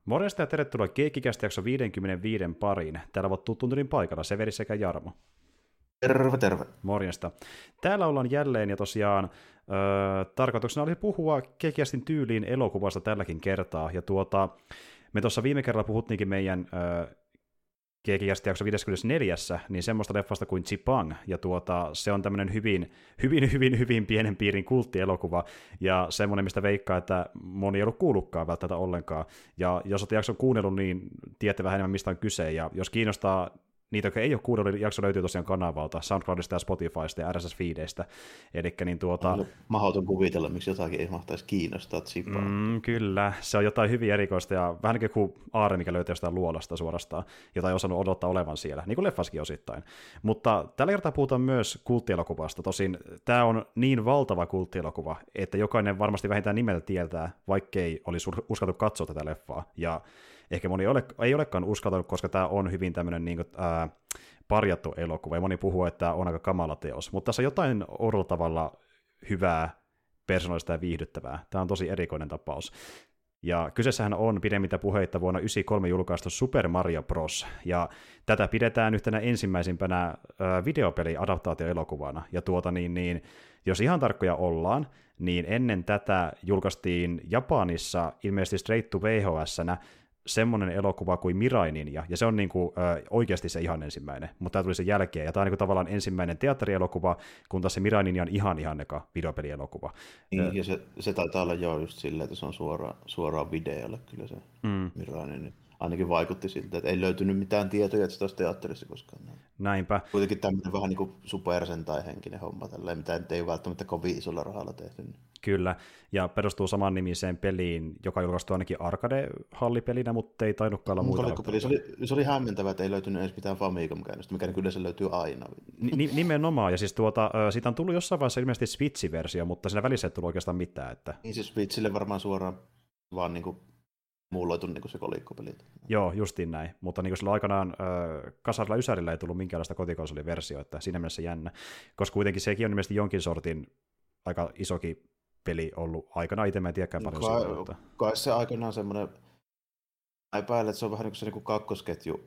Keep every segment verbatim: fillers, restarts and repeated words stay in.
Morjesta ja tervetuloa Keikkikästä jakso viisikymmentäviisi pariin. Täällä ovat tuttuun paikalla Severi sekä Jarmo. Terve, terve. Morjesta. Täällä ollaan jälleen ja tosiaan öö, tarkoituksena oli puhua Keikkikästin tyyliin elokuvasta tälläkin kertaa. Ja tuota, me tuossa viime kerralla puhuttiinkin meidän öö, Keikkikästä jakso viisikymmentäneljä, niin semmoista leffasta kuin Chipang, ja tuota, se on tämmöinen hyvin, hyvin, hyvin, hyvin pienen piirin kulttielokuva, ja semmoinen, mistä veikkaa, että moni ei ollut kuullutkaan välttämättä ollenkaan, ja jos olette jakson kuunnellut, niin tiedätte vähän enemmän, mistä on kyse, ja jos kiinnostaa niitä, jotka ei ole kuunnellut, niin jakso löytyy tosiaan kanavalta, SoundCloudista ja Spotifysta ja R S S-feedeistä, elikkä niin tuota... Mahdoton kuvitella, miksi jotakin ei mahtaisi kiinnostaa Chipang. Mm, kyllä, se on jotain hyvin erikoista, ja vähän niin kuin aare, mikä löytyy jostain luolasta suorastaan, jota ei osannut odottaa olevan siellä, niin kuin leffaskin osittain. Mutta tällä kertaa puhutaan myös kulttielokuvasta, tosin tämä on niin valtava kulttielokuva, että jokainen varmasti vähintään nimeltä tietää, vaikkei olisi uskaltu katsoa tätä leffaa, ja ehkä moni ei, ole, ei olekaan uskaltanut, koska tämä on hyvin tämmöinen niin kuin, ää, parjattu elokuva, ja moni puhuu, että tämä on aika kamala teos, mutta tässä on jotain oudolla tavalla hyvää, persoonallista ja viihdyttävää. Tämä on tosi erikoinen tapaus. Ja kyseessähän on pidemmittä puheitta vuonna yhdeksänkymmentäkolme julkaistu Super Mario Bros. Ja tätä pidetään yhtenä ensimmäisimpänä ää, videopeli-adaptaatioelokuvana. Ja tuota niin, niin, jos ihan tarkkoja ollaan, niin ennen tätä julkaistiin Japanissa ilmeisesti straight to V H S-nä semmoinen elokuva kuin Mirai Ninja, ja se on niinku, ö, oikeasti se ihan ensimmäinen, mutta tämä tuli sen jälkeen, ja tämä on niinku tavallaan ensimmäinen teatterielokuva, kun taas se Mirai Ninja on ihan ihan eka videopelielokuva. Niin, ja se, se taitaa olla jo just silleen, että se on suoraan, suoraan videolle kyllä se mm. Mirai Ninja. Ainakin vaikutti siltä, että ei löytynyt mitään tietoja, että sitä olisi teatterissa koskaan. Näinpä. Kuitenkin tämmöinen vähän niin kuin Super Sentai-henkinen homma, tälleen, mitä nyt ei välttämättä kovin isolla rahalla tehty. Kyllä, ja perustuu saman nimiseen peliin, joka julkaistui ainakin arcade-hallipelinä, mutta ei tainnutkaan olla muita. Se oli, se oli hämmentävää, että ei löytynyt edes mitään Famicom-käännöstä, mikä kyllä se löytyy aina. N- nimenomaan, ja siis tuota, siitä on tullut jossain vaiheessa ilmeisesti Switch-versio, mutta siinä välissä ei tullut oikeastaan mitään. Että... Niin siis Switchille varmaan suoraan vaan niin kuin muulloitu niin kuin se kolikkopeli. Joo, justiin näin, mutta niin kuin sillä aikanaan äh, kasarilla Ysärillä ei tullut minkäänlaista kotikonsoliversiota, siinä mielessä jännä, koska kuitenkin sekin on ilmeisesti jonkin sortin aika isokin peli ollut aikana, itse mä en tiedäkään paljon kai, siitä. Mutta... Kai se aikanaan semmoinen, epäilen, että se on vähän niin kuin se niin kuin kakkosketju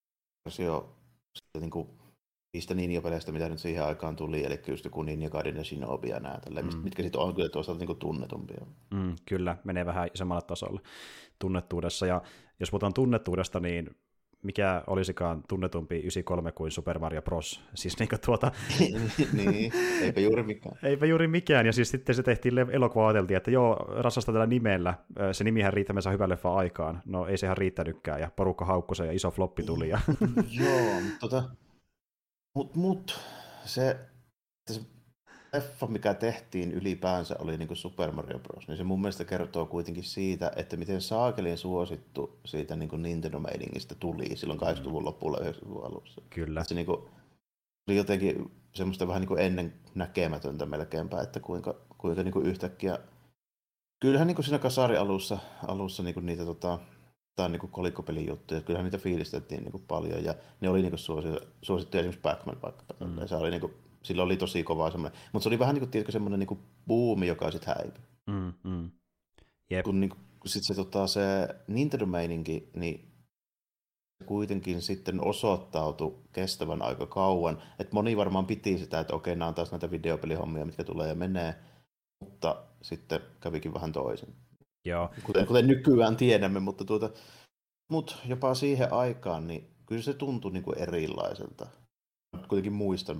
versio niin kuin niistä Ninja-peleistä, mitä nyt siihen aikaan tuli, eli just joku Ninja Gaiden ja Shinobi ja nää, tälleen, mm. mitkä sitten on kyllä toisaalta niin kuin tunnetumpia. Mm, kyllä, menee vähän samalla tasolla tunnettuudessa, ja jos puhutaan tunnettuudesta, niin mikä olisikaan tunnetumpi yhdeksänkymmentäkolme kuin Super Mario Bros. Siis niin tuota... niin, eipä juuri mikään. Eipä juuri mikään, ja siis sitten se tehtiin elokuva, ajateltiin, että joo, rassasta tällä nimellä, se nimihän riittämänsä hyvän leffan aikaan. No ei sehän riittänytkään, ja porukka haukkui se, ja iso floppi tuli. Ja... joo, mutta tota, mut, mut, se, se leffa, mikä tehtiin ylipäänsä, oli niin kuin Super Mario Bros. Niin se mun mielestä kertoo kuitenkin siitä, että miten saakelin suosittu siitä niin kuin Nintendo-meiningistä tuli silloin kahdeksankymmentäluvun lopulla yhdeksänkymmentäluvun alussa. Kyllä. Se niin kuin, oli jotenkin semmoista vähän niin kuin ennen näkemätöntä melkeinpä, että kuinka, kuinka niin kuin yhtäkkiä... Kyllähän niin kuin siinä kasari alussa, alussa niin kuin niitä tota, tai niin kuin kolikkopelin juttuja, kyllähän niitä fiilistettiin niin kuin paljon, ja ne oli niin kuin suosittuja, suosittuja esimerkiksi Pac-Man vaikka. Mm. Se oli niin kuin, sillä oli tosi kovaa semmoinen, mutta se oli vähän niin kuin, tiedätkö, semmoinen niin kuin buumi, joka sitten häipyi. Mm, mm. Yep. Kun niin sitten se, tota, se Nintendo-meininki, niin kuitenkin sitten osoittautui kestävän aika kauan, että moni varmaan piti sitä, että okei, nämä on taas näitä videopelihommia, mitkä tulee ja menee, mutta sitten kävikin vähän toisin. Joo. Kuten, kuten nykyään tiedämme, mutta tuota, mut jopa siihen aikaan, niin kyllä se tuntui niin kuin erilaiselta. Kuitenkin muistan,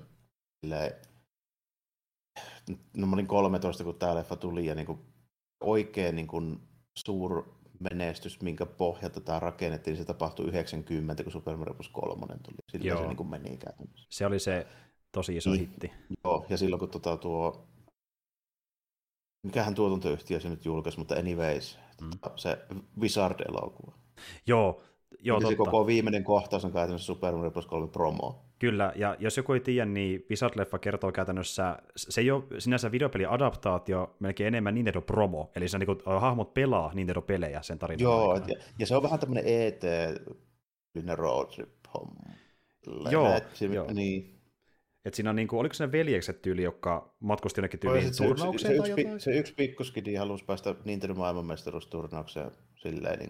no mä olin kolmetoista, kun tää leffa tuli, ja niin kuin oikein niin kuin suur menestys, minkä pohjalta tämä rakennettiin, niin se tapahtui yhdeksänkymmentä, kun Super Mario Bros. kolme tuli. Sillä joo. se niin kuin meni käytännössä. Se oli se tosi iso niin, hitti. Joo, ja silloin kun tota, tuo, mikähän tuotantoyhtiö se nyt julkaisi, mutta anyways, mm. se Wizard-elokuva. Joo, joo totta. Se koko viimeinen kohtaus on käytännössä Super Mario Bros. kolme promo. Kyllä, ja jos joku ei tiedä, niin Wizard-leffa kertoo käytännössä, se ei ole sinänsä videopeli-adaptaatio, melkein enemmän Nintendo-promo, eli se on niin kuin, hahmot pelaa Nintendo-pelejä sen tarinan joo, aikana. Ja, ja se on vähän tämmöinen E T road trip-homma. Joo, Näet, se, joo. Niin. Että siinä on niinku, oliko se ne veljekset tyyli, jotka matkusti jonnekin tyyliin se, turnaukseen se, tai se, jotain? Se yksi pikkuskidi halusi päästä Nintendo maailmanmestaruusturnaukseen silleen niin kuin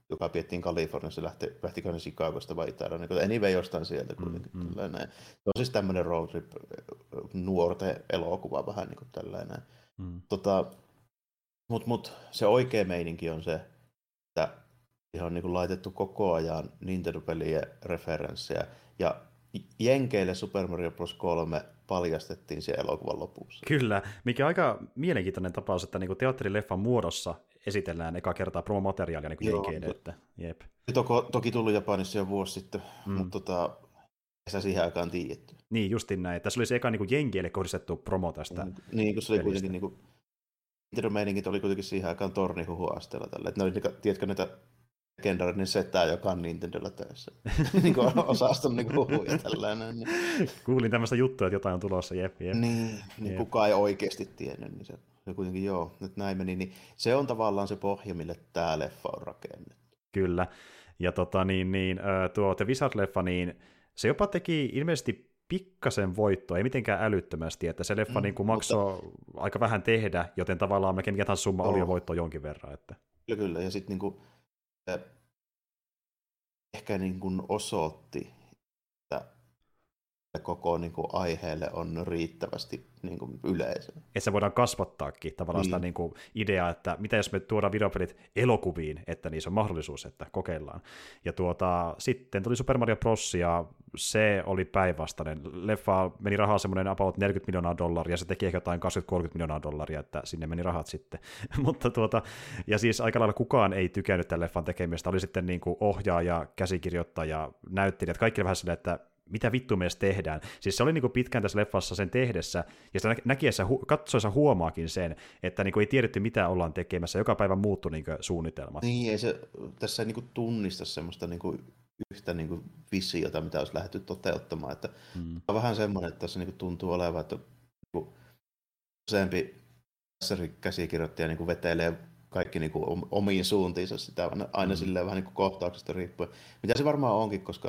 joka piettiin Kaliforniassa, lähti, lähtikö ne Chicagosta vai Itä, niin anyway jostain sieltä kuitenkin. Mm, mm. Se on siis tämmöinen road trip nuorten elokuva vähän niin kuin tällainen. Mm. Tota, Mutta mut, se oikea meininki on se, että ihan on niin kuin laitettu koko ajan Nintendo-pelien referenssejä, ja Jenkeille Super Mario Bros. kolme paljastettiin siellä elokuvan lopussa. Kyllä, mikä on aika mielenkiintoinen tapaus, että niin kuin teatterileffan muodossa esitellään eka kertaa promomateriaalia niin Jenkeille. Että, jep. Toko, toki tullut Japanissa jo vuosi sitten, mm. mutta tota, ei sitä siihen aikaan tiedetty. Niin, justin näin. Tässä oli se eka niin Jenkeille kohdistettu promo tästä. Mm. Niin, kun se oli kuitenkin niin kuin Nintendo-meiningit oli kuitenkin siihen aikaan tornihuhuasteella tällä. Että ne oli, tiedätkö, näitä legendaarinen setää, joka on Nintendolla töissä. Niin kuin osaston niin huhuja tällainen. Niin. Kuulin tämmöistä juttua, että jotain on tulossa, jep, jep. Niin, niin jep. Kukaan ei oikeasti tiennyt, niin se, se kuitenkin joo, nyt näin meni. Niin se on tavallaan se pohja, mille tämä leffa on rakennettu. Kyllä, ja tota niin, niin tuo The Wizard-leffa, niin se jopa teki ilmeisesti pikkasen voittoa, ei mitenkään älyttömästi, että se leffa mm, niin kuin maksoi mutta aika vähän tehdä, joten tavallaan melkein mikä tahansa summa oh. oli jo voittoa jonkin verran. Että. Kyllä, kyllä, ja sitten niin kuin ehkä niin kuin osoitti, että koko niin kuin aiheelle on riittävästi niin kuin yleisö. Että se voidaan kasvattaakin tavallaan niin. Sitä niin kuin ideaa, että mitä jos me tuodaan videopelit elokuviin, että niissä on mahdollisuus, että kokeillaan. Ja tuota, sitten tuli Super Mario Bros. Ja se oli päinvastainen. Leffa meni rahaa semmoinen about neljäkymmentä miljoonaa dollaria, ja se teki ehkä jotain kaksikymmentä kolmekymmentä miljoonaa dollaria, että sinne meni rahat sitten. Mutta tuota, ja siis aika lailla kukaan ei tykännyt tämän leffan tekemistä. Oli sitten niin kuin ohjaaja, käsikirjoittaja, näyttelijät, kaikki vähän silleen, että mitä vittu me edes tehdään. Siis se oli niinku pitkään tässä leffassa sen tehdessä, ja sitä näkiessä, katsoessa huomaakin sen, että niinku ei tiedetty, mitä ollaan tekemässä. Joka päivä muuttui niinku suunnitelmat. Niin, ei se tässä ei niinku tunnista semmoista niinku yhtä niinku visiota, mitä olisi lähdetty toteuttamaan. Että mm. on vähän semmoinen, että tässä niinku tuntuu olevan, että niinku useampi käsikirjoittaja niinku vetelee kaikki niinku omiin suuntiinsa sitä, aina mm. silleen vähän niinku kohtauksesta riippuen. Mitä se varmaan onkin, koska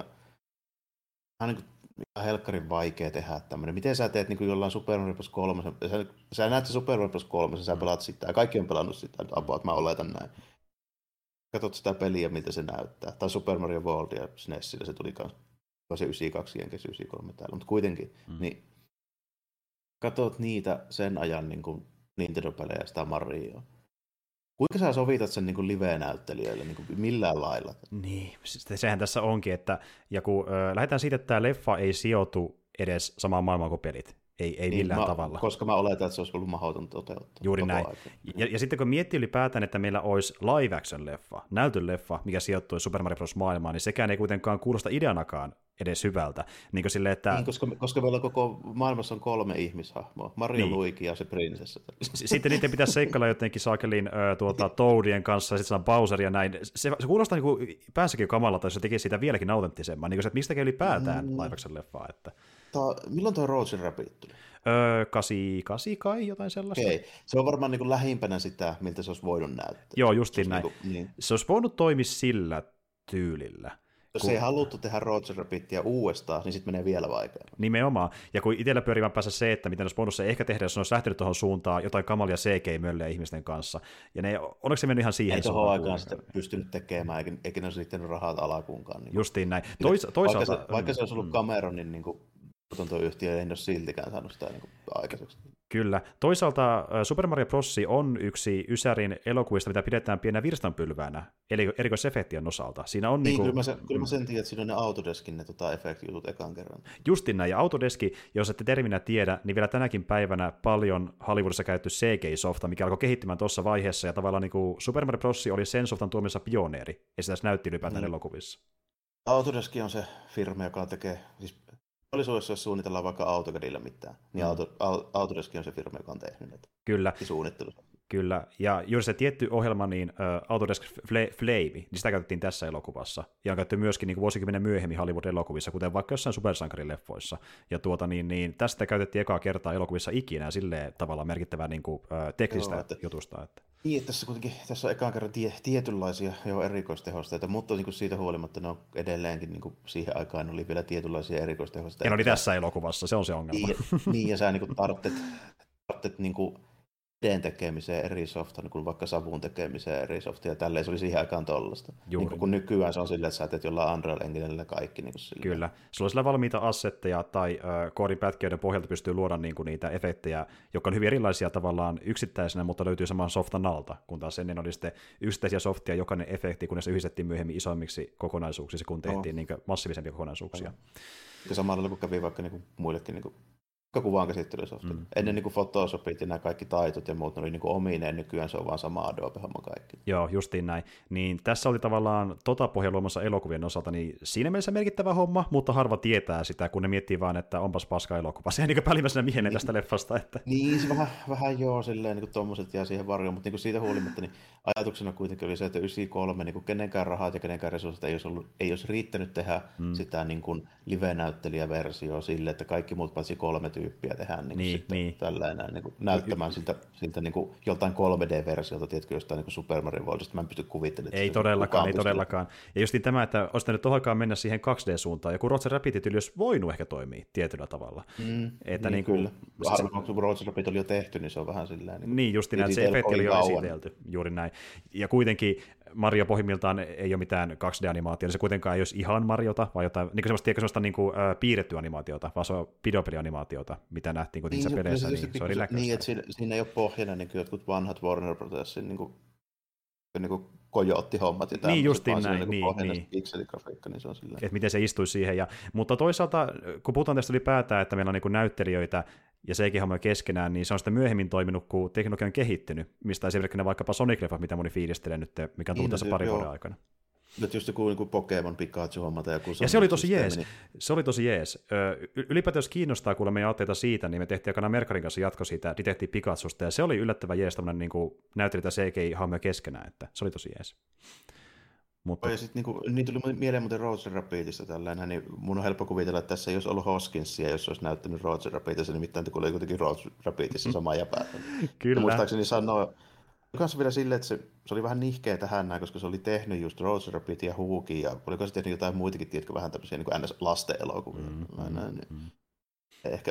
on niin kuin helkkarin vaikea tehdä tämmöinen. Miten sä teet niin kuin jollain Super Mario Bros. kolme? Sä, sä näet se Super Mario Bros. kolme, sä pelaat sitä, ja kaikki on pelannut sitä, about, mä oletan näin. Katsot sitä peliä, miltä se näyttää. Tai Super Mario World ja S N E Sillä se tuli kanssa yhdeksänkymmentäkaksi jenkes yhdeksänkymmentäkolme täällä, mutta kuitenkin. Mm. Niin katsot niitä sen ajan niin kuin Nintendo-pelejä sitä Marioa. Kuinka sä sovitat sen niin live-näyttelijöille niin kuin millään lailla? Niin, sehän tässä onkin, että ja kun ö, lähdetään siitä, että tämä leffa ei sijoitu edes samaan maailmaan kuin pelit. Ei, ei niin, millään mä, tavalla. Koska mä oletan, että se olisi ollut mahdotonta toteuttaa. Juuri näin. Ja, ja sitten kun miettii ylipäätään, että meillä olisi live-action-leffa, näytön-leffa, mikä sijoittui Super Mario Bros. Maailmaan, niin sekään ei kuitenkaan kuulosta ideanakaan edes hyvältä. Niin kuin sille, että... niin, koska, koska meillä koko maailmassa on kolme ihmishahmoa. Mario, niin. Luigi ja se prinsessa. Sitten niiden pitäisi seikkailla jotenkin saakelin äh, tuota, Toadien kanssa, ja sitten on Bowser ja näin. Se, se kuulostaa niin kuin päässäkin kamalalta, jos se tekisi siitä vieläkin autenttisemman. Niin kuin se, että mistäkin ylipäätään mm. live-action-leffaa. Että... Ta, milloin tuo Roger Rabbit tuli? Öö, kahdeksankymmentäkahdeksan kai, jotain sellaista. Okei, okay. Se on varmaan niin kuin lähimpänä sitä, miltä se olisi voinut näyttää. Joo, justiin näin. Niin kuin, niin. Se olisi voinut toimia sillä tyylillä. Jos kun... ei haluttu tehdä Roger Rabbitia uudestaan, niin sitten menee vielä vaikeammin. Nimenomaan. Ja kun itsellä pyörivän päässä se, että miten olisi voinut se ehkä tehdä, jos ne olisi lähtenyt tuohon suuntaan jotain kamalia C G I-mölleä ihmisten kanssa. Ja ne, onneksi se meni ihan siihen ei tuohon aikaan sitä pystynyt tekemään, eikä, eikä ne olisi liittynyt rahat alakuunkaan. Niin justiin näin. Tois, toisaalta... Vaikka se, vaikka se olisi ollut mm. Cameronin niin kuin tuotantoyhtiö, ei ole siltikään saanut sitä niin kuin aikaiseksi. Kyllä. Toisaalta Super Mario Bros. On yksi Ysärin elokuvista, mitä pidetään pienä virstanpylväänä, eli erikoisefektien osalta. Siinä on niin, niin kuin... kyllä, mä sen, kyllä mä sen tiedän, että siinä on ne Autodeskin ne tota, efektijutut ekan kerran. Justin näin, ja Autodeski, jos ette terminä tiedä, niin vielä tänäkin päivänä paljon Hollywoodissa käytetty C G I-softa, mikä alkoi kehittymään tuossa vaiheessa, ja tavallaan niin kuin Super Mario Bros. Oli sen softan tuomissa pioneeri, ja sitä näytti ylipäätään mm. elokuvissa. Autodeski on se firma, joka tekee... Siis todellisuudessa, jos suunnitellaan vaikka AutoCADilla mitään, niin mm. Auto, Autodesk on se firma, joka on tehnyt näitä. Kyllä. Suunnittelussa. Kyllä, ja juuri se tietty ohjelma, niin uh, Autodesk Flame, niin sitä käytettiin tässä elokuvassa, ja on käytetty myöskin niin vuosikymmenen myöhemmin Hollywood-elokuvissa, kuten vaikka jossain supersankarileffoissa, ja tuota, niin, niin, tästä käytettiin ekaa kertaa elokuvissa ikinä, silleen tavallaan merkittävää niin kuin, uh, teknistä Joo, että, jutusta. Että. Niin, että tässä kuitenkin tässä on ekaan kerran tie, tietynlaisia jo erikoistehosteita, mutta niin kuin siitä huolimatta ne on edelleenkin niin kuin siihen aikaan oli vielä tietynlaisia erikoistehosteita. Ja ne oli tässä elokuvassa, se on se ongelma. Niin, ja, niin, ja sä niin kuin tarvitset, tarvitset niin kuin veden tekemiseen eri softa, niin kuin vaikka savun tekemiseen eri softa, ja tälleen se oli siihen aikaan tollasta. Niin kun nykyään se on silleen, että sä teet jollain Unreal Enginellä kaikki. Niin Kyllä. Sulla on sillä valmiita assetteja tai äh, koodin pätkiöiden pohjalta pystyy luoda niin kuin niitä efektejä, jotka on hyvin erilaisia tavallaan yksittäisenä, mutta löytyy saman softan alta, kun taas ennen oli sitten yksittäisiä softia, jokainen efekti, kun ne se yhdistettiin myöhemmin isommiksi kokonaisuuksiksi, kun tehtiin oh. niin kuin massiivisempia kokonaisuuksia. Ja samalla lailla kun kävi vaikka niin kuin muillekin niin kuin kuvan käsittelysoftit. Mm. Ennen niin kuin Photoshopit ja nämä kaikki taitot ja muut, ne oli niin kuin omineen, nykyään se on vaan sama Adobe-homma kaikki. Joo, justiin näin. Niin tässä oli tavallaan tota pohjan luomassa elokuvien osalta, niin siinä mielessä merkittävä homma, mutta harva tietää sitä, kun ne miettii vaan, että onpas paska elokuva. Se ei niin päällimmäisenä mieleen niin, tästä leffasta. Että... Niin, se vähän, vähän joo, silleen niin tommoset jää siihen varjoon, mutta niin kuin siitä huolimatta, niin ajatuksena kuitenkin oli se, että yhdeksänkymmentäkolme niin kuin kenenkään rahat ja kenenkään resurssit ei olisi, ollut, ei olisi riittänyt tehdä mm. sitä niin kuin live-näyttelijäversioa sille, että kaikki muut paitsi kolme tyyppiä tehdään niin, niin, niin. Tällainen, niin kuin näyttämään siltä, siltä niin kuin joltain kolme D-versiota, tiedätkö, jostain niin Super Mario Worldista, mä en pysty kuvittelemaan. Ei todellakaan, ei todellakaan. Ja justiin tämä, että olisi nyt tohonkaan mennä siihen kaksi D-suuntaan, ja kun Roger Rabbitit olisi voinut ehkä toimia tietyllä tavalla. Mm, että niin, niin kyllä. Harvoin, kun Roger Rabbit oli jo tehty, niin se on vähän silleen. Niin, niin justiin näin, se efekti oli jo esitelty, juuri näin. Ja kuitenkin Mario pohjimmiltaan ei ole mitään kaksi D-animaatiota, se kuitenkaan ei olisi ihan Mariota, vaan jotain, niin semmoista, semmoista niin kuin, äh, piirrettyä animaatiota, vaan se on videopelianimaatiota, mitä nähtiin kuitenkin niin, peleissä, niin se, se oli näköistä. Niin, että siinä, siinä ei ole pohjana niin kuin jotkut vanhat Warner Brothersin niin kuin, niin kuin Kojotti-hommat ja niin, justiin näin, niin, niin, niin. Pikseligrafiikka, niin se on silleen. Että miten se istuisi siihen. Ja, mutta toisaalta, kun puhutaan tästä ylipäätään, että meillä on niin näyttelijöitä ja C G-hommoja keskenään, niin se on sitten myöhemmin toiminut, kun teknologia on kehittynyt, mistä esimerkiksi vaikkapa Sonic-leffat, mitä moni fiilistelee nyt, mikä on tullut niin, tässä parin vuoden aikana. Nyt just joku niin Pokemon Pikachu-hommata. Ja, ja se oli tosi jees. Niin... Se oli tosi jees. Ylipäätään jos kiinnostaa kuulla meidän aatteita siitä, niin me tehtiin aikana Merkarin kanssa jatko siitä Detective Pikachusta, ja se oli yllättävän jees tämmöinen niin näyttelijöitä C G I-hahmoja keskenään, että se oli tosi jees. Mutta... Ja sitten niin, niin tuli mieleen muuten Roger Rabbitista tällainen, niin mun on helppo kuvitella, että tässä ei olisi ollut Hoskinsia, jos olisi näyttänyt Roger Rabbitissa, nimittäin kun oli kuitenkin Roger Rabbitissa sama jäpä. Kyllä. Ja muistaakseni sanoo, kanssa vielä silleen, että se, se oli vähän nihkeä tähän näin, koska se oli tehnyt just Roger Rabbit ja Hookin, ja oliko se tehnyt jotain muitakin, tiedätkö, vähän tämmöisiä niin kuin N S-lasten elokuvia. Mm, mm, mm. Ehkä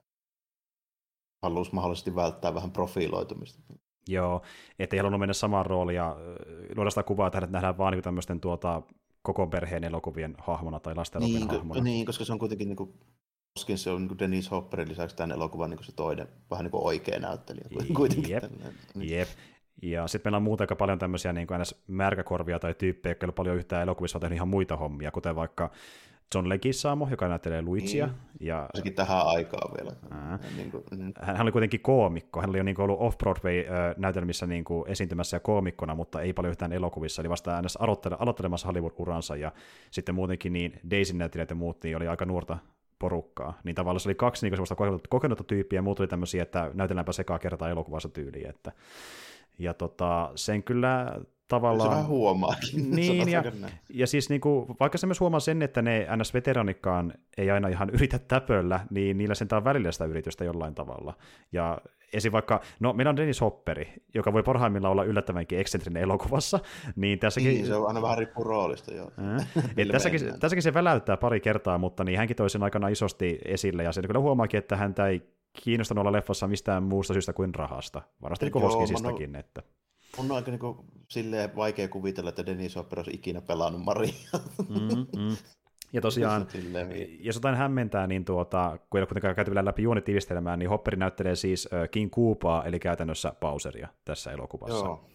halusi mahdollisesti välttää vähän profiloitumista. Joo, ettei halunnut mennä samaan rooliin ja luoda sitä kuvaa, että nähdään vaan niin tämmöisten tuota, koko perheen elokuvien hahmona tai lasten niin, elokuvien hahmona. Niin, koska se on kuitenkin niin kuin, Hoskin se on niin kuin Dennis Hopperin lisäksi tämän elokuvan niin kuin se toinen, vähän niin kuin oikea näyttelijä. Kuitenkin jep, niin. jep. Ja sitten meillä on muuta aika paljon tämmöisiä niin kuin ns. Märkäkorvia tai tyyppejä, jotka ei ole paljon yhtään elokuvissa, on tehnyt ihan muita hommia, kuten vaikka John Leguizamo, joka näyttelee Luigia. Niin. Ja... Sekin tähän aikaan vielä. Niin kuin, mm. Hän oli kuitenkin koomikko. Hän oli jo niin kuin ollut Off-Broadway-näytelmissä niin kuin esiintymässä ja koomikkona, mutta ei paljon yhtään elokuvissa. Eli vasta ns. aloittelemassa Hollywood-uransa. Ja sitten muutenkin niin Daisyn näyttelijät ja muut niin oli aika nuorta porukkaa. Niin tavallaan se oli kaksi niin semmoista kokenutta tyyppiä, ja muut oli tämmöisiä, että näytelläänpä sekaa kertaa elokuvassa tyyliin. Että... Ja tota, sen kyllä tavallaan... Se vähän huomaakin. Niin, ja, ja siis niinku, vaikka se myös huomaa sen, että ne N S-veteranikaan ei aina ihan yritä täpöllä, niin niillä sentään on välillä sitä yritystä jollain tavalla. Ja esim. Vaikka, no meillä on Dennis Hopperi, joka voi parhaimmillaan olla yllättävänkin eksentrinen elokuvassa, niin tässäkin... Niin, se on aina vähän riippuu roolista, joo. Et tässäkin, tässäkin se väläyttää pari kertaa, mutta niin hänkin toi sen aikana isosti esille, ja se kyllä huomaakin, että häntä ei kiinnostanut olla leffassa mistään muusta syystä kuin rahasta. Varmasti niin Hoskisistakin. No, että... on aika niin kuin, silleen vaikea kuvitella, että Dennis Hopper olisi ikinä pelannut Maria. Mm, mm. Ja tosiaan, jos jotain hämmentää, niin tuota, kun ei ole kuitenkaan käyty vielä läpi juonitiivistelmään, niin Hopperi näyttelee siis King Koopaa, eli käytännössä Bowseria tässä elokuvassa. Joo.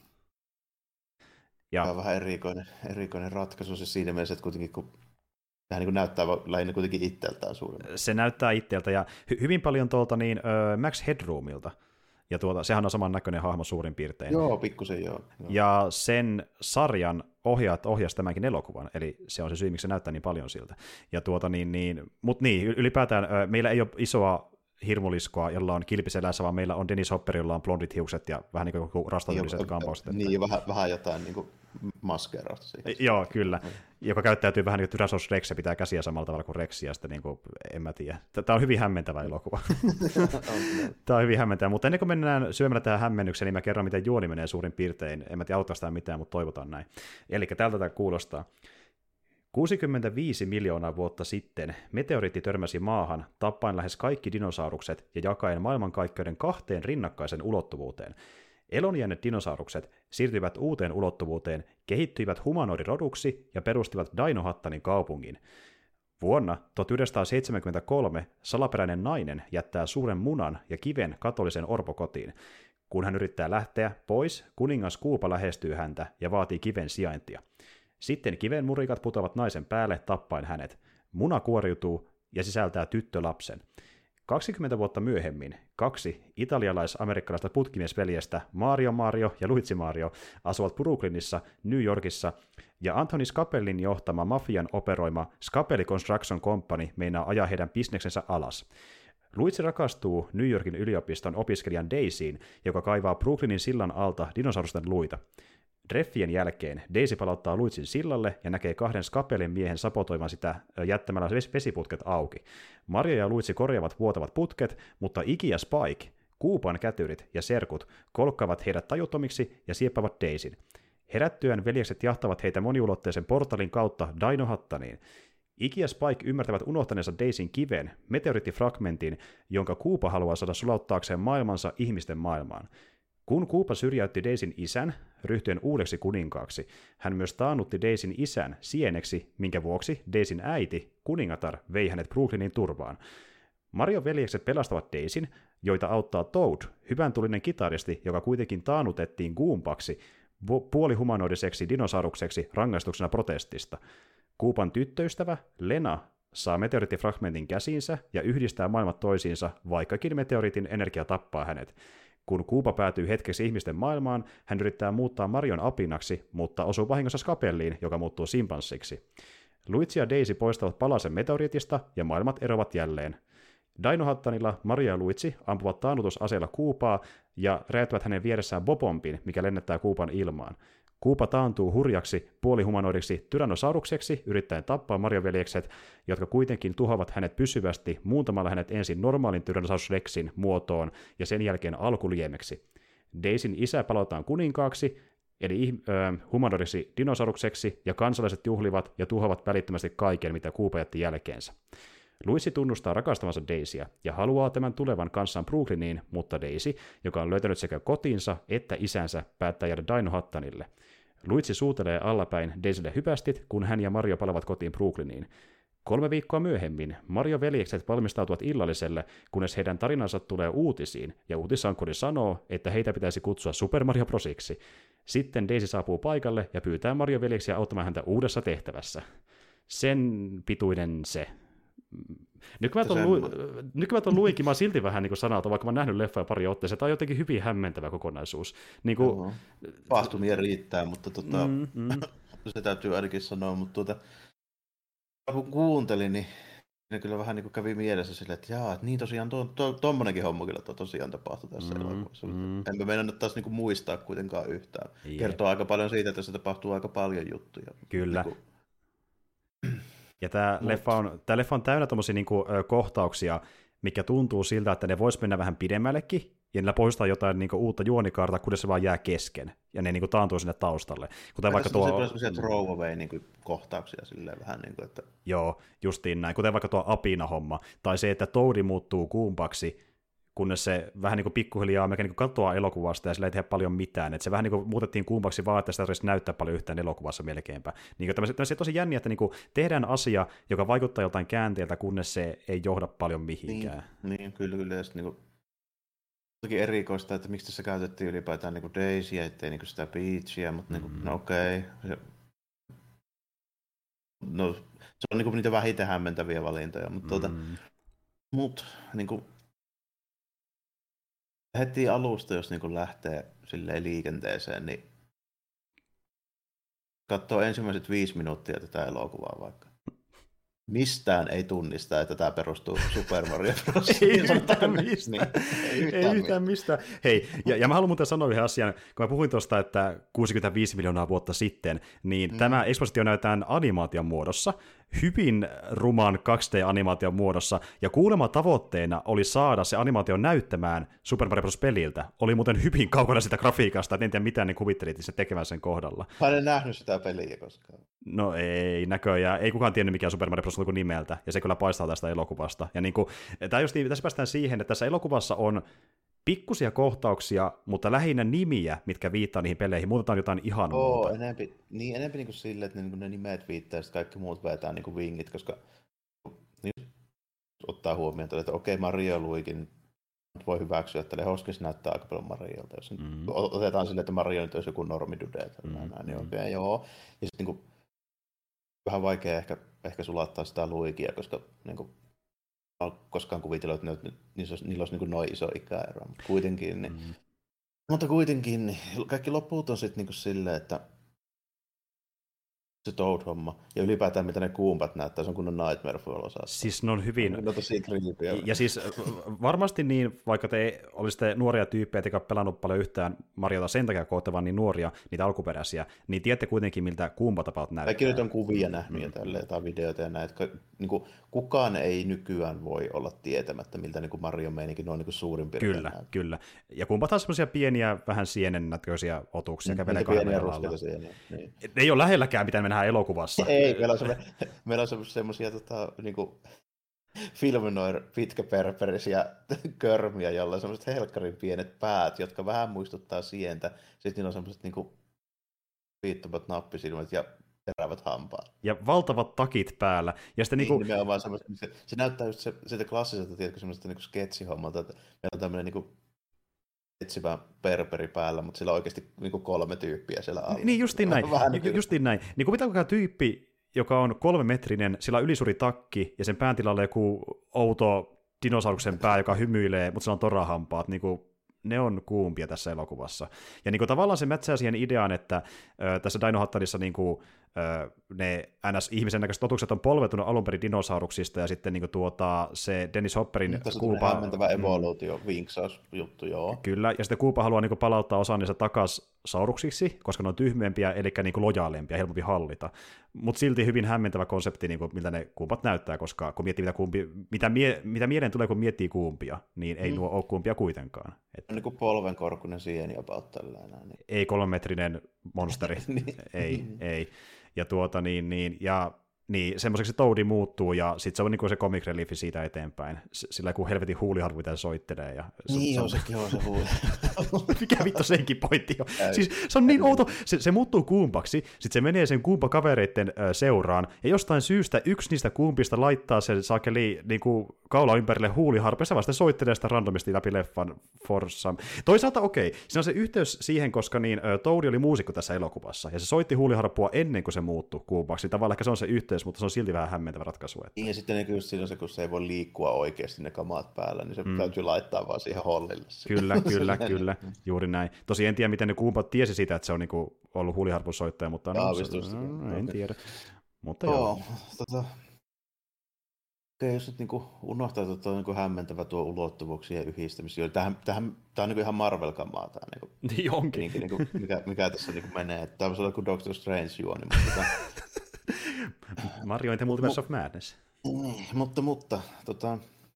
Ja... Tämä on vähän erikoinen, erikoinen ratkaisu se siinä mielessä, että kuitenkin kun Tähän niin näyttää lähinnä kuitenkin itseltään suuremmin. Se näyttää itseltä, ja hy- hyvin paljon tuolta niin, uh, Max Headroomilta. Ja tuota, sehän on samannäköinen hahmo suurin piirtein. Joo, pikkusen joo, joo. Ja sen sarjan ohjaat ohjasi tämänkin elokuvan, eli se on se syy, miksi se näyttää niin paljon siltä. Ja tuota, niin, niin, mutta niin, ylipäätään uh, meillä ei ole isoa hirmuliskoa, jolla on kilpiselässä, vaan meillä on Dennis Hopper, jolla on blondit hiukset ja vähän niin kuin rastatyyliset kampaukset. Niin, vähän, vähän jotain niin kuin maskeerausta siihen. Joo, kyllä. Mm. Joka käyttäytyy vähän niin kuin Tyrannosaurus Rex ja pitää käsiä samalla tavalla kuin Rex, ja sitten niin kuin, en mä tiedä. Tämä on hyvin hämmentävä elokuva. Tämä on hyvin hämmentävä, mutta ennen kuin mennään syömällä tähän hämmennykseen, niin mä kerron, miten juoni menee suurin piirtein. En mä tiedä, auttaa sitä mitään, mutta toivotaan näin. Eli tältä tämä kuulostaa. kuusikymmentäviisi miljoonaa vuotta sitten meteoriitti törmäsi maahan, tappaen lähes kaikki dinosaurukset ja jakaen maailmankaikkeuden kahteen rinnakkaisen ulottuvuuteen. Elonjääneet dinosaurukset siirtyivät uuteen ulottuvuuteen, kehittyivät humanoidiroduksi ja perustivat Dinohattanin kaupungin. Vuonna tuhatyhdeksänsataaseitsemänkymmentäkolme salaperäinen nainen jättää suuren munan ja kiven katolisen orpokotiin. Kun hän yrittää lähteä pois, kuningas Kuupa lähestyy häntä ja vaatii kiven sijaintia. Sitten kiven murikat putoavat naisen päälle tappaen hänet. Muna kuoriutuu ja sisältää tyttölapsen. kaksikymmentä vuotta myöhemmin kaksi italialais-amerikkalaista putkimiesveljestä, Mario Mario ja Luigi Mario, asuvat Brooklynissa, New Yorkissa, ja Anthony Scapellin johtama mafian operoima Scapelli Construction Company meinaa ajaa heidän bisneksensä alas. Luigi rakastuu New Yorkin yliopiston opiskelijan Daisyin, joka kaivaa Brooklynin sillan alta dinosaurusten luita. Treffien jälkeen Daisy palauttaa Luigin sillalle ja näkee kahden Scapellin miehen sabotoivan sitä jättämällä vesiputket auki. Mario ja Luigi korjaavat vuotavat putket, mutta Iggy ja Spike, Kuupan kätyrit ja serkut kolkkaavat heidät tajuttomiksi ja sieppavat Daisyn. Herättyään veljekset jahtavat heitä moniulotteisen portalin kautta Dinohattaniin. Iggy ja Spike ymmärtävät unohtaneensa Daisyn kiven, meteoriittifragmentin, jonka Kuupa haluaa saada sulauttaakseen maailmansa ihmisten maailmaan. Kun Kuupa syrjäytti Daisyn isän, ryhtyen uudeksi kuninkaaksi, hän myös taannutti Daisyn isän sieneksi, minkä vuoksi Daisyn äiti, kuningatar, vei hänet Brooklynin turvaan. Marion veljekset pelastavat Daisyn, joita auttaa Toad, hyväntulinen kitaristi, joka kuitenkin taannutettiin Goompaksi, puolihumanoidiseksi dinosaurukseksi rangaistuksena protestista. Kuupan tyttöystävä, Lena, saa meteoriittifragmentin käsiinsä ja yhdistää maailmat toisiinsa, vaikkakin meteoriitin energia tappaa hänet. Kun Kuupa päätyy hetkeksi ihmisten maailmaan, hän yrittää muuttaa Marion apinaksi, mutta osuu vahingossa Scapelliin, joka muuttuu simpanssiksi. Luigi ja Daisy poistavat palasen meteoriitista ja maailmat eroavat jälleen. Dinohattanilla Mario ja Luigi ampuvat taannutusaseella Kuupaa ja räjäyttävät hänen vieressään Bobombin, mikä lennättää Kuupan ilmaan. Kuupa taantuu hurjaksi puolihumanoidiksi tyrannosaurukseksi yrittäen tappaa Mario-veljekset, jotka kuitenkin tuhoavat hänet pysyvästi muuntamalla hänet ensin normaalin Tyrannosaurus Rexin muotoon ja sen jälkeen alkuliemeksi. Daisyn isä palautetaan kuninkaaksi, eli äh, humanoidiksi dinosaurukseksi, ja kansalaiset juhlivat ja tuhoavat välittömästi kaiken, mitä Kuupa jätti jälkeensä. Luigi tunnustaa rakastavansa Daisyä ja haluaa tämän tulevan kanssaan Brooklyniin, mutta Daisy, joka on löytänyt sekä kotiinsa että isänsä, päättää jäädä Dinohattanille. Luigi suutelee allapäin Daisylle hypästit, kun hän ja Mario palavat kotiin Brooklyniin. Kolme viikkoa myöhemmin Mario-veljekset valmistautuvat illalliselle, kunnes heidän tarinansa tulee uutisiin, ja uutisankkuri sanoo, että heitä pitäisi kutsua Super Mario Brosiksi. Sitten Daisy saapuu paikalle ja pyytää Mario-veljeksiä auttamaan häntä uudessa tehtävässä. Sen pituinen se. Nykyään tuon lu... luinkin, mä oon silti vähän niin sanalta, vaikka mä oon nähnyt leffoja pari otteeseen. Tämä on jotenkin hyvin hämmentävä kokonaisuus. Niin kuin... no, Paastumia riittää, mutta tota, mm, mm. se täytyy ainakin sanoa. Mutta tuota, kun kuuntelin, niin ne kyllä vähän niin kuin kävi mielessä silleen, että jaa, että niin tosiaan tuommoinenkin to, homma kyllä to, tosiaan tapahtui tässä mm, elokuvassa. Mm. Enpä meinannut taas niin kuin muistaa kuitenkaan yhtään. Yeah. Kertoo aika paljon siitä, että se tapahtuu aika paljon juttuja. Kyllä. Niin kuin... Ja tämä leffa, on, tämä leffa on täynnä tommosia niinku, ö, kohtauksia, mikä tuntuu siltä, että ne vois mennä vähän pidemmällekin, ja niillä pohjustaa jotain niinku, uutta juonikaarta, kunnes se vaan jää kesken, ja ne niinku, taantuu sinne taustalle. Kuten vaikka tuo... on sellaisia throwaway niinku, kohtauksia silleen vähän niin kuin, että... Joo, justiin näin, kuten vaikka tuo apina-homma, tai se, että Toadi muuttuu Goompaksi, kunnes se vähän niin kuin pikkuhiljaa mikä niin kuin katoaa elokuvasta ja sillä ei tehdä paljon mitään. Et se vähän niin kuin muutettiin Goompaksi vaan, että sitä tarvitsisi näyttää paljon yhtään elokuvassa melkeinpä. Niin tämmöisiä, tämmöisiä tosi jänniä, että niin kuin tehdään asia, joka vaikuttaa joltain käänteeltä, kunnes se ei johda paljon mihinkään. Niin, niin kyllä, kyllä. Ja sitten niin kuin, erikoista, että miksi tässä käytettiin ylipäätään niin Daisyä, ettei niin sitä Peachia, mutta niin kuin, mm. no okei. Okay. No, se on niin kuin niitä vähiten hämmentäviä valintoja, mutta mm. tuota, mut, niin kuin, heti alusta, jos niin lähtee silleen liikenteeseen, niin katsoo ensimmäiset viisi minuuttia tätä elokuvaa vaikka. Mistään ei tunnista, että tämä perustuu Super Mario Bros. Ei yhtään mistään. Niin, ei yhtään, ei yhtään mistään. Hei, ja, ja mä haluan muuten sanoa yhden asian, kun mä puhuin tuosta, että kuusikymmentäviisi miljoonaa vuotta sitten, niin mm. tämä ekspositio näytetään animaation muodossa, hyvin ruman kaksi D-animaation muodossa, ja kuulemma tavoitteena oli saada se animaatio näyttämään Super Mario Bros. Peliltä. Oli muuten hyvin kaukana sitä grafiikasta, että en tiedä mitä ne kuvittelit se tekevän sen kohdalla. Mä en nähnyt sitä peliä koskaan. No ei näköjään, ei kukaan tiennyt mikä Super Mario Bros. On nimeltä, ja se kyllä paistaa tästä elokuvasta. Ja niin kuin, tämä just, tässä päästään siihen, että tässä elokuvassa on pikkusia kohtauksia, mutta lähinnä nimiä, mitkä viittaa niihin peleihin. Muutetaan jotain ihan Oo, muuta. Enempi, niin enemmän niin kuin sille, että ne, niin ne nimet viittaa ja kaikki muut vetää niin kuin wingit, koska niin, ottaa huomioon, että okei, okay, Mario Luikin voi hyväksyä, että Lehoskis näyttää aika paljon Mariolta. Jos mm. otetaan sille, että Mario nyt olisi joku normidude, mm. näin, niin okei, okay, joo. Ja sitten niin kuin, vähän vaikea ehkä, ehkä sulattaa sitä Luikia, koska niin kuin, olen koskaan kuvitellut, että ne, niillä olisi, niillä olisi niin noin iso ikäero, mutta kuitenkin, niin, mm. mutta kuitenkin niin kaikki loppuut on sitten niin silleen, että se Toad-homma, ja ylipäätään mitä ne kuumpat näyttää, se on kunnon Nightmare Fuel osa. Siis ne on hyvin... Ne on tosi creepy. Ja siis varmasti niin, vaikka te olisitte nuoria tyyppejä, ettekä ole pelannut paljon yhtään Mariota sen takia, kun olette vaan niin nuoria, niitä alkuperäisiä, niin tiedätte kuitenkin, miltä kuumpatapaut näyttää. Kaikki nyt on kuvia nähnyt ja tälleen, tai videoita ja näitä. Niin kuin, kukaan ei nykyään voi olla tietämättä, miltä niin kuin Marion meininkin on niin suurin piirtein. Kyllä, näyttää. kyllä. Ja kumpataan semmoisia pieniä, vähän sienen näköisiä otuksia, kävelee kahdella jalalla. Niin. Ei ole lähelläkään, mitä me nähdään elokuvassa. Ei, meillä on, se, meillä on semmoisia tota, niinku, filminoir pitkäperperisiä körmiä, joilla on semmoiset helkkarin pienet päät, jotka vähän muistuttaa sientä. Sitten niillä on semmoiset niinku, viittomat nappisilmät ja terävät hampaat. Ja valtavat takit päällä. Ja sitten niin, niinku... se, se näyttää just se, siitä klassiselta, tiedätkö, semmoista niinku sketsihommalta, että meillä on tämmöinen niinku, etsivä perperi päällä, mutta sillä on oikeasti niin kuin kolme tyyppiä siellä alla. Niin, justiin näin. Vähän niin justiin näin. Niin kuvitaanko tyyppi, joka on kolmemetrinen, sillä on ylisuuri takki, ja sen pään tilalla joku outo dinosauruksen pää, joka hymyilee, mutta sillä on torahampaat. Niin kuin, ne on kuumpia tässä elokuvassa. Ja niin kuin, tavallaan se mätsää siihen ideaan, että äh, tässä Dino Hatterissa niin kuin, äh, ne N S-ihmisen näköiset otukset on polvetunut alun perin dinosauruksista, ja sitten niin kuin, tuota, se Dennis Hopperin tässä Koopa... on hämmentävä evoluutio, mm, vinksausjuttu, joo. Kyllä, ja sitten Koopa haluaa niin kuin, palauttaa osan niistä takaisin sauruksiksi, koska ne on tyhmempiä, eli niin kuin lojaalempia, helpompi hallita. Mutta silti hyvin hämmentävä konsepti, niin kuin, miltä ne kuumpat näyttää, koska kun miettii, mitä, kuumpi, mitä, mie, mitä mieleen tulee, kun miettii kuumpia, niin ei mm. nuo ole kuumpia kuitenkaan. Et... On niin kuin polvenkorkunen sieni about tällainen. Niin. Ei kolmemetrinen monsteri, niin. ei, ei. Ja tuota niin, niin ja niin, semmoiseksi Toadi muuttuu, ja sitten se on niin se comic reliefi siitä eteenpäin. Sillä kun helvetin huuliharvu, mitä se soittelee. Ja niin se, on, sekin on se huuli. Mikä vittu senkin pointti on? Siis, se on niin outo, se, se muuttuu kuumpaksi, sitten se menee sen kuumpakavereiden ö, seuraan, ja jostain syystä yksi niistä kuumpista laittaa sen saakeli niin kuin kaula ympärille huuliharpu, ja se vasta soittelee sitä randomisti läpi leffan for some. Toisaalta okei, okay, siinä on se yhteys siihen, koska niin, Toadi oli muusikko tässä elokuvassa, ja se soitti huuliharppua ennen kuin se muuttui kuumpaksi. Tavallaan ehkä se on se yhteys, mutta se on silti vähän hämmentävä ratkaisu. Että... Ja sitten niin just silloin se, kun se ei voi liikkua oikeasti ne kamat päällä, niin se mm. täytyy laittaa vaan siihen hollille. Kyllä, kyllä, kyllä, juuri näin. Tosi en tiedä, miten ne kuumpat tiesi sitä, että se on niinku ollut huuliharpun soittaja, mutta no, se, no, en tiedä. Mutta joo. joo. Tota... Okei, jos nyt niinku unohtaa, että on niinku hämmentävä tuo ulottuvuuksien yhdistämisiä. Tämähän, tämähän, tämä on niinku ihan Marvel-kamaa. Tämä, niinku, niin onkin. Niinku, niinku, mikä, mikä tässä niinku menee. Tämä on sellainen kuin Doctor Strange juoni. Mutta... Mario and the Multiverse of Madness. Niin, mutta, mutta tota,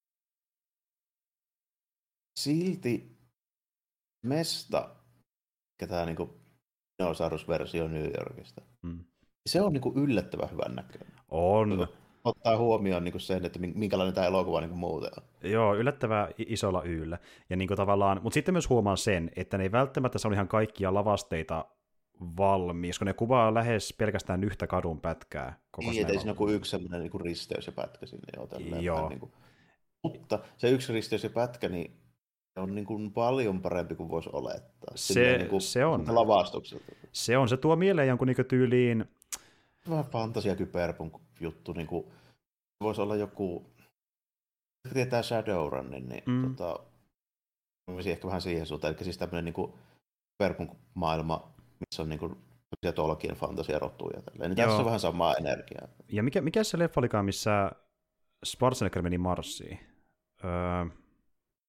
silti mesta, mikä tämä niinku dinosaurusversio New Yorkista, mm. se on niinku yllättävän hyvän näköinen. On. Ottaa huomioon niinku sen, että minkälainen tämä elokuva niinku muuten on. Joo, yllättävän isolla yllä. Ja niinku tavallaan, mutta sitten myös huomaan sen, että ne ei välttämättä se on ihan kaikkia lavasteita valmiiksi, kun ne kuvaa lähes pelkästään yhtä kadun pätkää. Koko niin, ei siinä ole kuin yksi sellainen niin kuin risteys ja pätkä sinne. Jo, Joo. Niin kuin. Mutta se yksi risteys ja pätkä niin on niin kuin paljon parempi kuin voisi olettaa. Se, niin kuin se on. Lavastukselta. Se on. Se tuo mieleen jonkun niin tyyliin... Vähän fantasiakyberpunk juttu. Niin kuin, voisi olla joku... Kun tietää Shadowrunin, niin mm. tota, ehkä vähän siihen suuntaan. Eli siis tämmöinen niin kyberpunk-maailma, missä on niinku Tolkien fantasiarottuja. Niin tässä on vähän samaa energiaa. Ja mikä, mikä se leffa olikaan, missä Schwarzenegger meni Marsiin? Öö,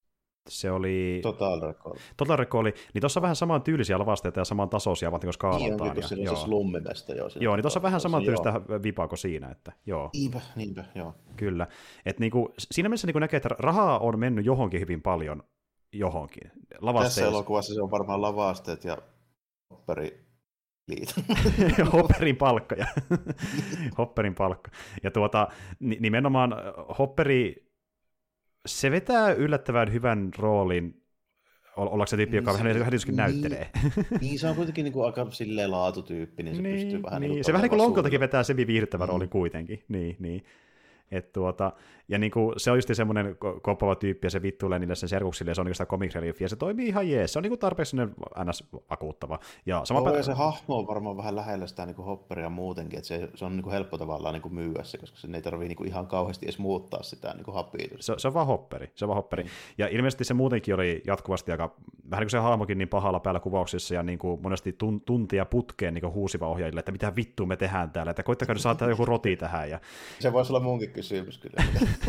Se oli... Total Recall. Total Recall, niin tuossa on vähän saman tyylisiä lavasteita ja saman tasoisia, vaan niin skaalaltaan. Niin onkin, kun siinä on se slummimesta. Joo, joo niin tuossa on vähän saman tyylistä vipaa kuin siinä. Että, joo. Niinpä, niinpä, joo. Kyllä. Et niinku, siinä mielessä niinku näkee, että rahaa on mennyt johonkin hyvin paljon johonkin. Tässä elokuvassa se on varmaan lavasteet ja hopperi liiton. Hopperin palkka. Ja Hopperin palkka. Ja tuota, nimenomaan Hopperi, se vetää yllättävän hyvän roolin, ollaanko se tyyppi, niin, joka vähän tietysti niin, näyttelee. Niin, se on kuitenkin niinku aika silleen laatutyyppi, niin se niin, pystyy vähän... Niin. Niin se vähän niin kuin Lonkoltakin vetää semi-viihdyttävän mm. roolin kuitenkin. Niin, niin. Et tuota, ja niinku, se on just semmoinen koppava tyyppi, ja se vittuilee niille sen serkuksille, ja se on niinku sitä comic reliefia, ja se toimii ihan jees, se on niinku tarpeeksi ns-vakuuttava. Ja, sama oh, pä- ja se hahmo on varmaan vähän lähellä sitä niinku Hopperia muutenkin, että se, se on niinku helppo tavallaan niinku myyä se, koska sen ei tarvitse niinku ihan kauheasti edes muuttaa sitä niinku hapiitusta. Se, se on vaan Hopperi, se on vaan Hopperi. Mm. Ja ilmeisesti se muutenkin oli jatkuvasti aika, vähän niin kuin se hahmokin niin pahalla päällä kuvauksissa, ja niinku monesti tun, tuntia putkeen niinku huusiva ohjaajille, että mitä vittua me tehdään täällä, että koittakaa nyt saada joku roti tähän. Ja... Se voisi olla munkin kysymys kyllä.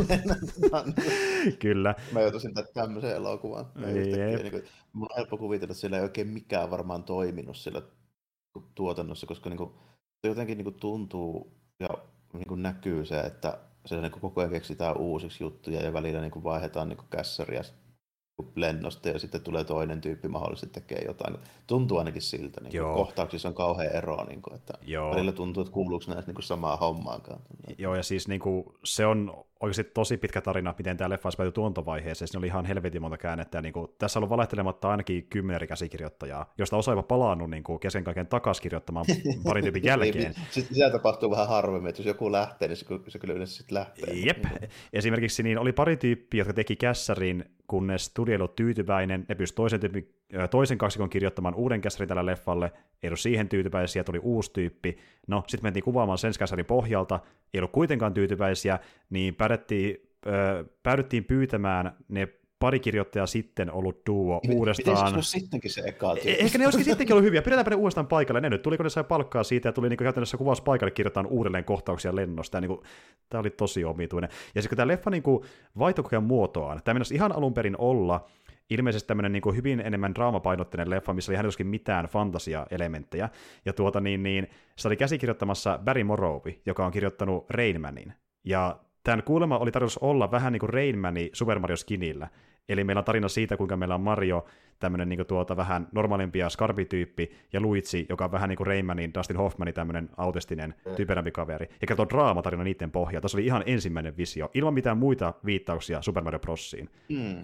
Kyllä. Mä joutuisin tämmöiseen elokuvaan. Niin kuin, mun on helppo kuvitella, että siellä ei oikein mikään varmaan toiminut sillä tuotannossa, koska niin kuin, se jotenkin niin kuin tuntuu ja niin kuin näkyy se, että siellä niin kuin koko ajan keksitään uusiksi juttuja ja välillä niin kuin vaihdetaan niin kuin kässäriä lennosta ja sitten tulee toinen tyyppi mahdollisesti tekee jotain. Tuntuu ainakin siltä. Niin kohtauksissa on kauhean ero, niin kuin, että Joo. välillä tuntuu, että kuuluuko näistä niin samaa hommaankaan. Joo, ja siis niin kuin, se on oikeasti tosi pitkä tarina, miten tämä leffa olisi pääty tuontovaiheeseen. Siinä oli ihan helvetin monta käännettä. Niin kuin, tässä on ollut valehtelematta ainakin kymmenen eri käsikirjoittajaa, josta osa on palannut niin kuin, kesken kaiken takaisin kirjoittamaan parin tyypin jälkeen. Sitten sitä tapahtuu vähän harvemmin, että jos joku lähtee, niin se, se kyllä yleensä sitten lähtee. Jep. Esimerkiksi niin oli pari tyyppiä, jotka teki kässärin, kunnes studio ei ollut tyytyväinen. Ne pystyi toisen, tyyppi, toisen kaksikon kirjoittamaan uuden kässärin tällä leffalle. Ei ollut siihen tyytyväisiä, tuli uusi tyyppi. No, sitten mentiin kuvaamaan sen kässärin pohjalta. Ei ollut kuitenkaan tyytyväisiä, niin päädyttiin, äh, päädyttiin pyytämään ne pari kirjoittajaa sitten ollut duo niin, uudestaan. Pitäisikö sittenkin se eka tyyppi? Ehkä ne olisikin sittenkin ollut hyviä. Pidetäänpä ne uudestaan paikalle. Ne nyt tuli, kun ne sai palkkaa siitä ja tuli niin käytännössä kuvauspaikalle kirjoittamaan uudelleen kohtauksia lennosta. Niin kuin, tämä oli tosi omituinen. Ja sitten kun tämä leffa niin vaihtoi kokeen muotoaan, tämä mennessä ihan alun perin olla ilmeisesti tämmöinen niin kuin hyvin enemmän draamapainotteinen leffa, missä oli hänellä mitään fantasia-elementtejä. Ja tuota niin, niin se oli käsikirjoittamassa Barry Morrow, joka on kirjoittanut Rain Manin. Ja tämän kuulemma oli tarkoitus olla vähän niin kuin Rain Mani Super Mario skinillä. Eli meillä on tarina siitä, kuinka meillä on Mario, tämmöinen niin kuin tuota vähän normaalimpi ja skarpityyppi, ja Luigi, joka on vähän niin kuin Rain Manin, Dustin Hoffmanin tämmöinen autistinen, typerämpi kaveri. Ja kertoo draamatarina niiden pohjaa. Tässä oli ihan ensimmäinen visio, ilman mitään muita viittauksia Super Mario Brosiin. Mm.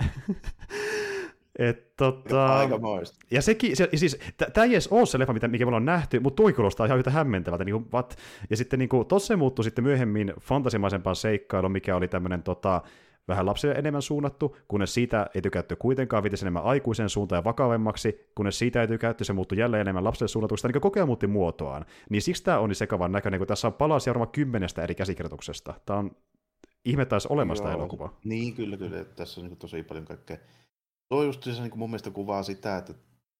Et, tota, Aikamoista. Ja sekin, se, siis, tämä ei edes ole se leffa, mikä me ollaan nähty, mutta toi kuulostaa ihan yhtä hämmentävältä. Niin kuin, what? Ja sitten niin kuin, tossa se muuttui sitten myöhemmin fantasimaisempaan seikkailuun, mikä oli tämmöinen tota, vähän lapsille enemmän suunnattu, kunnes siitä ei tykätty kuitenkaan, vitisi enemmän aikuisen suuntaan ja vakavemmaksi, kunnes siitä ei tykätty, se muuttui jälleen enemmän lapsille suunnatuksi, sitä niin koko ajan muutti muotoaan. Niin siksi tämä on niin sekavan näköinen, kun tässä on palasia varmaan kymmenestä eri käsikirjoituksesta. Tämä on ihme taisi olemasta elokuva. Niin, kyllä, kyllä. Tässä on niin tosi paljon kaikkea. Tuo just se niin mun mielestä kuvaa sitä, että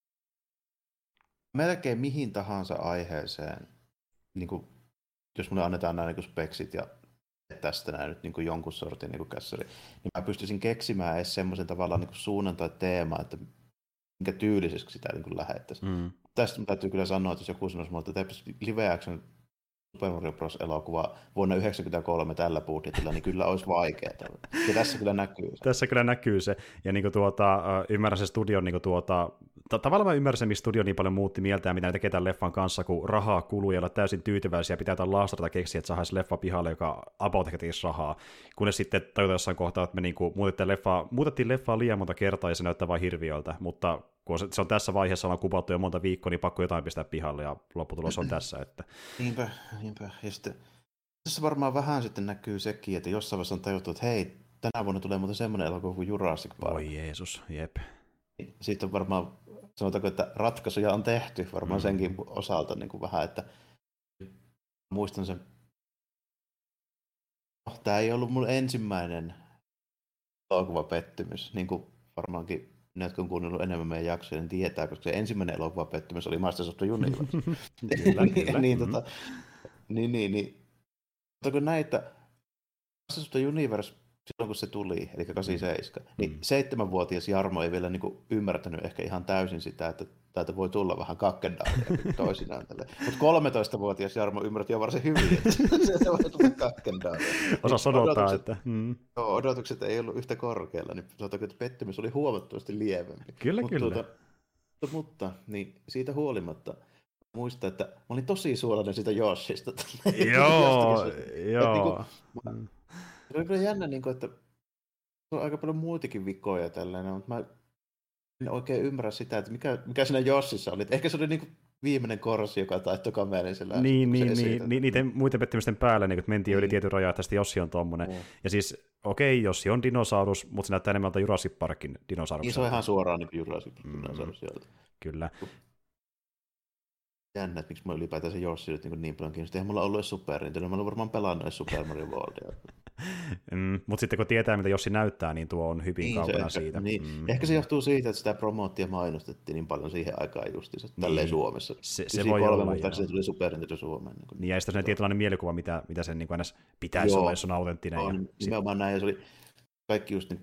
melkein mihin tahansa aiheeseen, niin kuin, jos mulle annetaan nämä niin speksit ja tästä näin nyt niin jonkun sortin niin kässäri, niin mä pystyisin keksimään edes semmoisen tavallaan niin suunnan tai teema, että minkä tyyliseksi sitä niin lähettäisiin. Mm. Tästä täytyy kyllä sanoa, että jos joku sanoisi mulle, että teepäisi live action Super Mario Bros. Elokuva vuonna yhdeksänkymmentäkolme tällä budjetilla, niin kyllä olisi vaikeaa. Ja tässä kyllä näkyy se. Tässä kyllä näkyy se. Ja niin kuin tuota, ymmärrän sen studion, niin kuin tuota, tavallaan mä ymmärrän, miksi studio niin paljon muutti mieltään, mitä ne tekee tämän leffan kanssa, kun rahaa kuluu ja olla täysin tyytyväisiä, pitää jotain laastarta keksiä, että saadaan leffa pihalle, joka about ehkä tekisi rahaa. Kunnes sitten tajutaan jossain kohtaa, että me niin kuin muutettiin, leffaa, muutettiin leffaa liian monta kertaa ja se näyttää vain hirviöltä, mutta kun se on tässä vaiheessa on kuvattu jo monta viikkoa, niin pakko jotain pistää pihalle ja lopputulos on tässä. Että... Niinpä, niinpä. Ja sitten tässä varmaan vähän sitten näkyy sekin, että jossain vaiheessa on tajuttu, että hei, tänä vuonna tulee muuten semmoinen elokuva kuin Jurassic Park. Oi Jeesus, jep. Siitä on varmaan, sanotaanko, että ratkaisuja on tehty varmaan mm. senkin osalta niin kuin vähän, että muistan sen, no, tämä ei ollut mun ensimmäinen elokuvapettymys, niin kuin varmaankin ne, jotka on kuunnellut enemmän meidän jaksoja, niin tietää, koska se ensimmäinen elokuvapettymys oli Masters of the Universe. kyllä, kyllä. niin, mm-hmm. tota, niin, niin, niin. Mutta kun näitä Masters of the Universe silloin kun se tuli, eli kahdeksankymmentäseitsemän, Mm. niin seitsemänvuotias Jarmo ei vielä niin kuin ymmärtänyt ehkä ihan täysin sitä, että täältä voi tulla vähän kakkendaalia toisinaan. Mutta kolmetoistavuotias Jarmo ymmärti jo varsin hyvin, että se voi tulla kakkendaalia. Osasi Niin odottaa, odotukset- että... Mm. Joo, odotukset ei ollut yhtä korkealla, niin sanotaanko, että pettymys oli huomattavasti lievempi. Kyllä, Mut kyllä. Tuota, mutta, mutta niin siitä huolimatta muistan, että mä olin tosi suolainen siitä Yoshista. Joo, Jostakin se- joo. niinku- Se oli kyllä jännä, niin kuin, että on aika paljon muitakin vikoja tällainen, mutta mä en oikein ymmärrä sitä, että mikä, mikä siinä Jossissa oli. Että ehkä se oli niin kuin viimeinen korsi, joka taittoi kamelin sillä. Niin, kun se niin, esitetään. niin, niiden muiden pettymysten päälle niin mentiin jo yli Niin. tietyn rajaa, että sitten Jossi on tommonen. Joo. Ja siis, okei, okay, Jossi on dinosaurus, mutta se näyttää enemmän Jurassic Parkin Niin se dinosaurukselta. on ihan suoraan niin Jurassic Mm. Park sieltä. Kyllä. Jännä, että miksi mä ylipäätään se Jossi nyt niin, niin paljon kiinnostaa. Eihän mulla ollut edes Super Nintendo, mä olen varmaan pelannut edes Super Mario Worldia. Mm, mutta sitten kun tietää, mitä Jossi näyttää, niin tuo on hyvin Niin, se kaukana ehkä, siitä. Niin. Mm. Ehkä se johtuu siitä, että sitä promoottia mainostettiin niin paljon siihen aikaan justiinsa, tälleen Niin. Suomessa. Se- se voi olla, mutta joo. se tuli Super Nintendo Suomeen. Niin, Niin, ja sitten sellainen tietynlainen mielikuva, mitä, mitä sen niin kuin aina pitäisi Joo. olla, jos on autenttinen. on, ja sit, nimenomaan näin, ja se oli kaikki just niin,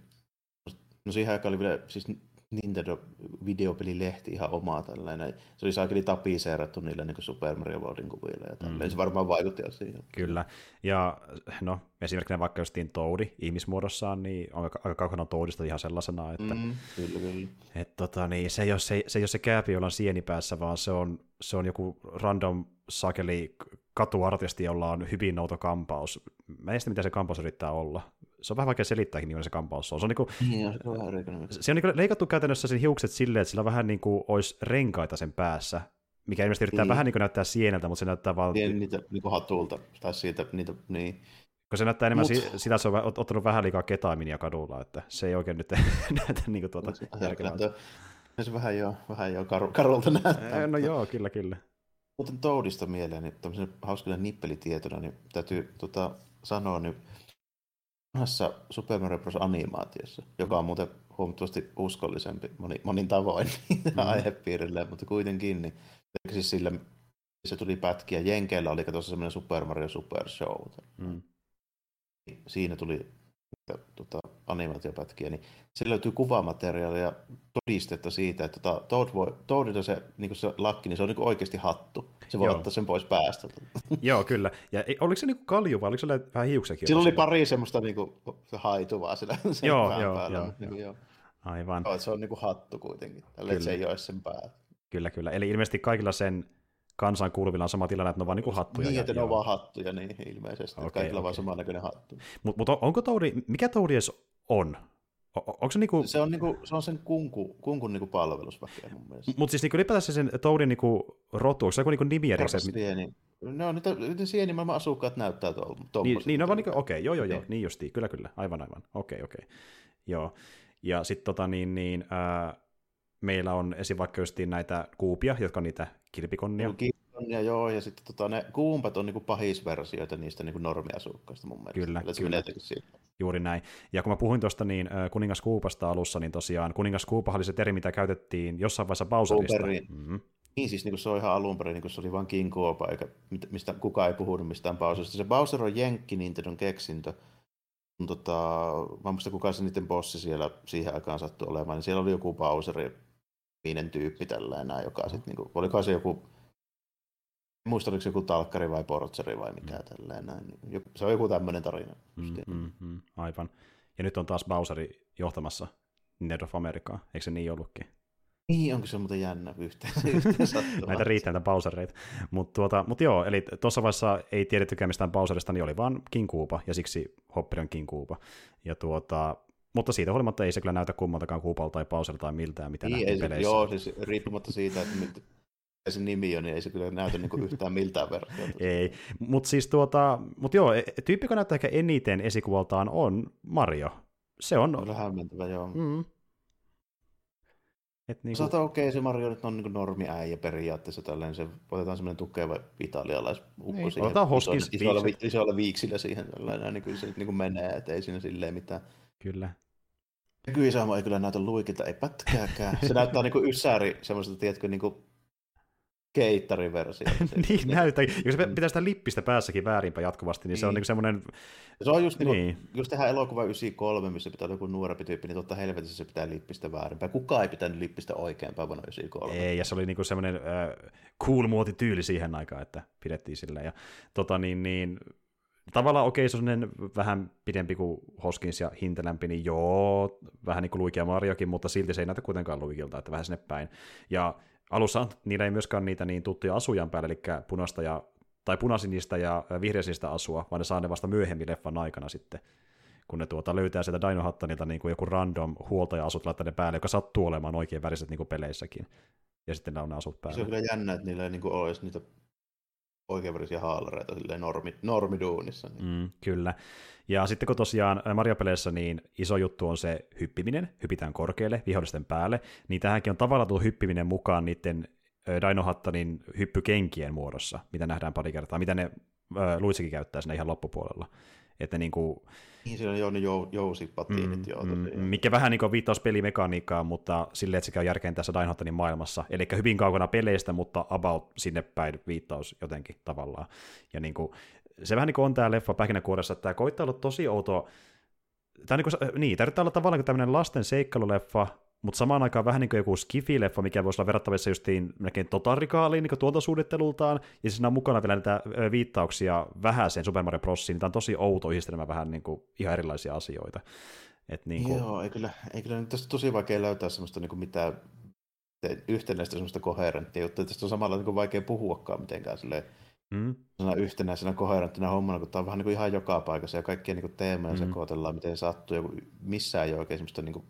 no siihen aikaan oli vielä siis Nintendo videopelilehti ihan omaa tällainen, se oli saakeli tapiseerattu niillä niin Super Mario Worldin kuvilla ja tälleen, Mm. se varmaan vaikutti siihen. Kyllä. Ja no, esimerkiksi vaikka justiin Toadi ihmismuodossaan, niin on aika, aika kaukana Toadista ihan sellaisena, että Mm, kyllä, kyllä. et, tota, niin, se, ei ole se, se ei ole se kääpi, jolla on sieni päässä, vaan se on, se on joku random sakeli katuartisti, jolla on hyvin outo kampaus. Mä en tiedä, mitä se kampaus yrittää olla. Se on vähän vaikea selittääkin, millainen se kampaus on. Se on, niinku, Niin, se on vähän erikoinen. se on niinku leikattu käytännössä sen hiukset silleen, että sillä vähän niin kuin olisi renkaita sen päässä, mikä ilmeisesti yrittää Niin. vähän niin kuin näyttää sieneltä, mutta se näyttää vaan... Niin, niitä niin hatulta, tai siitä, niitä, niin. Kun se näyttää enemmän Mut- si- sitä, että se on ot- ottanut vähän liikaa ketaminia kadulla, että se ei oikein nyt näytä niin kuin tuota järkevältä. Se vähän jo, vähän jo karu, karulta näyttää. No joo, kyllä, kyllä. Muuten Toadista mieleen, niin tämmöisen hauskana nippelitietona, niin täytyy tota, sanoa, niin vanhassa Super Mario Bros. Animaatiossa, joka on muuten huomattavasti uskollisempi moni, monin tavoin mm. aihepiirille, mutta kuitenkin, niin siis sillä, se tuli pätkiä. Jenkeillä oli tuossa semmoinen Super Mario Super Show. Mm. Siinä tuli tota, animaatiopätkiä, niin siellä löytyy kuvamateriaalia ja todistetta siitä, että tota, Toad voi, Toadilla se, niin se lakki, niin se on niin oikeasti hattu. Se voi Joo. ottaa sen pois päästä. Joo, kyllä. Ja ei- oliko se niin kuin kalju vai oliko se vähän hiuksekin? Sillä oli pari semmoista niin kuin, haituvaa sillä sen Joo, pään joo, päällä. joo, Niin kuin, joo. Aivan. Joo, se on niin kuin hattu kuitenkin, tälle, että se ei ole sen pää. Kyllä, kyllä. Eli ilmeisesti kaikilla sen kansan kuuluvilla on sama tilanne, että ne on vaan niin kuin hattuja. Niin, ja- että ne on joo. vaan hattuja, niin ilmeisesti. Okei, Okay, kaikilla on vaan okei. samannäköinen hattu. Mut, mutta onko Toadi, mikä Toadi edes on? O- onko se niinku... Se on, niin kuin, se on sen kunku, kunkun niin kuin palvelusväkeä mun mielestä. Mutta siis niinku ylipäätänsä sen Toadin niinku rotu, onko se joku niinku nimi erikseen? Sieni. No, niitä, niitä sienimaailman asukkaat näyttää tuolla. Niin, niin no vaan niinku, okei, joo joo joo, Niin. niin justiin, kyllä kyllä, aivan aivan, okei okei, joo. Ja sitten tota niin, niin ää, meillä on esim. Vaikka justiin näitä kuupia, jotka on niitä kilpikonnia. Ja joo, ja sitten tota, ne kuumpat on niinku pahisversioita niistä niinku normiasukkaista mun mielestä. Kyllä, Eli se kyllä. menee jotenkin siitä. Juuri näin. Ja kun mä puhuin tuosta niin äh, kuningas Kuupasta alussa, niin tosiaan kuningas Kuupahan oli se termi, mitä käytettiin jossain vaiheessa Bowserista. Bowseriin. Mm-hmm. Niin siis niin kuin se on ihan alun perin, niin kuin se oli vain King Koopa, eikä mit- mistä, kukaan ei puhunut mistään Bowserista. Se Bowser on jenkki Nintendon keksintö. Tota, mä muistan kuka se niiden bossi siellä siihen aikaan sattui olemaan, niin siellä oli joku Bowseri, viinen tyyppi tällainen, joka sitten, niin kuin, olikohan se joku, en muista oliko se joku talkkari vai portseri vai mikä mm. tällainen. Joku- Se on joku tämmöinen tarina. Mm, mm, mm, aivan. Ja nyt on taas Bowseri johtamassa Nintendo of Americaa, eikö se niin ollutkin? Niin, onko se muuten jännä yhteen, yhteen sattumaan. Näitä riittää näitä Bowsereita. Mutta tuota, mut joo, eli tuossa vaiheessa ei tiedettykään mistään Bowserista, niin oli vaan King Koopa, ja siksi Hopper on King Koopa. Ja tuota, mutta siitä huolimatta ei se kyllä näytä kummaltakaan Koopalta tai Bowserilta tai miltään, mitä Niin, nähtiin ei se, peleissä. joo, siis riippumatta siitä, että mit, mikä se nimi on, niin ei se kyllä näytä niin kuin yhtään miltään versiota. Ei, mutta siis tuota, mut joo, e- tyyppi, joka näyttää ehkä eniten esikuvaltaan on Mario. Se on... On vähän hämmentävä, joo. Mm. Et niinku, Saata okei, okay, se Mario nyt on niin normiäijä periaatteessa tällainen, se otetaan semmoinen tukeva italialaisukko Ei, siihen. otetaan Hoskins iso, isoilla, viikset. vi- isoilla viiksillä siihen tällainen, niin kyllä se nyt niin kuin menee, että ei siinä silleen mitään. kyllä. Nykyisaamo ei kyllä näytä luikilta, ei pätkääkään. Se näyttää niin kuin ysääri semmoiselta, tiedätkö, niin kuin keittariversio. Niin näyttää. Jos se pitää sitä lippistä päässäkin väärinpäin jatkuvasti, niin, niin. se on niin semmoinen... Se on just niin, niin. Jos tehdään elokuva yhdeksänkymmentäkolme, missä pitää olla joku nuorempi tyyppi, niin totta helvetissä se pitää lippistä väärinpäin. Kukaan ei pitänyt lippistä oikeinpäin vuonna yhdeksänkymmentäkolme. Ei, ja se oli niin semmoinen äh, cool muotityyli siihen aikaan, että pidettiin silleen. Ja, tota, niin, niin, tavallaan okei, se on sellainen vähän pidempi kuin Hoskins ja hintelämpi, niin joo, vähän niin kuin Luigi ja Mariokin, mutta silti se ei näytä kuitenkaan Luigilta, että vähän sinne päin. Ja alussa niillä ei myöskään niitä niin tuttuja asujan päällä, eli punaista ja, tai punaisinista ja vihreäsistä asua, vaan ne saa ne vasta myöhemmin leffan aikana sitten, kun ne tuota, löytää sieltä Dino Huttonilta niin kuin joku random huoltaja-asut laittaa ne päälle, joka sattuu olemaan oikein väriset niin kuin peleissäkin. Ja sitten ne on ne asut päällä. Se on kyllä jännä, että niillä ei niin kuin olisi niitä oikeanvärisiä haalareita normi, normiduunissa. Niin. Mm, kyllä. Ja sitten kun tosiaan Mario-peleissä niin iso juttu on se hyppiminen, hypitään korkealle vihollisten päälle, niin tähänkin on tavallaan tullut hyppiminen mukaan niiden Dino Huttonin hyppykenkien muodossa, mitä nähdään pari kertaa, mitä ne äh, Luigikin käyttää siinä ihan loppupuolella. Että niin kuin... Niin, siinä on jo ne jou, jousipatiinit. Mm, jo, mm, mikä vähän niin kuin viittaus pelimekaniikkaan, mutta silleen, että se käy järkeen tässä Dino Huttonin maailmassa. Eli hyvin kaukana peleistä, mutta about sinne päin viittaus jotenkin tavallaan. Ja niin kuin, se vähän niin kuin on tämä leffa pähkinänkuoressa, että tämä koittaa olla tosi outo. Tämä niin, kuin, niin, tämä yrittää olla tavallaan tämmöinen lasten seikkailuleffa, mutta samaan aikaan vähän niin kuin joku skifi-leffa, mikä voisi olla verrattavissa justiin melkein totalrikaaliin niin tuotantosuunnittelultaan, ja siinä on mukana vielä näitä viittauksia vähäiseen Super Mario Brosiin, niin tämä on tosi outo yhdistelmä vähän niin kuin ihan erilaisia asioita. Et niin kuin... Joo, ei kyllä, ei kyllä tästä tosi vaikea löytää semmoista niin kuin mitään yhtenäistä semmoista koherenttia juttua, tästä on samalla niin kuin vaikea puhuakaan mitenkään silleen, mm. yhtenäisenä koherenttina hommana, kun tämä on vähän niin kuin ihan joka paikassa, ja kaikkia niin kuin teemoja mm. sekoitellaan, miten sattuu, ja missään ei ole oikein semmoista niin kuin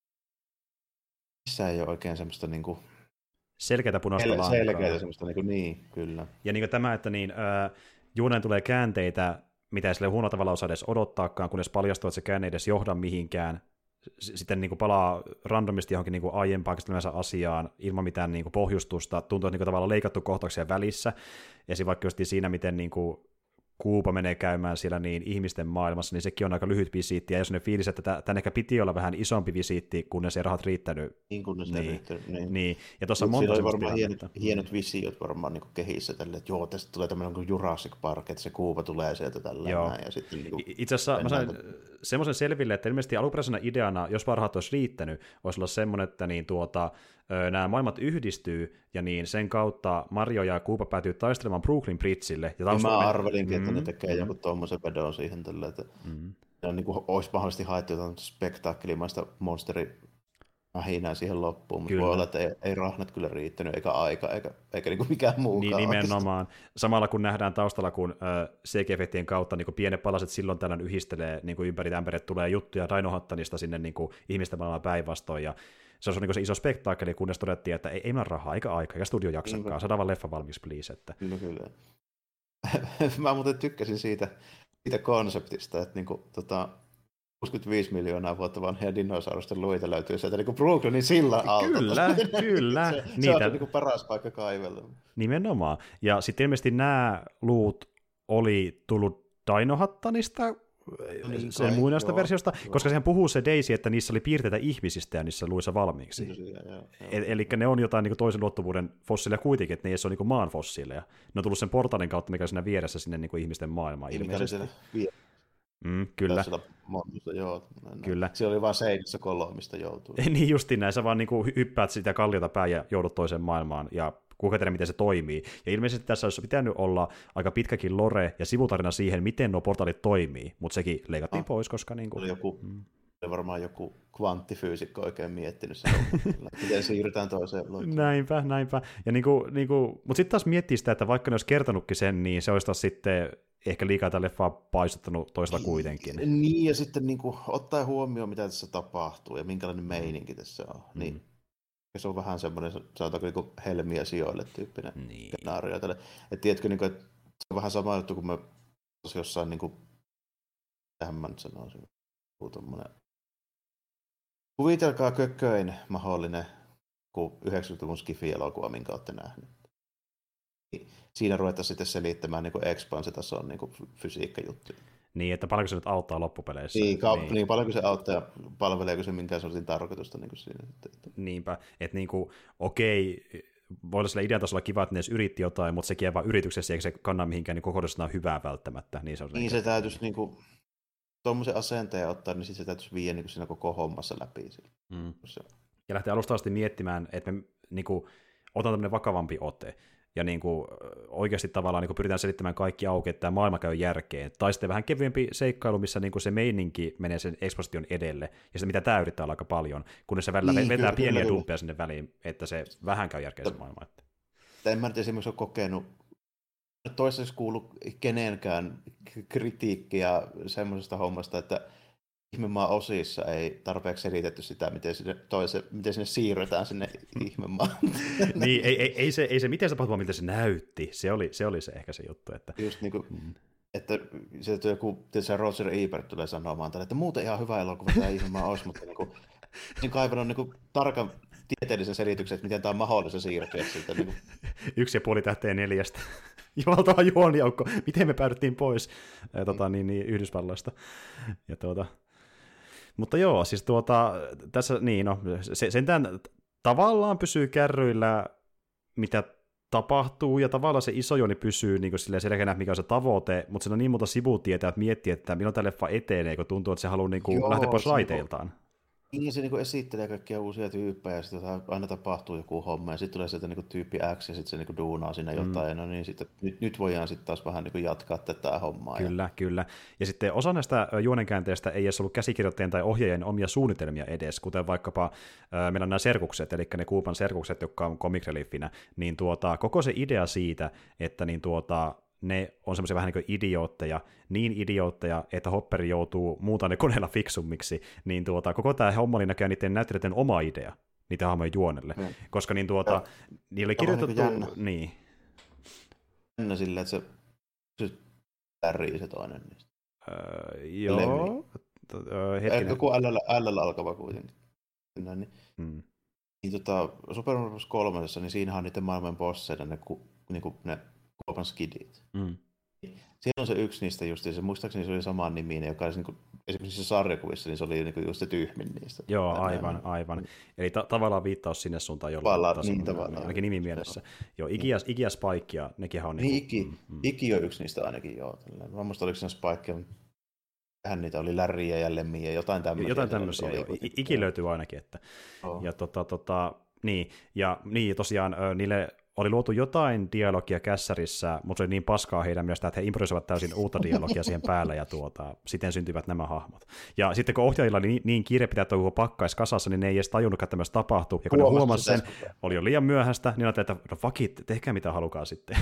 Missä ei ole oikein semmoista niinku... selkeätä punaista lankaa. Selkeätä semmoista, niinku, niin, kyllä. Ja niin kuin tämä, että niin, äh, juoneen tulee käänteitä, mitä ei sille huonolla tavalla osaa edes odottaakaan, kunnes paljastuu, että se käänne ei edes johda mihinkään. Sitten niin kuin palaa randomisti johonkin niin kuin aiempaan käsittelemänsä asiaan ilman mitään niin kuin pohjustusta. Tuntuu, että niin kuin tavallaan leikattu kohtauksia välissä. Esim. Vaikka just siinä, miten niin kuin Koopa menee käymään siellä niin ihmisten maailmassa, niin sekin on aika lyhyt visiitti, ja jos ne fiilis, että tämän ehkä piti olla vähän isompi visiitti, kunnes ei rahat riittänyt. Niin, kunnes niin, ei riittänyt. Niin. niin. Ja tuossa on monta oli varmaan hienot, hienot visiot varmaan niin kehissä, tälle, että joo, tästä tulee tämmöinen kuin Jurassic Park, että se Koopa tulee sieltä tällä näin. Ja sitten, niin kuin, itse asiassa mä sain semmoisen selville, että ilmeisesti alkuperäisenä ideana, jos parhaat olisi riittänyt, voisi olla semmoinen, että niin tuota, nämä maailmat yhdistyy, ja niin sen kautta Mario ja Koopa päätyy taistelemaan Brooklyn Bridgelle. Ja mä arvelinkin, että mm, ne tekee mm. joku tuommoisen vedon siihen tällä, että mm. ne niin kuin, olisi mahdollisesti haettu jotain spektaakkelimaista monsteri mähinää siihen loppuun, mutta voi olla, että ei, ei rahnat kyllä riittänyt, eikä aika, eikä, eikä niin kuin mikään muukaan. Niin, nimenomaan. Samalla kun nähdään taustalla, kun äh, C G-efektien kautta niin kuin pienet palaset silloin tällöin yhdistelee niin kuin ympäri ämpärit, tulee juttuja Dino Huttonista sinne niin kuin ihmisten maailman päinvastoin, ja se on niin se iso spektaakkeli, kunnes todettiin, että ei, ei mennä rahaa, eikä aikaa, eikä studio jaksakaan, saadaan vaan leffa valmiiksi, please. Että... Kyllä, kyllä. Mä muuten tykkäsin siitä, siitä konseptista, että niinku, tota, kuusikymmentäviisi miljoonaa vuotta vanhoja dinosaurusten luita löytyy sieltä niin kuin Brooklynin sillan alta. Kyllä, kyllä. se, Niitä... se on niin kuin paras paikka kaivella. Nimenomaan. Ja sitten ilmeisesti nämä luut oli tullut Dino Huttonista, niin, sen muinaista versiosta, joo. Koska sehän puhuu se Daisy, että niissä oli piirteitä ihmisistä ja niissä luissa valmiiksi. E- eli ne on jotain niin toisen luottuvuuden fossiileja kuitenkin, että ne ei ole niin maan fossiileja. Ne on tullut sen portaalin kautta, mikä on siinä vieressä sinne niin ihmisten maailmaan ilmeisesti. Mm, kyllä. Montusta, joo. Kyllä. Siellä oli vain seinissä koloa, mistä joutuu. Niin justiin näin, sä vaan niin hyppäät sitä kalliota päin ja joudut toiseen maailmaan, ja kuinka tiedä, miten se toimii. Ja ilmeisesti tässä olisi pitänyt olla aika pitkäkin lore ja sivutarina siihen, miten nuo portaalit toimii, mutta sekin leikattiin ah, pois, koska... Niin kuin, oli joku, mm. oli varmaan joku kvanttifyysikko oikein miettinyt sen, miten siirrytään toiseen luotuun. Näinpä, näinpä. Ja niin kuin, niin kuin, mutta sitten taas miettii sitä, että vaikka ne olisi kertonutkin sen, niin se olisi taas sitten ehkä liikaa tätä leffaa paistuttanut toisella kuitenkin. Niin, ja sitten niin kuin, ottaen huomioon, mitä tässä tapahtuu ja minkälainen meininki tässä on, mm. niin se on vähän semmoinen, sanotaanko niin helmiä sijoille tyyppinen niin. Skenaario. Että tiedätkö, niin kuin, että se on vähän sama juttu, kun me jossain, niin kuin, tähän mä nyt sanoisin, tommoinen. Kuvitelkaa kököin mahdollinen kuin yhdeksänkymmentäluvun skifi-elokuva, minkä olette nähneet. Siinä ruvetaan sitten selittämään niin expansitason niin fysiikkajuttuja. Niin, että paljonko se nyt auttaa loppupeleissä. Niin, ka- niin. niin paljonko se auttaa ja palveleeko se minkään sortin tarkoitusta niin kuin siinä. Niinpä, että niin kuin, okei, voi olla sillä idean tasolla kiva, että ne edes yritti jotain, mutta sekin vaan yrityksessä, eikä se kanna mihinkään niin kokonaisena hyvää välttämättä. Niin se, on niin se täytyisi niinku, tuommoisen asenteen ottaa, niin sitten se täytyisi viedä niinku siinä koko hommassa läpi. Mm. Ja lähteä alusta asti miettimään, että me niinku, otetaan tämmöinen vakavampi ote. Ja niin kuin, oikeasti tavallaan niin kuin pyritään selittämään kaikki auki, että tämä maailma käy järkeen. Tai sitten vähän kevyempi seikkailu, missä niin kuin se meininki menee sen eksposition edelle, ja se mitä tämä yrittää olla aika paljon, kunnes se välillä niin, vetää kyllä, pieniä kyllä, dumppeja sinne väliin, että se vähän käy järkeen se maailma. Että. En mä nyt esimerkiksi ole kokenut, toistaiseksi kuullut kenenkään kritiikkiä semmoisesta hommasta, että ihmemaan osissa ei tarpeeksi selitetty sitä, miten sinne, toise, miten sinne siirrytään sinne ihmemaan. Niin, ei, ei, ei, se, ei se miten se tapahtui, miltä se näytti. Se oli se, oli se ehkä se juttu. Että. Just niin kuin, mm. että se joku, se Roger Ebert tulee sanomaan tälle, että muuten ihan hyvä elokuva tämä ihmemaan olisi, mutta niin kuin, niin kaivannut niin kuin tarkan tieteellisen selityksen, että miten tämä on mahdollista siirtyä siltä. Niin kuin. Yksi ja puoli tähteä neljästä. Valtava juonijoukko. Miten me päädyttiin pois ää, tota, niin, niin, Yhdysvalloista. Ja tuota... Mutta joo, siis tuota, tässä niin, no, se, sentään tavallaan pysyy kärryillä, mitä tapahtuu, ja tavallaan se iso juoni pysyy niin selkeänä, mikä on se tavoite, mutta siinä on niin monta sivutietä, että miettii, että milloin tämä leffa etenee, kun tuntuu, että se haluaa niin kuin, lähteä pois raiteiltaan. Niin, se niinku esittelee kaikkia uusia tyyppejä, ja sitten aina tapahtuu joku homma, ja sitten tulee sieltä niinku tyyppi X, ja sitten se niinku duunaa siinä jotain, mm. ja no niin, sitten, nyt, nyt voidaan sitten taas vähän niinku jatkaa tätä hommaa. Kyllä, ja... kyllä. Ja sitten osa näistä juonenkäänteistä ei edes ollut käsikirjoittajien tai ohjaajien omia suunnitelmia edes, kuten vaikkapa äh, meillä on nämä serkukset, eli ne Kuuban serkukset, jotka on comic reliefinä, niin tuota, koko se idea siitä, että niin tuota, ne on semmoisia vähän niin kuin idiootteja, niin idiootteja, että Hopperi joutuu muuta ne koneella fiksummiksi, niin tuota, koko tämä homma oli näköjään niiden näyttelijöiden oma idea, niitä hahmojen juonelle, mm. koska niin tuota, ja, niillä oli kirjoitettu... Niin jännä. Niin. Jännä sillä, että se, se tärrii se toinen niistä. Öö, joo. Hetkinen. Joku L alkava kuitenkin. Niin, mm. niin tota, Super Mario Bros. kolmosessa, niin siinähän on niiden maailman bosseina ne, niin kuin ne Kuopan skidit. Mm. Siinä on se yksi niistä justiinsa, muistaakseni se oli saman niminen, joka olisi niin kuin, esimerkiksi se sarjakuvissa, niin se oli niin kuin just se tyhmin niistä. Joo, aivan, aivan. Eli ta- tavallaan viittaus sinne suuntaan jollain tasolla, niin, tavallaan. Ainakin nimi mielessä. Joo, joo Iki, ja, Iki ja Spike, ja nekin on... Niin, niin Iki, mm, mm. Iki on yksi niistä ainakin, joo. Mä muistan, oliko se Spike, vähän niitä oli Larryja ja Lemmiä ja jotain tämmöisiä. Jotain tämmöisiä, joo. Iki löytyy ainakin, että... Oh. Ja tota, tota, niin, ja niin, tosiaan niille... Oli luotu jotain dialogia kässärissä, mutta se oli niin paskaa heidän mielestä, että he improvisoivat täysin uutta dialogia siihen päälle, ja tuota, siten syntyivät nämä hahmot. Ja sitten kun ohjaajilla oli niin, niin kiire pitää tuo pakkais kasassa, niin ne ei edes tajunnutkaan, että tämmöistä tapahtui. Ja kun ne huomasi sen, oli jo liian myöhäistä, niin ajattelin, että no fuck it, tehkää mitä halukaa sitten.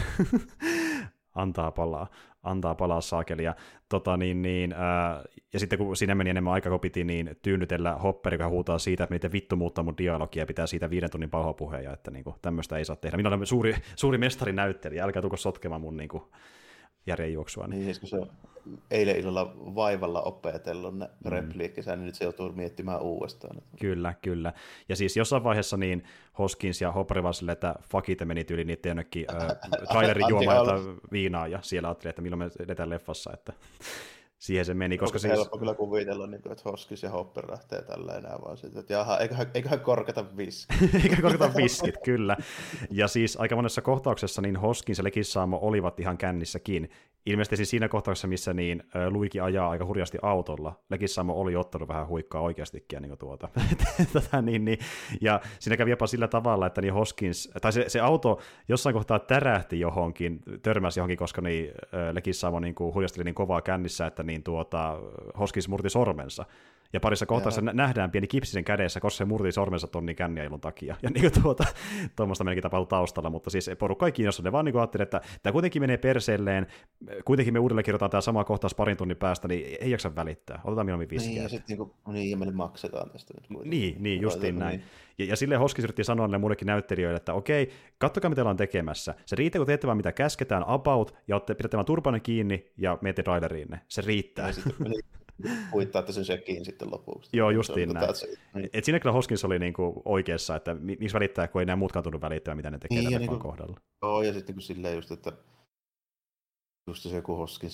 Antaa palaa, antaa palaa saakeli. Ja, tota, niin, niin, ää, ja sitten kun siinä meni enemmän aikaa, kun piti niin tyynnytellä Hopperi, joka huutaa siitä, että miten vittu muuttaa mun dialogia ja pitää siitä viiden tunnin pahopuheen, ja että niin kuin, tämmöistä ei saa tehdä. Minä olen suuri, suuri mestarinäyttelijä, älkää tulko sotkemaan mun niin kuin, järjenjuoksua. Niin, niin kun se on eilen illalla vaivalla opetellut ne mm. repliikkinsä, niin nyt se joutuu miettimään uudestaan. Kyllä, kyllä. Ja siis jossain vaiheessa niin Hoskins ja Hopper vaan silleen, että fuck it, meni tyyli niiden jonnekin äh, trailerin juomaan jotain viinaa, ja siellä ajattelin, että milloin me edetään leffassa, että siihen se meni, koska siis... Helppo kyllä kuvitella, että Hoskins ja Hopper lähtee tällä enää vaan siitä, että jaha, eiköhän, eiköhän korkata viskit. eiköhän korkata viskit, kyllä. Ja siis aika monessa kohtauksessa niin Hoskins ja Leguizamo olivat ihan kännissäkin. Ilmeisesti siis siinä kohtauksessa, missä niin Luigi ajaa aika hurjasti autolla, Leguizamo oli ottanut vähän huikkaa oikeastikin. Niin tuota. Tätä, niin, niin. Ja siinä kävi jopa sillä tavalla, että niin Hoskins, tai se, se auto jossain kohtaa tärähti johonkin, törmäsi johonkin, koska niin Leguizamo niin hurjasteli niin kovaa kännissä, että niin tuota, Hoskins murti sormensa. Ja parissa kohtaessa ja... nähdään pieni kipsisen kädessä, koska se murti sormensa tonnin känniailun takia. Ja niin kuin tuota, tuommoista meidänkin tapahtui taustalla, mutta siis porukka ei kiinnosta. Ne vaan niin ajatteli, että tämä kuitenkin menee perseelleen, kuitenkin me uudelleen kirjoitetaan tämä sama kohtaus parin tunnin päästä, niin ei jaksa välittää. Otetaan mieluummin viskiä. Niin, ja sitten niin, niin, ja meille maksetaan tästä. Niin, niin justiin näin. Niin. Ja, ja silleen Hoskins yritti sanoa niille muillekin näyttelijöille, että okei, katsokaa mitä ollaan tekemässä. Se riittää, kun teette vaan mitä käsketään about, ja olette, pidätte vaan turpanne kiinni, ja menette traileriinne. Se riittää. Kuittaatte sen shekiin sitten lopuksi. Joo, justiin näin. Niin. Et siinä kyllä Hoskins oli niinku oikeassa, että miksi välittää, kun ei enää muutkaan tunnu välittämään, mitä ne tekee niin, tämän niinku, kohdalla. Joo, ja sitten niin silleen just, että just se joku Hoskinsin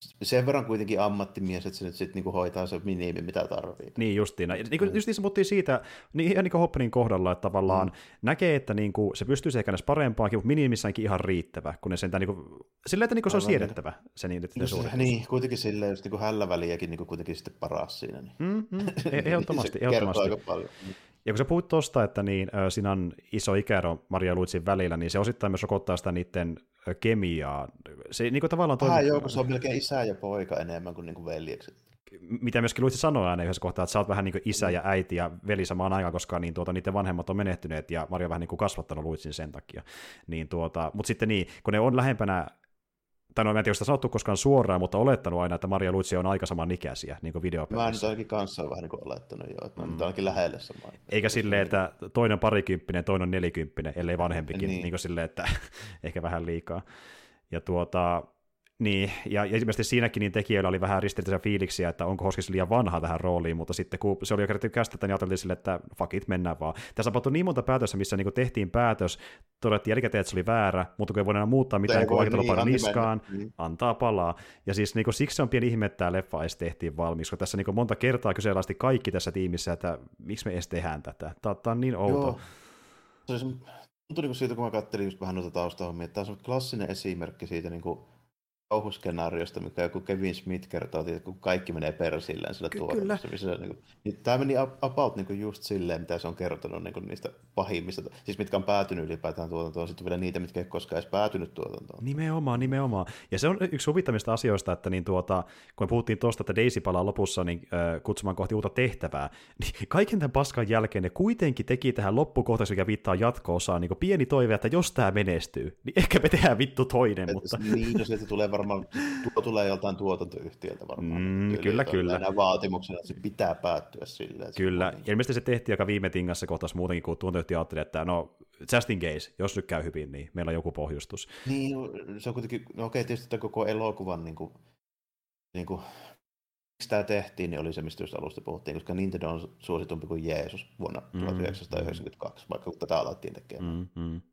sen verran kuitenkin ammattimies, että se nyt sitten niinku hoitaa se minimi, mitä tarvii. Niin justiin. Niin kuin, just niin se puhuttiin siitä, niin ihan niin kuin Hoppenin kohdalla, että tavallaan mm. näkee, että niin kuin, se pystyy ehkä edes parempaankin, mutta minimissäänkin ihan riittävä, kun ne sentään niin kuin, silleen, että niin kuin se on siedettävä. Se, niin, että no, se, niin, kuitenkin silleen, just niin kuin hällä väliäkin niin kuin kuitenkin sitten paras siinä. Niin. Mm, mm, ehdottomasti, se ehdottomasti. aika paljon. Ja kun sä puhuit tuosta, että niin, äh, siinä on iso ikäero Maria ja Luigin välillä, niin se osittain myös rokottaa sitä niiden äh, kemiaa. Se niin kuin tavallaan toimii... Ah, joo, kun se on melkein isä ja poika enemmän kuin, niin kuin veljekset. Mitä myöskin Luigi sanoi ääneen yhdessä kohtaa, että sä oot vähän niin kuin isä ja äiti ja veli samaan aikaan, koska niin tuota, niiden vanhemmat on menehtyneet ja Maria on vähän niin kuin kasvattanut Luigin sen takia. Niin tuota, mutta sitten niin, kun ne on lähempänä, tai no en tiedä, sitä sanottu koskaan suoraan, mutta olettanut aina, että Maria ja Luigi on aika samanikäisiä niin kuin videopelissä. Mä nyt ainakin kanssa vähän niin kuin olettanut jo, että mm. on ainakin lähelle samaa. Eikä silleen, että toinen on parikymppinen, toinen on nelikymppinen, ellei vanhempikin, niin, niin kuin silleen, että ehkä vähän liikaa. Ja tuota... Niin, ja ilmeisesti siinäkin niin tekijöillä oli vähän ristiriitaisia fiiliksiä, että onko Hoskins liian vanha tähän rooliin, mutta sitten kun se oli jo kerätty käsitettä, niin ajateltiin sille, että fuck it, mennään vaan. Tässä tapahtui niin monta päätöstä, missä niin tehtiin päätös, todettiin jälkikäteen, että se oli väärä, mutta kun ei voida enää muuttaa mitään, kun aikataulu niin, paljon niskaan, niin. Antaa palaa. Ja siis niin kuin, siksi se on pieni ihme, että tämä leffa edes tehtiin valmiiksi, kun tässä niin monta kertaa kyseenalaisti kaikki tässä tiimissä, että miksi me edes tehdään tätä. Tämä on niin outo. Joo. Se olisi, tuntui niin siitä, kun mä katselin just vähän noita taustahommia, että tämä on klassinen esimerkki siitä niin kuin kauhuskenaariosta, mikä joku Kevin Smith kertoo, että kun kaikki menee persilleen sillä tuotannossa. Missä, niin kuin, niin tämä meni about niin kuin just silleen, mitä se on kertonut niin kuin niistä pahimmista, siis mitkä on päätynyt ylipäätään tuotantoon, sitten vielä niitä, mitkä ei koskaan edes päätynyt tuotantoon. Nimenomaan, nimenomaan. Ja se on yksi huvittavista asioista, että niin tuota, kun me puhuttiin tuosta, että Daisy palaa lopussa niin, äh, kutsumaan kohti uutta tehtävää, niin kaiken tämän paskan jälkeen ne kuitenkin teki tähän loppukohtaisesti, mikä viittaa jatko-osaan, niin pieni toive, että jos tämä menestyy, niin ehkä me tehdään vittu toinen. Et, mutta... Niin, no sieltä tulee varmaan, tuo tulee joltain tuotantoyhtiöltä varmaan. Mm, kyllä, kyllä. Nämä vaatimuksena, että se pitää päättyä silleen. Kyllä, ja ilmeisesti se tehtiin aika viime tingassa kohtaisi muutenkin, kun tuotantoyhtiö ajatteli, että no, just in case, jos nyt käy hyvin, niin meillä on joku pohjustus. Niin, se on kuitenkin, no okei, tietysti tämän koko elokuvan, niin kuin, niin kuin, miksi tämä tehtiin, niin oli se, mistä just alusta puhuttiin, koska Nintendo on suositumpi kuin Jeesus vuonna mm, tuhatyhdeksänsataayhdeksänkymmentäkaksi, mm. vaikka tätä alettiin tekemään. Mm, mm.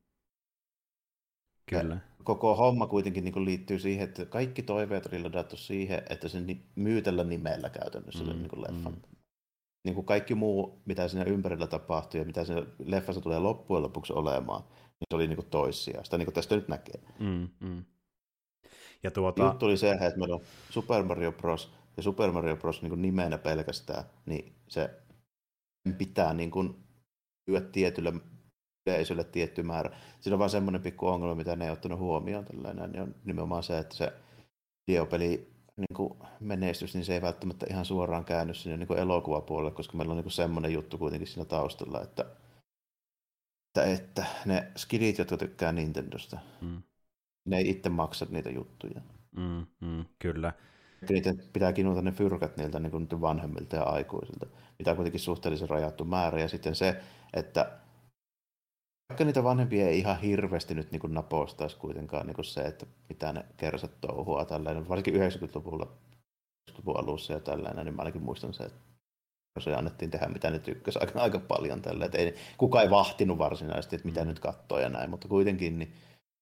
Kyllä. Ja koko homma kuitenkin niin kuin liittyy siihen, että kaikki toiveet oli ladattu siihen, että se myy tällä nimellä käytännössä mm, niin kuin leffan. Mm. Niin kuin kaikki muu, mitä siinä ympärillä tapahtuu ja mitä siinä leffassa tulee loppujen lopuksi olemaan, niin se oli niin kuin toissijasta, niin kuin tästä nyt näkee. Mm, mm. Ja tuota... Juttu oli se, että meillä on Super Mario Bros. Ja Super Mario Bros. Niin kuin nimenä pelkästään, niin se pitää niin kuin lyödä tietyllä yleisölle tietty määrä. Siinä on vaan semmoinen pikku ongelma, mitä ne ei ottanut huomioon. Tällainen, niin on nimenomaan se, että se videopeli niin kuin menestys, niin se ei välttämättä ihan suoraan käänny sinne niin kuin elokuvapuolelle, koska meillä on niin kuin semmoinen juttu kuitenkin siinä taustalla, että, että, että ne skidit, jotka tykkää Nintendosta, mm. ne ei itse maksa niitä juttuja. Mm, mm, kyllä. Niitä pitää kinuta ne fyrkät niiltä niin kuin vanhemmilta ja aikuisilta, mitä on kuitenkin suhteellisen rajattu määrä. Ja sitten se, että vaikka niitä vanhempia ei ihan hirveästi nyt niin kuin napostaisi kuitenkaan niin kuin se, että mitä ne kersat touhua tällainen, varsinkin yhdeksänkymmentäluvulla, yhdeksänkymmentäluvun alussa ja tällainen, niin mä ainakin muistan se, että se annettiin tehdä mitä ne tykkäsi aika, aika paljon tällä, että ei, kukaan ei vahtinut varsinaisesti, että mitä mm. nyt katsoo ja näin, mutta kuitenkin niin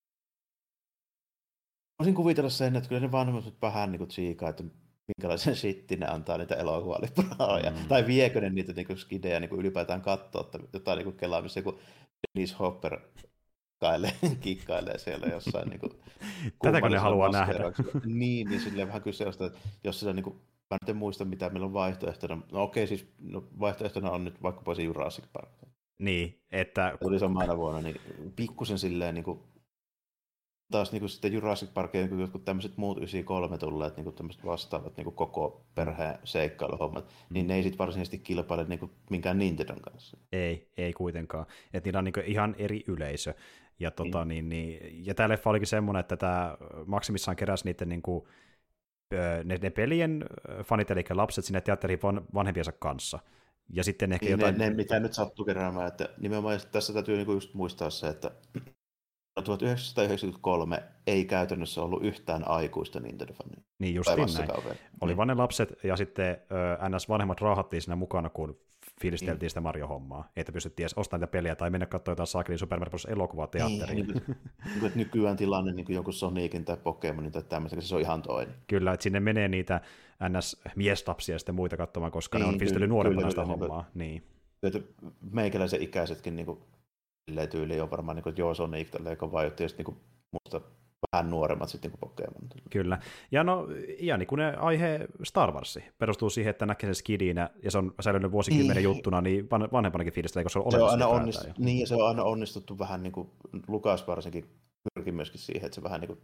voisin kuvitella sen, että kyllä ne vanhemmat vähän niin kuin tsiikaa, että minkälaisen shittin ne antaa niitä elokuvaliprahoja, mm. tai viekö ne niitä niin kuin skidejä niin kuin ylipäätään katsoa, että jotain niin kuin kelaa, missä joku Dennis Hopper kikkailee, kikkailee siellä jossain. Niin tätäkö ne haluaa nähdä? Niin, niin silleen vähän kyse, että jos sitä, niin kuin, mä nyt en muista, mitä meillä on vaihtoehtona. No okei, siis no, vaihtoehtona on nyt vaikkapa se Jurassic Park. Niin, että... Se oli samana vuonna, niin pikkusen silleen, niin kuin, taas niin kuin sitten Jurassic Park ja niin jotkut tämmöiset muut yhdeksänkymmentäkolme tulleet, niin kuin tämmöiset vastaavat niin kuin koko perheen seikkailuhommat, mm. niin ne ei sitten varsinaisesti kilpaile niin kuin minkään Nintendon kanssa. Ei, ei kuitenkaan. Että niillä on niin kuin ihan eri yleisö. Ja, tota, mm. niin, niin, ja tämä leffa olikin semmoinen, että tämä maksimissaan keräsi niiden niin kuin, ne, ne pelien fanit, eli lapset sinne teatteriin vanhempiensa kanssa. Ja sitten ehkä niin jotain... Ne, ne mitä nyt sattuu keräämään, että nimenomaan tässä täytyy niin kuin just muistaa se, että tuhatyhdeksänsataayhdeksänkymmentäkolme ei käytännössä ollut yhtään aikuista Nintendo-fania. Niin justiin näin. Oli niin. vaan ne lapset ja sitten ö, N S-vanhemmat raahattiin siinä mukana, kun fiilisteltiin niin. sitä Mario-hommaa, että pystyttiin edes ostamaan niitä pelejä tai mennä katsomaan jotain saakeliin Super Mario Bros. Elokuvaa teatteriin. Niin, niin kuin, nykyään tilanne niin kuin joku Sonicin tai Pokemonin tai tämmöistä, se on ihan toinen. Kyllä, että sinne menee niitä N S-miestapsia ja sitten muita katsomaan, koska niin, ne on fiilistellyt nuorempana sitä hommaa. Niin. Meikäläisen ikäisetkin niin kuin, tyyliin on varmaan, niin kuin, että joo, Sonic tälleen vaikutti, ja sitten niin musta vähän nuoremmat sitten niin Pokemon. Kyllä. Ja no, ja niin kuin ne aihe Star Wars perustuu siihen, että näkee sen skidinä, ja se on säilynyt vuosikymmenen niin. juttuna, niin vanhempanakin fiilistelee, koska se on olemassa. Se on aina onnist- niin, ja se on aina onnistuttu vähän, niin kuin Lukas varsinkin pyrki myöskin siihen, että se vähän niin kuin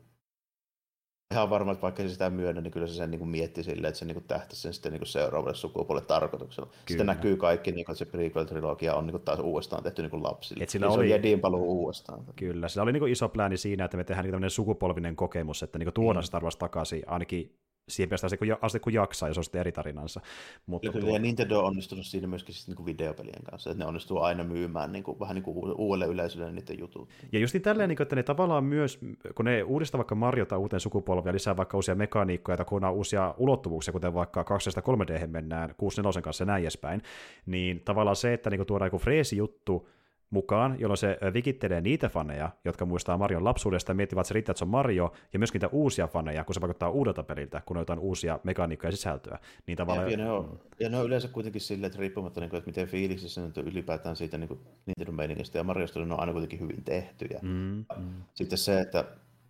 ihan varma, että vaikka se sitä myönnä, niin kyllä se sen niin mietti silleen, että se niin tähtäisi sen sitten niin seuraavalle sukupuolelle tarkoituksella. Kyllä. Sitten näkyy kaikki, niin kuin, että se prequel-trilogia on niin taas uudestaan tehty niin lapsille. Sillä niin oli... se on Jedin paluu uudestaan. Kyllä, sillä oli niin iso plääni siinä, että me tehdään niin tämmöinen sukupolvinen kokemus, että niin tuodaan mm. Star Wars takaisin ainakin siihen päästään asti kun jaksaa, ja se on sitten eri tarinansa. Mutta kyllä, tuo... ja Nintendo on onnistunut siinä myöskin siis niin videopelien kanssa, että ne onnistuu aina myymään niin kuin, vähän niin kuin uudelle yleisölle niiden jutut. Ja just niin tälleen, että ne tavallaan myös, kun ne uudistaa vaikka Mariota uuteen sukupolveen, lisää vaikka uusia mekaniikkoja tai kokonaan uusia ulottuvuuksia, kuten vaikka kaksitoista kolme D mennään kuusikymmentäneljä kanssa ja näin edespäin, niin tavallaan se, että niin tuodaan joku freesi juttu mukaan, jolloin se vikittelee niitä faneja, jotka muistaa Marion lapsuudesta ja miettivät, että se riittää, että se on Mario, ja myöskin niitä uusia faneja, kun se vaikuttaa uudelta peliltä, kun on jotain uusia mekaniikkoja ja sisältöä. Niin tavallaan... ja, ne on, ja ne on yleensä kuitenkin silleen, että riippumatta, että miten fiiliksissä ne on ylipäätään siitä niin Nintendo-meiningistä ja Mariosta, ne on aina kuitenkin hyvin tehtyjä. Mm, mm. Sitten se, että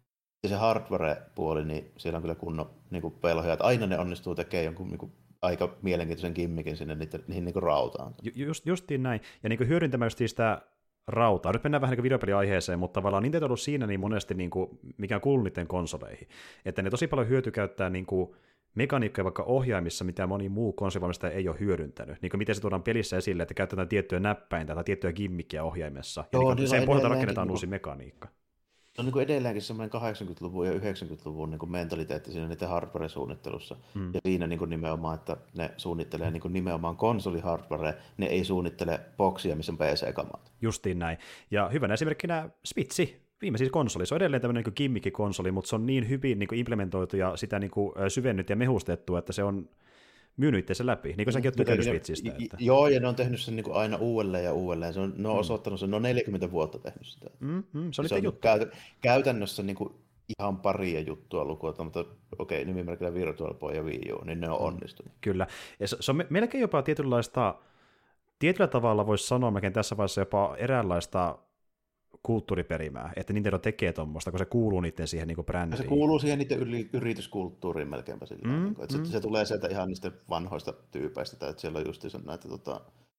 se hardware-puoli, niin siellä on kyllä kunnon niin pelhoja, että aina ne onnistuu tekemään jonkun niin kuin aika mielenkiintoisen gimmikin sinne niiden, niihin niin rautaan. Just, justiin näin. Ja niin hyödyntämään just sitä rautaa. Nyt mennään vähän niin videopeliaiheeseen, mutta tavallaan Nintendo on ollut siinä niin monesti, niin kuin, mikä on kuullut niiden konsoleihin. Että ne tosi paljon hyötykäyttää niin kuin mekaniikkoja vaikka ohjaimissa, mitä moni muu konsolivalmistaja ei ole hyödyntänyt. Niin kuin miten se tuodaan pelissä esille, että käytetään tiettyjä näppäintä tai tiettyjä gimmikkiä ohjaimessa. Ja joo, niin sen pohjalta rakennetaan niin uusi mekaniikka. On niin kuin edelleenkin semmoinen kahdeksankymmentäluvun ja yhdeksänkymmentäluvun niin kuin mentaliteetti siinä niiden hardware-suunnittelussa. Mm. Ja siinä niin kuin nimenomaan, että ne suunnittelee niin kuin nimenomaan konsoli-hardware, ne ei suunnittele boksia, missä on P C-kamat. Justiin näin. Ja hyvänä esimerkkinä Spitsi, viimeisin konsoli. Se on edelleen tämmöinen niin gimmick-konsoli, mutta se on niin hyvin niin kuin implementoitu ja sitä niin kuin syvennyt ja mehustettu, että se on myynyt itseänsä läpi, niin kuin säkin oot tykännyt Switchistä. Että... Joo, ja ne on tehnyt sen niin kuin aina uudelleen ja uudelleen. Se on, ne on mm. osoittanut sen, ne on neljäkymmentä vuotta tehnyt sitä. Mm, mm, se, se on juttu. Käyt, käytännössä niin kuin ihan paria juttua lukuota, mutta okei, nimimerkillä Virtual Boy ja Wii U, niin ne on onnistunut. Kyllä, ja se, se on melkein jopa tietynlaista, tietyllä tavalla voisi sanoa melkein tässä vaiheessa jopa eräänlaista kulttuuriperimää, että Nintendo tekee tuommoista, kun se kuuluu niiden siihen niin kuin brändiin. Se kuuluu siihen niiden yrityskulttuuriin melkeinpä sillä. Mm, niin kuin, että mm. se, se tulee sieltä ihan niistä vanhoista tyypeistä, tai että siellä on justiinsa näitä tota,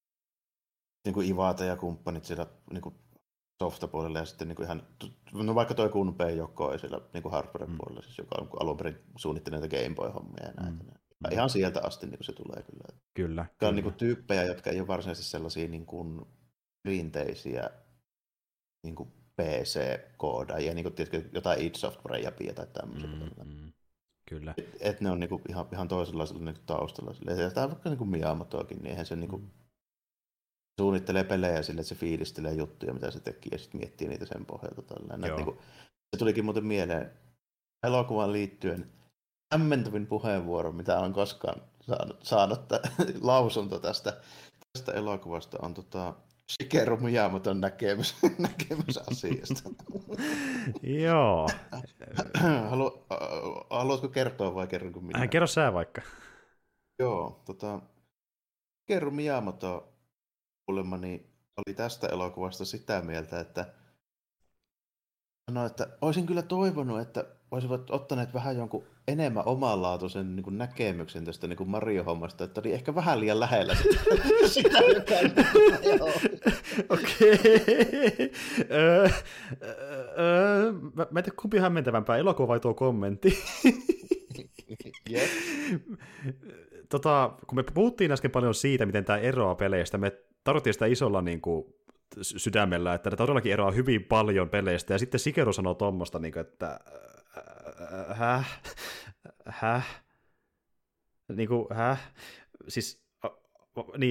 niin kuin Iwata ja kumppanit siellä niin kuin softapuolella, ja sitten niin kuin ihan, no vaikka toi Gunpei Yoko ei siellä niin kuin hardware-puolella, mm. siis, joka on alun perin suunnitteli näitä Game Boy-hommia ja näitä. Mm. Ihan sieltä asti niin kuin se tulee kyllä. Kyllä. kyllä. On niin kuin tyyppejä, jotka ei ole varsinaisesti sellaisia niin kuin perinteisiä niin kuin P C-koodaajia, niin kuin tietysti jotain id Software-jäpiä tai tämmöisiä. Mm, mm, kyllä. Et, et ne on niin kuin ihan, ihan toisenlaisella niin kuin taustalla. Ja tämä vaikka niin kuin Miyamotoakin, niin eihän se niin kuin mm. suunnittelee pelejä sille, että se fiilistelee juttuja, mitä se teki, ja sitten miettii niitä sen pohjalta. Niin kuin, se tulikin muuten mieleen elokuvaan liittyen hämmentävin puheenvuoro, mitä olen koskaan saanut, saanut lausunto tästä, tästä elokuvasta, on tota, Shigeru Miyamoton näkemys, näkemys asiasta. Joo. Halu, haluatko kertoa vai kerronko minä? Äh, kerro sä vaikka. Joo, tota, Shigeru Miyamoto kuulemani oli tästä elokuvasta sitä mieltä, että sanoi, että olisin kyllä toivonut, että olisivat ottaneet vähän jonkun enemmän omanlaatuisen niin kuin näkemyksen tästä niin kuin Mario-hommasta, että oli ehkä vähän liian lähellä sitä. sitä Okei. Mä en tiedä, kumpi hämmentävämpää, elokuva vai tuo kommentti. Yep. Tota, kun me puhuttiin äsken paljon siitä, miten tämä eroaa peleistä, me tarvittiin sitä isolla niin kuin sydämellä, että ne todellakin eroaa hyvin paljon peleistä, ja sitten Shigeru sanoo tuommoista, niin että häh, häh, niin kuin häh, siis, niin,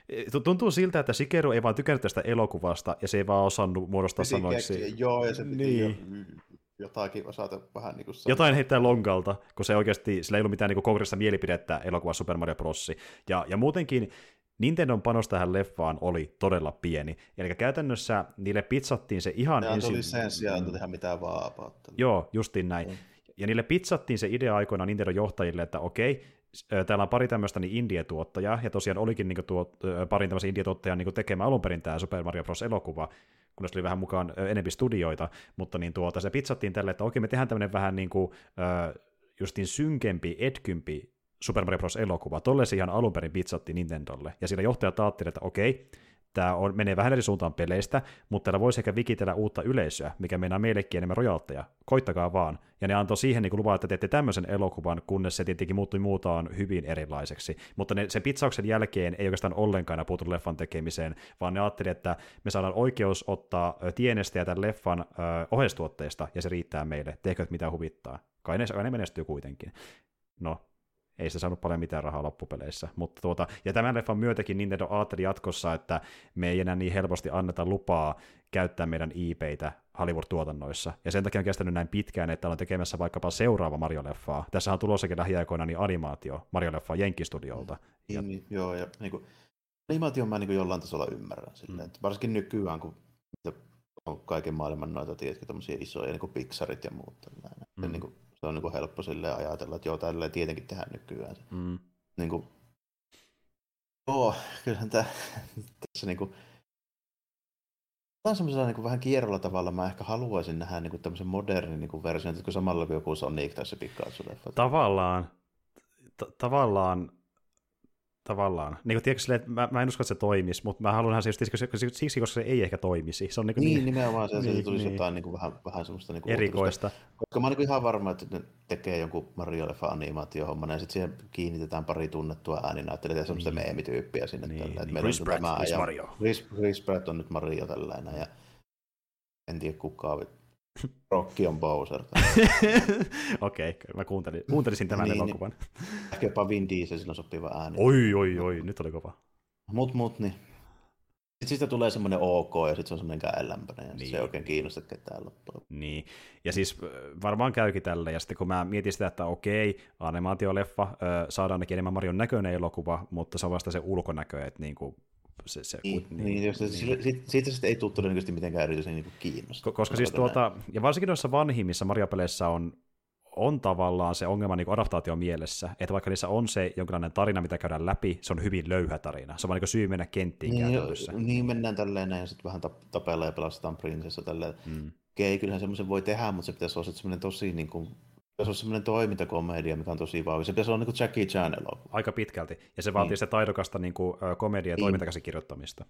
Tuntuu siltä, että Shigeru ei vaan tykännyt tästä elokuvasta, ja se ei vaan osannut muodostaa Piti sanoiksi. keksiä, joo, ja se piti niin. jotakin osata vähän niin kuin sanoa. Jotain heittää lonkalta, kun se oikeasti, sillä ei ollut mitään niin konkreettista mielipidettä elokuva Super Mario Bros. Ja, ja muutenkin Nintendon panos tähän leffaan oli todella pieni. Eli käytännössä niille pizzattiin se ihan ja ensin... tuli sen sijaan, että tehdä mitään vapautta. Joo, justiin näin. Mm. Ja niille pizzattiin se idea aikoina Nintendon johtajille, että okei, täällä on pari tämmöistä niin indie-tuottajaa, ja tosiaan olikin niin tuo, parin tämmöisen indie-tuottajan niin tekemä alun perin tämä Super Mario Bros. Elokuva, kunnes oli vähän mukaan enempi studioita, mutta niin tuota, se pizzattiin tälle, että okei, me tehdään tämmöinen vähän niin kuin, justiin synkempi, edkympi Super Mario Bros. Elokuva. Tolle se ihan alun perin pizzattiin Nintendolle, ja siinä johtajat ajattelivat, että okei, tämä on, menee vähän eri suuntaan peleistä, mutta täällä voisi ehkä vikitellä uutta yleisöä, mikä meinaa meillekin enemmän rojalteja. Koittakaa vaan. Ja ne antoi siihen niin luvan, että teette tämmöisen elokuvan, kunnes se tietenkin muuttui muutaan hyvin erilaiseksi. Mutta ne, sen pitsauksen jälkeen ei oikeastaan ollenkaan puutu leffan tekemiseen, vaan ne ajatteli, että me saadaan oikeus ottaa tienestä ja tämän leffan ö, ohjeistuotteista, ja se riittää meille. Tehkö mitä huvittaa. Kai ne, kai ne menestyy kuitenkin. No, ei se saanut paljon mitään rahaa loppupeleissä. Mutta tuota, ja tämän leffan myötäkin Nintendo ajatteli jatkossa, että me ei enää niin helposti anneta lupaa käyttää meidän I P:itä Hollywood-tuotannoissa. Ja sen takia on kestänyt näin pitkään, että ollaan tekemässä vaikkapa seuraava Mario-leffaa. Tässä on tulossakin lähiaikoina niin animaatio Mario-leffaa Jenkkistudiolta. Mm, ja... niin, joo, ja niin kuin, animaation mä niin kuin jollain tasolla ymmärrän. Silleen, mm. että varsinkin nykyään, kun on kaiken maailman noita, tiedätkö, tämmöisiä isoja, niin kuin Pixarit ja muut. Mm. Ja, niin kuin, se on niin kuin helppo silleen ajatella, että joo, tälleen tietenkin tehdään nykyään. Mm. Niin kuin, joo, kyllähän tämä, tässä niin kuin, tämä on semmoisella niin kuin vähän kierrolla tavalla, mä ehkä haluaisin nähdä niin kuin tämmöisen modernin niin kuin version, että samalla kuin joku Sonic tai se Pikachu-leffa. Tavallaan, t- tavallaan, tavallaan. Niin kuin, tiedätkö, silleen, että mä, mä en usko, että se toimisi, mutta mä haluan nähdä se just siksi, koska se ei ehkä toimisi. Se on niin, niin, niin nimenomaan se, että niin, tulisi niin. jotain niin kuin vähän, vähän semmoista niin kuin erikoista. Koska, koska mä oon niin ihan varma, että ne tekee jonkun Mario-leffa animaatiohomman, ja sitten siihen kiinnitetään pari tunnettua ääninäyttelijää ja semmoista niin. meemityyppiä sinne. Niin, tällä, niin. Meillä Chris Pratt on ja Mario. Chris, Chris Pratt on nyt Mario tällainen, ja en tiedä kukaan. Rocky on Bowser. Okei, okay, mä kuuntelin, kuuntelisin tämän niin, elokuvan. Ehkä jopa Vin Diesel, sillä on sopiva ääni. Oi, oi, oi, nyt oli kova. Mut, mut, niin. Sitten siitä tulee semmoinen ok, ja sitten se on semmoinen käenlämpöinen, ja niin. Se ei oikein kiinnosta ketään loppuun. Niin, ja siis varmaan käykin tälle, ja sitten kun mä mietin sitä, että okei, animaatioleffa, saadaan ainakin enemmän Marion näköinen elokuva, mutta se on vasta se ulkonäkö, että niinku se... se niin, niin, niin, jos niin. Siitä, siitä sitten ei tule todennäköisesti mitenkään erityisen niin kiinnostaa. Koska siis tuota, ja varsinkin noissa vanhimmissa Mario-peleissä on on tavallaan se ongelma niin adaptaatio mielessä, että vaikka niissä on se jonkinlainen tarina, mitä käydään läpi, se on hyvin löyhä tarina. Se on vaan niin syy mennä kenttiin niin, käytännössä. Niin, mennään tälleen näin, ja sitten vähän tapellaan ja pelastetaan prinsessa tälleen. Mm. Okei, kyllähän semmoisen voi tehdä, mutta se pitäisi olla semmoinen tosi, niin kuin, pitäisi olla semmoinen toimintakomedia, mikä on tosi vauhti. Se pitäisi olla niin kuin Jackie Chan elokuva. Aika pitkälti, ja se vaatii niin. sitä taidokasta niin kuin, komedia- ja niin. toimintakäsikirjoittamista.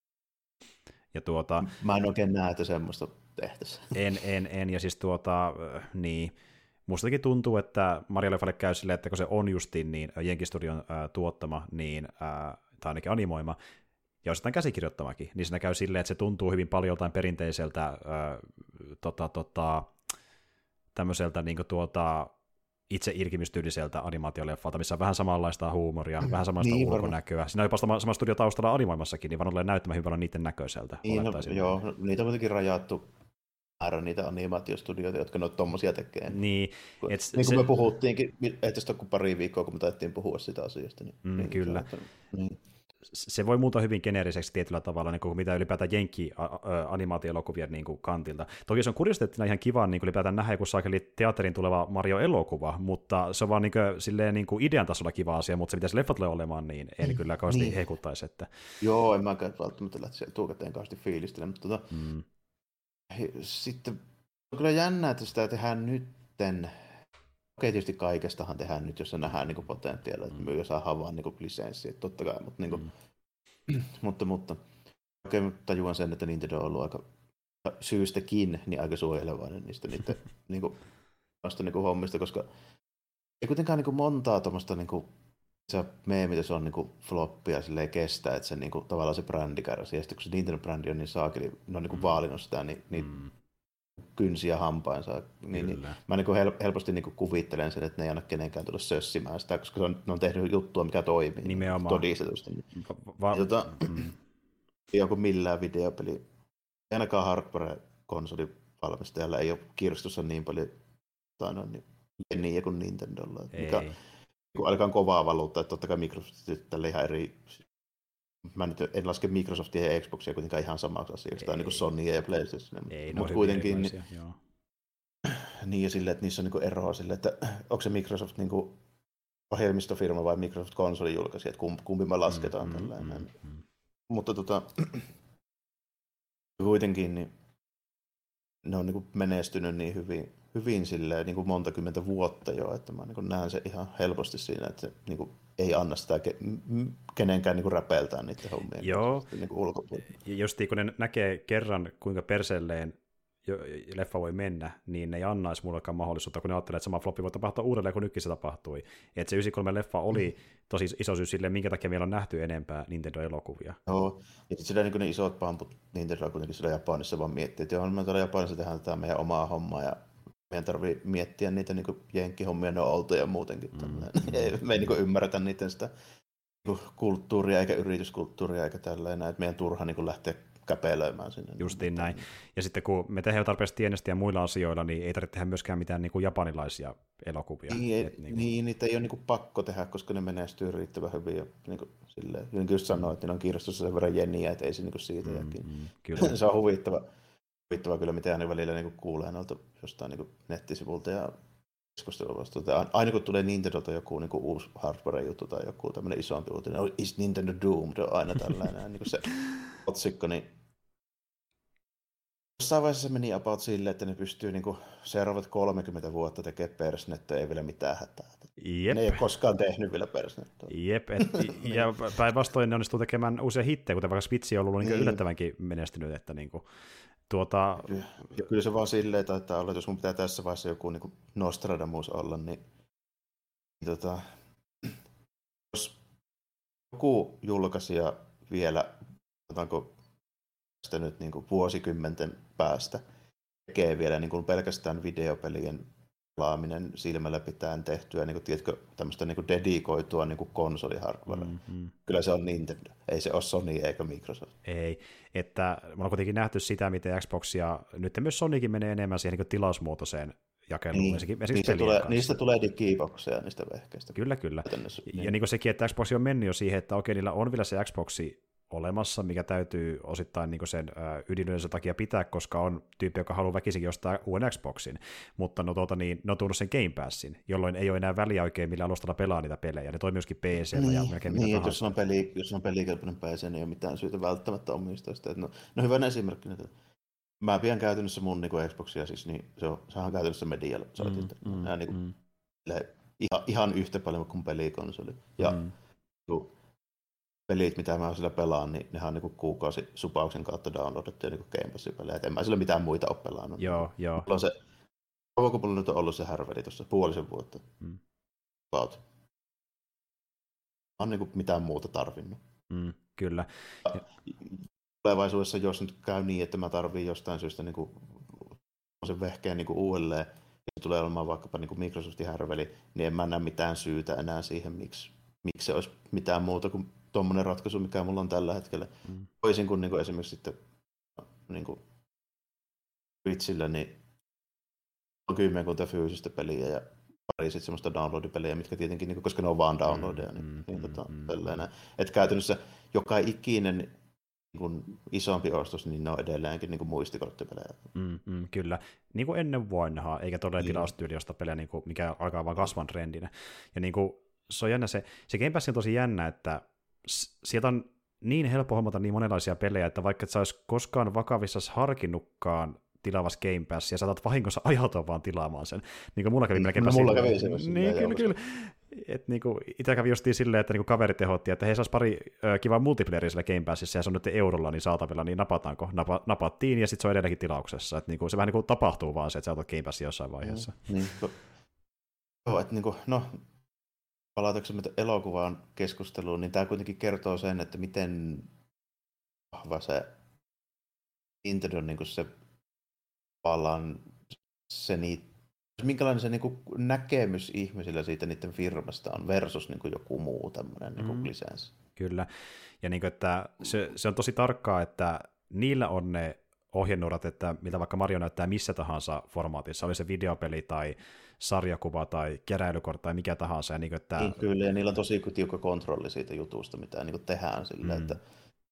Ja tuota, Mä en oikein näe, että semmoista tehtäisiin. En, en, en, ja siis tuota, niin... Mustakin tuntuu, että Mario-leffalle käy silleen, että kun se on justiin niin Jenkkistudion äh, tuottama, niin, äh, tai ainakin animoima, ja osittain käsikirjoittamakin, niin siinä käy silleen, että se tuntuu hyvin paljon jotain perinteiseltä äh, tota, tota, tämmöiseltä niin kuin tuota, itse irkimystyyliseltä animaatioleffalta, missä on vähän samanlaista huumoria, vähän samanlaista niin, ulkonäköä. Varma. Siinä on jopa sama, sama studio taustalla animoimassakin, niin vaan olleen näyttämään hyvin paljon niiden näköiseltä. Niin, no, joo, niitä on kuitenkin rajattu määrä niitä animaatiostudioita, jotka noita tommosia tekee. Niin, kun, et niin kuin se... me puhuttiinkin, että tästä on kuin pari viikkoa, kun me taidettiin puhua sitä asiasta. Niin, mm, niin, kyllä. Se, niin. se voi muuta hyvin geneeriseksi tietyllä tavalla, niin kuin mitä ylipäätään jenkki-animaatio-elokuvien niin kuin kantilta. Toki se on kuriositeettina ihan kiva niin kuin ylipäätään nähdä joku saakeli teatterin tuleva Mario-elokuva, mutta se on vaan niin kuin, silleen, niin kuin idean tasolla kiva asia, mutta se pitäisi leffat olemaan, niin en kyllä kauheasti niin. hekuttaisi. Että... Joo, en mäkään välttämättä lähtisi tuukateen kauheasti fiilistellä, mutta tota, mm. sitten on kyllä jännä, että sitä tehdään nytten. Okei, tietysti kaikestahan tehdään nyt, jos se nähdään niin potentiaalia, että myy ja saadaan vaan niin lisenssiä, totta kai, mutta, niin kuin, mm. mutta, mutta okei, tajuan sen, että Nintendo on ollut aika syystäkin niin aika suojelevainen niistä niiden niin kuin, niin kuin hommista, koska ei kuitenkaan niin kuin montaa tuommoista niin se meemi, se on niin kuin floppia silleen kestää, että se niin kuin, tavallaan se brändi kärsii, ja sitten kun se Nintendo-brändi on niin saakeli, ne on niin kuin vaalinut sitä, niin, niin mm. kynsiä hampainsa. Niin, niin, mä niin hel- helposti niin kuvittelen sen, että ne ei anna kenenkään tulla sössimään sitä, koska se on, ne on tehnyt juttua, mikä toimii. Nimenomaan. Todistetusti. Niin, va- va- niin, tota, mm. joku millään videopeli. Ei ainakaan hardware-konsolivalmistajalla ei ole kirstussa niin paljon no, niin, jeniä kuin Nintendolla. Mikä kun alkaa kovaa valuuttaa, että totta kai Microsoft tälle ihan eri. Mä nyt en laske Microsoftia ja Xboxia kuitenkaan ihan samaksi asiaksi, tai niin Sonya ja PlayStation. Mutta kuitenkin, niin, niin ja silleen, että niissä on niin eroa silleen, että onko se Microsoft niin kuin ohjelmistofirma vai Microsoft konsolijulkaisija, että kumpi me lasketaan mm, tällainen. Mm, mm, mm. Mutta tota, kuitenkin niin ne on niin kuin menestynyt niin hyvin, hyvin silleen, niin kuin monta kymmentä vuotta jo, että mä niin kuin näen se ihan helposti siinä, että se niin kuin ei anna sitä kenenkään niin kuin räpeiltää niiden hommien Joo. Niin kuin ulkopuolella. Ja just kun ne näkee kerran, kuinka perselleen leffa voi mennä, niin ne ei annaisi mullekaan mahdollisuutta, kun ne ajattelee, että sama floppi voi tapahtua uudelleen, kun nytkin se tapahtui. Että se yhdeksänkymmentäkolme-leffa oli tosi iso syy silleen, minkä takia meillä on nähty enempää Nintendo-elokuvia. Joo, ja sitten niin ne isot pamput Nintendo kuitenkin siellä Japanissa vaan miettii, että joo, me tuolla Japanissa tehdään tätä meidän omaa hommaa, ja meidän tarvii miettiä niitä niin jenkkihommia, ne on outoja muutenkin. Mm. Me ei niin ymmärretä niiden sitä kulttuuria eikä yrityskulttuuria eikä tällainen, että meidän turha niin lähteä käpelöimään sinne. Justiin näin. Ja sitten kun me tehdään jo tarpeeksi tienestä ja muilla asioilla, niin ei tarvitse tehdä myöskään mitään niin kuin japanilaisia elokuvia. Niin, Et, niin, kuin... niin, niitä ei ole niin kuin pakko tehdä, koska ne menestyy riittävän hyvin. Ja, niin kuin, silleen, niin kuin just sanoin, että ne on kirjastossa sen verran jeniä, että ei se niin kuin siitä mm, jäkin. Mm, kyllä. Se on huvittava, huvittava kyllä, mitä ne välillä niin kuin kuulee noilta jostain niin kuin nettisivulta ja keskusteluvasta. Aina kun tulee Nintendolta joku niin kuin uusi hardware-juttu tai joku tämmöinen isompi uutinen, no, is Nintendo doomed? On aina tällainen niin kuin se otsikko, niin jossain vaiheessa se meni about silleen, että ne pystyy niin kuin seuraavat kolmekymmentä vuotta tekemään persnettöä, ei vielä mitään hätää. Jep. Ne ei ole koskaan tehnyt vielä persnettöä. Jep, et, ja päinvastoin ne onnistuu tekemään uusia hittejä, kuten vaikka Switch on ollut niin. Niin yllättävänkin menestynyt, että niin kuin, tuota... Ja kyllä se vaan silleen taitaa olla, että jos mun pitää tässä vaiheessa joku niin kuin Nostradamus olla, niin, niin tota, jos joku julkaisija vielä, otanko sitä nyt niin kuin vuosikymmenten päästä, tekee vielä niin kuin pelkästään videopelien pelaaminen silmällä pitäen tehtyä, niin kuin, tiedätkö, tämmöistä niin kuin dedikoitua niin kuin konsolihardwarea. Mm-hmm. Kyllä se on Nintendo, ei se ole Sony eikä Microsoft. Ei, että me on kuitenkin nähty sitä, miten Xbox ja nyt myös Sonykin menee enemmän siihen niin tilausmuotoiseen jakeluun. Niin, niistä, tulee, niistä tulee digibokseja niistä vehkeistä. Kyllä, kyllä. Ja niin. Niin kuin sekin, että Xbox on mennyt jo siihen, että okei, niillä on vielä se Xboxi olemassa, mikä täytyy osittain niin sen ydinyydensä takia pitää, koska on tyyppi, joka haluaa väkisinkin ostaa uuden Xboxin, mutta no, tuota, niin, ne on tuonut sen Game Passin, jolloin ei ole enää väliä oikein, millä alustalla pelaa niitä pelejä. Ne toimii myöskin P C:llä niin, ja melkein mitä niin, tahansa. Jos on, peli, jos on pelikelpoinen P C, niin ei ole mitään syytä välttämättä omistaa sitä. No, no hyvänä esimerkkinä. Mä pidän käytännössä mun niin Xboxia, siis, niin se on, se on käytännössä medialla. Mm, mm, Nämä, niin kuin, mm. ihan, ihan yhtä paljon kuin pelikonsoli. Ja mm. pelit, mitä mä sillä pelaan, niin nehän on niin kuukausi supauksen kautta downloadattu ja niin Game Passin pelejä. En mä sillä mitään muita ole pelannut. Joo, joo. Mulla on se, koko nyt on ollut se härveli tuossa puolisen vuotta. Mm. About. Mä oon niin mitään muuta tarvinnut. Mm, kyllä. Ja tulevaisuudessa, jos nyt käy niin, että mä tarviin jostain syystä niin kuin, sen vehkeen niin kuin uudelleen, ja tulee olemaan vaikkapa niin kuin Microsoftin härveli, niin en mä näe mitään syytä enää siihen, miksi, miksi se olisi mitään muuta kuin tuommoinen ratkaisu, mikä mulla on tällä hetkellä. Mm. Toisin kuin, niin kuin esimerkiksi sitten niin kuin Switchillä, niin on kymmenkunta fyysistä peliä ja pari sitten semmoista downloadipelejä, mitkä tietenkin, niin kuin, koska ne on vaan downloadeja, niin, mm, niin mm, tota, mm, tällainen. Että käytännössä joka ikinen niin kuin isompi ostos, niin ne on edelleenkin niin kuin muistikorttipelejä. Mm, mm, kyllä. Niin kuin ennen vanhaa, eikä todella mm. tilaustyyliöstä pelejä, niin kuin, mikä alkaa vaan kasvan trendinä. Ja niin kuin, se on jännä, se, se Game Pass on tosi jännä, että sieltä on niin helppo hommata niin monenlaisia pelejä, että vaikka et sä olisi koskaan vakavissa harkinnutkaan tilaavassa Game Pass, ja saatat vahingossa ajautua vaan tilaamaan sen. Niin kuin mulla kävi melkein no, mulla kävi se. Niin, kyllä, kyllä. Et niinku, itse kävi justiin silleen, että niinku kaverit ehdotti, että he saisi pari ö, kivaa multiplayeria siellä Game Passissa, ja se on nyt eurolla niin saatavilla, niin napataanko? Napa, napattiin, ja sitten se on edelleenkin tilauksessa. Et niinku, se vähän niinku tapahtuu vaan se, että sä otat Game Passia jossain vaiheessa. Mm, niin, joo, että niinku, no, palataksemme elokuvaan keskusteluun, niin tämä kuitenkin kertoo sen, että miten vahva se Nintendo niin se tavallaan se niitä, minkälainen se niinku näkemys ihmisillä siitä niiden firmasta on versus niinku joku muu tämmöinen niinku Mm. lisenssi. Kyllä, ja niin kuin, että se, se on tosi tarkkaa, että niillä on ne ohjenuorat, että mitä vaikka Mario näyttää missä tahansa formaatissa, oli se videopeli tai sarjakuva tai keräilykortti tai mikä tahansa. Ja niin kuin, että... Niin, kyllä, ja niillä on tosi tiukka kontrolli siitä jutusta, mitä niin kuin tehdään sillä, mm. että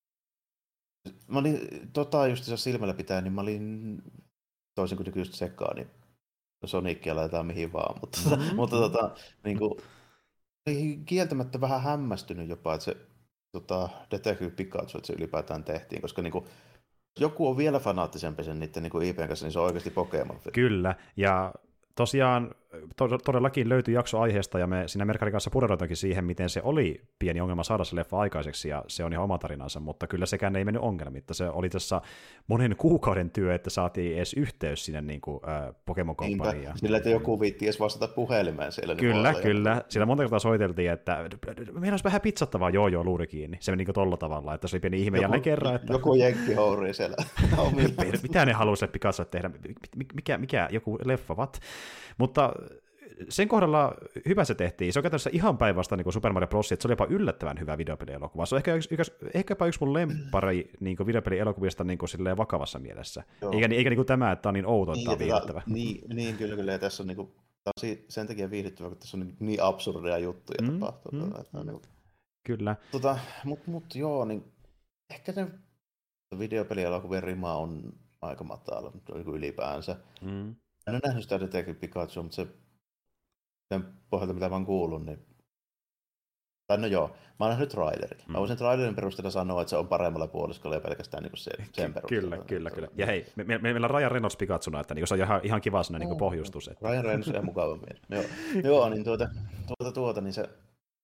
mä olin tota just silmällä pitää, niin mä olin toisin kuin just sekaan, niin Sonicia laitetaan mihin vaan, mutta, mm-hmm. mutta tota, niin kuin, kieltämättä vähän hämmästynyt jopa, että se tota, Detective Pikachu, että se ylipäätään tehtiin, koska niin kuin, joku on vielä fanaattisempi sen niiden niin I P:n kanssa, niin se on oikeasti Pokemon. Kyllä, ja tosiaan to- todellakin löytyi jakso aiheesta, ja me siinä Merkarin kanssa pureuduinkin siihen, miten se oli pieni ongelma saada se leffa aikaiseksi, ja se on ihan oma tarinansa, mutta kyllä sekään ei mennyt ongelmitta. Se oli tässä monen kuukauden työ, että saatiin edes yhteys sinne niin kuin, äh, Pokemon-komppaniin. Sillä, että joku viitti edes vastata puhelimeen siellä. Kyllä, niin kyllä. Siellä monta kertaa soiteltiin, että meillä olisi vähän pizzattavaa, joo joo, luuri kiinni. Se meni niin tolla tavalla, että se oli pieni ihme jälleen kerran. Että... Joku jenkkihouri siellä. Mitä ne halusivat Pikachu tehdä? Mikä, mikä joku leffa, what? Mutta sen kohdalla hyvä se tehtiin. Se on käytännössä ihan päinvastoin niin kuin Super Mario Bros. Että se oli jopa yllättävän hyvä videopelielokuva. Se on ehkä, yksi, ehkä jopa yksi mun lempari niin videopelielokuvista niin kuin vakavassa mielessä. Joo. Eikä, eikä niin kuin tämä, että on niin outo, että on viihdyttävä. Niin, niin, kyllä, kyllä. Ja tässä on, niin kuin, on sen takia viihdyttävä, kun tässä on niin, niin absurdeja juttuja mm, tapahtuu. Mm, että, mm. Niin kuin... Kyllä. Tota, Mutta mut, joo, niin ehkä se videopelielokuvien rima on aika matala niin ylipäänsä. Mm. En ole nähnyt sitä Detective Pikachu, mutta se sen pohjalta, mitä mä oon kuullut, niin... Tai no joo, mä oon nähnyt trailerit. Mä voisin trailerin perusteella sanoa, että se on paremmalla puoliskolla ja pelkästään niin sen, sen perusteella. Kyllä, kyllä, kyllä. Ja hei, me, me, meillä on Ryan Reynolds Pikachuna, että niin se on ihan, ihan kiva sellainen niin pohjustus. Että... Ryan Reynolds on ihan mukava mies. Joo, joo, niin tuota, tuota, tuota, niin se...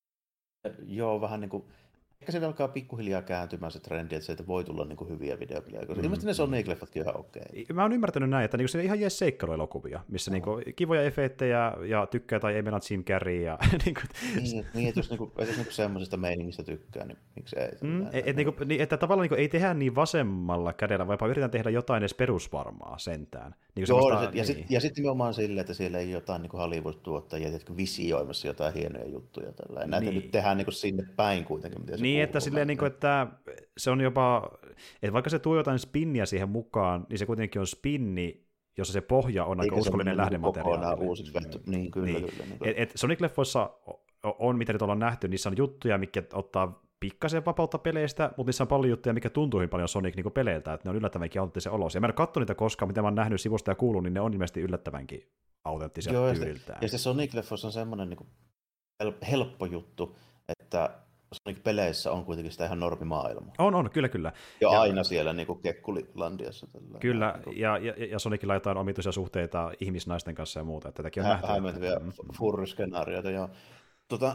Joo, vähän niin kuin... Ehkä se alkaa pikkuhiljaa kääntymään se trendi, että sieltä voi tulla niinku hyviä videopelejä, koska mm. ilmeisesti ne Sonic-leffatkin on ihan okei. Okay. Mä oon ymmärtänyt näin, että niinku se on ihan jees seikkailuelokuvia, missä oh. niinku kivoja efektejä ja tykkää tai ei mennä Jim Carrey. Ja, niinku... niin, niin, että jos, niinku, jos niinku semmoisesta meiningistä tykkää, niin miksi ei? Mm, et, et, niinku, niin, että tavallaan niinku, ei tehdä niin vasemmalla kädellä, vaan yritetään tehdä jotain edes perusvarmaa sentään. Niinku Joo, semmoista, ja, niin. sit, ja sitten nimenomaan silleen, että siellä ei jotain niinku Hollywood-tuottajia, jotka visioimassa jotain hienoja juttuja. Tällä. Näitä niin. Nyt tehdään niinku sinne päin kuitenkin. Miten se niin, että silleen, niinku, että se on jopa, että vaikka se tuo jotain spinniä siihen mukaan, niin se kuitenkin on spinni, jossa se pohja on aika uskollinen lähdemateriaali. Uusiksi vetty. Niin, kyllä, niin. kyllä. Niin. Et, et Sonic-leffoissa on, mitä nyt ollaan nähty, niissä on juttuja, mitkä ottaa pikkasen vapautta peleistä, mutta niissä on paljon juttuja, mikä tuntuu paljon Sonic-peleiltä, että ne on yllättävänkin autenttisen olosia. Mä en ole katsonut niitä koskaan, mitä mä oon nähnyt sivusta ja kuullut, niin ne on ilmeisesti yllättävänkin autenttisia Joo, tyyliltään. Ja se Sonic-leffoissa on semmoinen niin helppo juttu, että Sonic-peleissä on kuitenkin sitä ihan normimaailmaa. On, on, kyllä, kyllä. Ja, ja aina siellä niin kuin Kekkulilandiassa. Tällä, kyllä, niin kuin... ja, ja, ja Sonicilla jotain omituisia suhteita ihmisnaisten kanssa ja muuta, että tätäkin on Hä, nähty. Hämmentäviä mm. furry-skenaarioita, joo. Tota,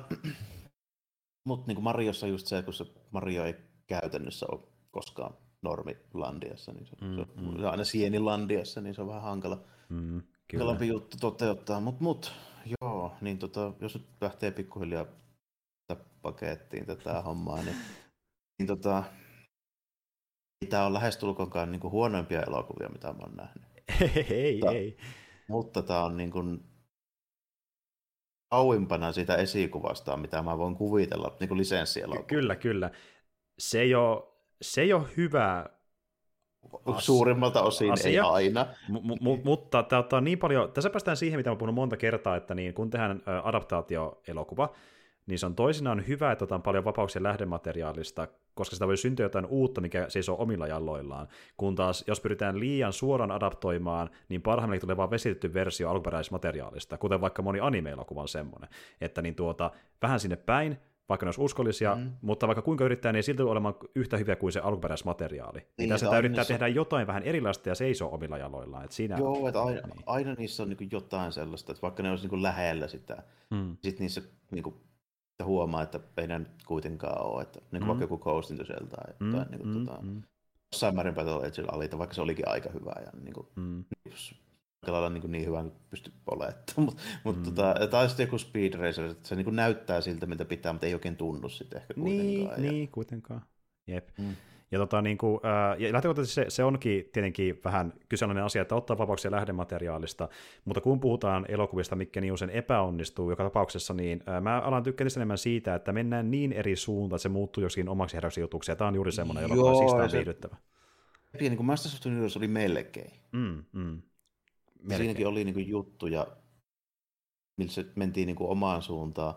mutta niin kuin Mariossa just se, kun se Mario ei käytännössä ole koskaan normilandiassa, niin se, mm, se, mm. se on aina sienilandiassa, niin se on vähän hankala. Mm, hankalampi juttu toteuttaa, mutta mut, joo, niin tota, jos nyt lähtee pikkuhiljaa pakettiin tätä hommaa, niin, niin tota, tämä on lähestulkoonkaan niin kuin huonoimpia elokuvia, mitä mä oon nähnyt. Ei, mutta, ei. Mutta tämä on niin kuin kauimpana siitä esikuvasta, mitä mä voin kuvitella niin kuin lisenssielokuva. Kyllä, kyllä. Se ei ole, se ei ole hyvä as- suurimmalta osin asia. Ei aina. M- m- mutta tämä ottaa niin paljon, tässä päästään siihen, mitä mä puhunut monta kertaa, että niin, kun tehdään adaptaatioelokuva, niin se on toisinaan hyvä, että otetaan paljon vapauksia lähdemateriaalista, koska sitä voi syntyä jotain uutta, mikä seisoo omilla jalloillaan. Kun taas, jos pyritään liian suoraan adaptoimaan, niin parhaimmillaan tulee vaan vesitetty versio alkuperäismateriaalista, kuten vaikka moni anime-elokuva on semmoinen. Että niin tuota, vähän sinne päin, vaikka ne olisi uskollisia, mm. mutta vaikka kuinka yrittää, niin ei silti ole olemaan yhtä hyviä kuin se alkuperäismateriaali. Niin, niin tässä yrittää niissä... tehdä jotain vähän erilaista ja seisoo omilla jaloillaan. Että siinä... Joo, että aina, niin. aina niissä on niin jotain sellaista, että vaikka ne olisi niin lähellä sitä, mm. sitten niissä niin kuin huomaa, että ei ne kuitenkaan ole, että niin kuin mm. vaikka joku Ghost in the Shell tai mm. jotain, niin kuin, mm. tota, mm. jossain määrin Battle Edgellä alita, vaikka se olikin aika hyvä ja niin kuin, mm. lailla niin, niin hyvä pysty olemaan. Mutta mut, mm. tota, tai sitten joku Speed Racer, että se niin kuin näyttää siltä, miltä pitää, mutta ei oikein tunnu sitten ehkä kuitenkaan. Niin, ja... niin kuitenkaan. Jep. Mm. Ja, tota, niin kuin, ää, ja lähtökohtaisesti se, se onkin tietenkin vähän kyseenalainen asia, että ottaa vapauksia lähdemateriaalista, mutta kun puhutaan elokuvista, mikä niin usein epäonnistuu joka tapauksessa, niin ää, mä alan tykkää enemmän siitä, että mennään niin eri suuntaan, että se muuttuu joskin omaksi herraksi jutuksi, ja tämä on juuri semmoinen elokuva, Joo, siksi tämä on se- viihdyttävä. Niin kuin Masters of the Universe oli melkein. Mm, mm. Siinäkin oli niin kuin juttuja, millä se mentiin niin kuin omaan suuntaan.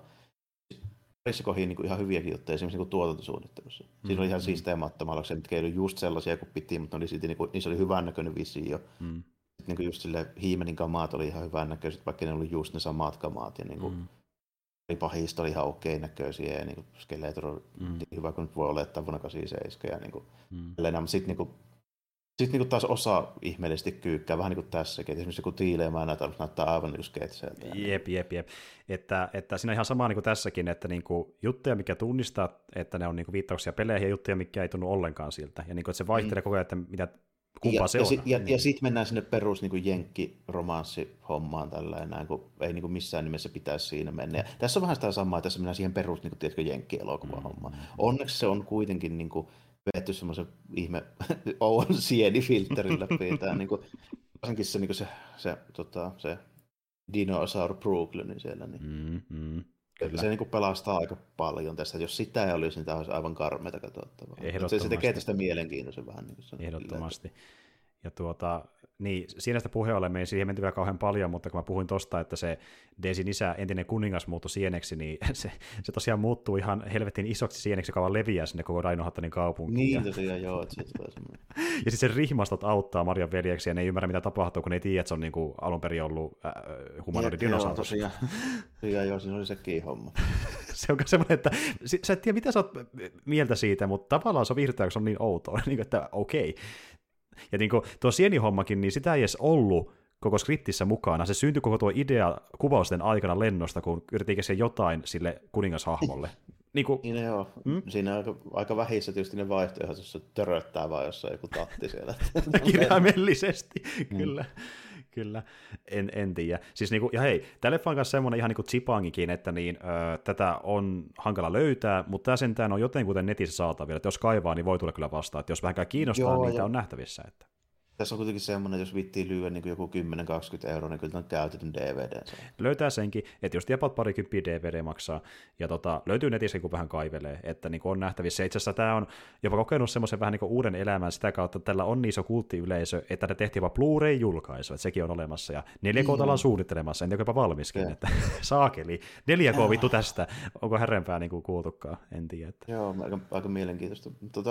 Parissa kohdin niin kuin ihan hyviäkin juttuja, esimerkiksi niin kuin tuotantosuunnittelussa. Siinä Mm, oli ihan mm. siistejä mattomalaksia, mitkä ei ollut just sellaisia kuin piti, mutta ne oli silti, niin kuin, niissä oli hyvän näköinen visio. Mm, Sitten niin kuin just silleen, He-Manin kamaat oli ihan hyvän näköiset, vaikka ne oli just ne samat kamaat. Ja niin kuin, mm, pahista oli ihan okei näköisiä ja niin kuin Skeletor oli mm, hyvä, kun nyt voi olettaa vuonna kahdeksankymmentäseitsemän. Ja niin kuin, mm. mutta sitten niin Sitten niinku taas osa ihmeellisesti kyykkää, vähän niin kuin tässäkin. Et esimerkiksi joku tiileämään näitä näyttää aivan niin sketseiltä. Jep, jep, jep. Että, että siinä on ihan sama niin kuin tässäkin, että niin kuin juttuja, mikä tunnistaa, että ne on niin kuin viittauksia peleihin, ja juttuja, mikä ei tunnu ollenkaan siltä. Ja niin kuin, että se vaihtelee mm. koko ajan, että mitä, kumpaa ja, se ja, on. Si- ja, ja sitten mennään sinne perus niin jenkki-romanssi-hommaan tällainen, näin, kun ei niin kuin missään nimessä pitäisi siinä mennä. Ja tässä on vähän sitä samaa, että tässä mennään siihen perus niin kuin, tiedätkö, jenkki-elokuva-hommaan. Mm. Onneksi se on kuitenkin niin kuin, vetty semmoisen ihme Owen sienifilterin läpi. Tämä, niin kuin, varsinkin se, niin kuin se, se, tota, se Dinosaur Brooklyn siellä. Niin. Mm, mm, se niin kuin pelastaa aika paljon tästä. Jos sitä ei olisi, niin tämä olisi aivan karmeita katsottavaa. Se, se tekee tästä mielenkiintoisen vähän. Niin kuin ehdottomasti. Ja tuota, niin, siinä sitä puheen ollen, me ei siihen menty vielä kauhean paljon, mutta kun mä puhuin tosta, että se Daisin isä, entinen kuningas, muuttui sieneksi, niin se, se tosiaan muuttuu ihan helvetin isoksi sieneksi, joka vaan leviää sinne koko Rhino-Hattanin kaupunkiin. Niin, tosiaan joo, että se tulee semmoinen. Ja sitten se rihmastot auttaa Marian veljeksi, ja ne ei ymmärrä, mitä tapahtuu, kun ne ei tiedä, että se on niin kuin alun perin ollut äh, humanoidi dinosaurus. Tosiaan, tosiaan joo, siinä oli sekin homma. Se on semmoinen, että sä et tiedä, mitä sä oot mieltä siitä, mutta tavallaan se on viihdyttävä, kun se on niin outoa, niin kuin, että okei. Okay. Ja niin kuin tuo sienihommakin, niin sitä ei edes ollut koko skriptissä mukana. Se syntyi koko tuo idea kuvausten aikana lennosta, kun yritettiin keksiä jotain sille kuningashahmolle. Niin, kuin, niin joo. Mm? Siinä on aika, aika vähissä tietysti ne vaihtoehdot, jos se töröttää vaan jossain joku tatti siellä. Kirjaimellisesti, kyllä. Mm. Kyllä, en, en tiedä. Siis niinku, ja hei, tämä leffa on myös semmoinen ihan niin kuin Zipangikin, että niin, ö, tätä on hankala löytää, mutta tämä sentään on jotenkuten netissä saatavilla, että jos kaivaa, niin voi tulla kyllä vastaan, että jos vähänkään kiinnostaa, joo, niin tämä on nähtävissä. Että. Tässä on kuitenkin semmoinen, jos vittiin lyödä niin joku kymmenen kaksikymmentä euroa, niin kyllä on käytetyn D V D. Löytää senkin, että jos tiedät parikymppiä D V D maksaa, ja tota, löytyy netissä, kun vähän kaivelee, että niin on nähtävissä. Itse asiassa tämä on jopa kokenut semmoisen vähän niin kuin uuden elämän sitä kautta, että tällä on niin iso kulttiyleisö, että tämä tehtiin jopa Blu-ray-julkaisu, että sekin on olemassa, ja neljä K ollaan suunnittelemassa, en tiedä jopa valmiskin, ja. Että saakeli, neljä K vittu tästä, onko härempää niin kuin kuultukaan, en tiedä. Että. Joo, aika, aika mielenkiintoista. Tota,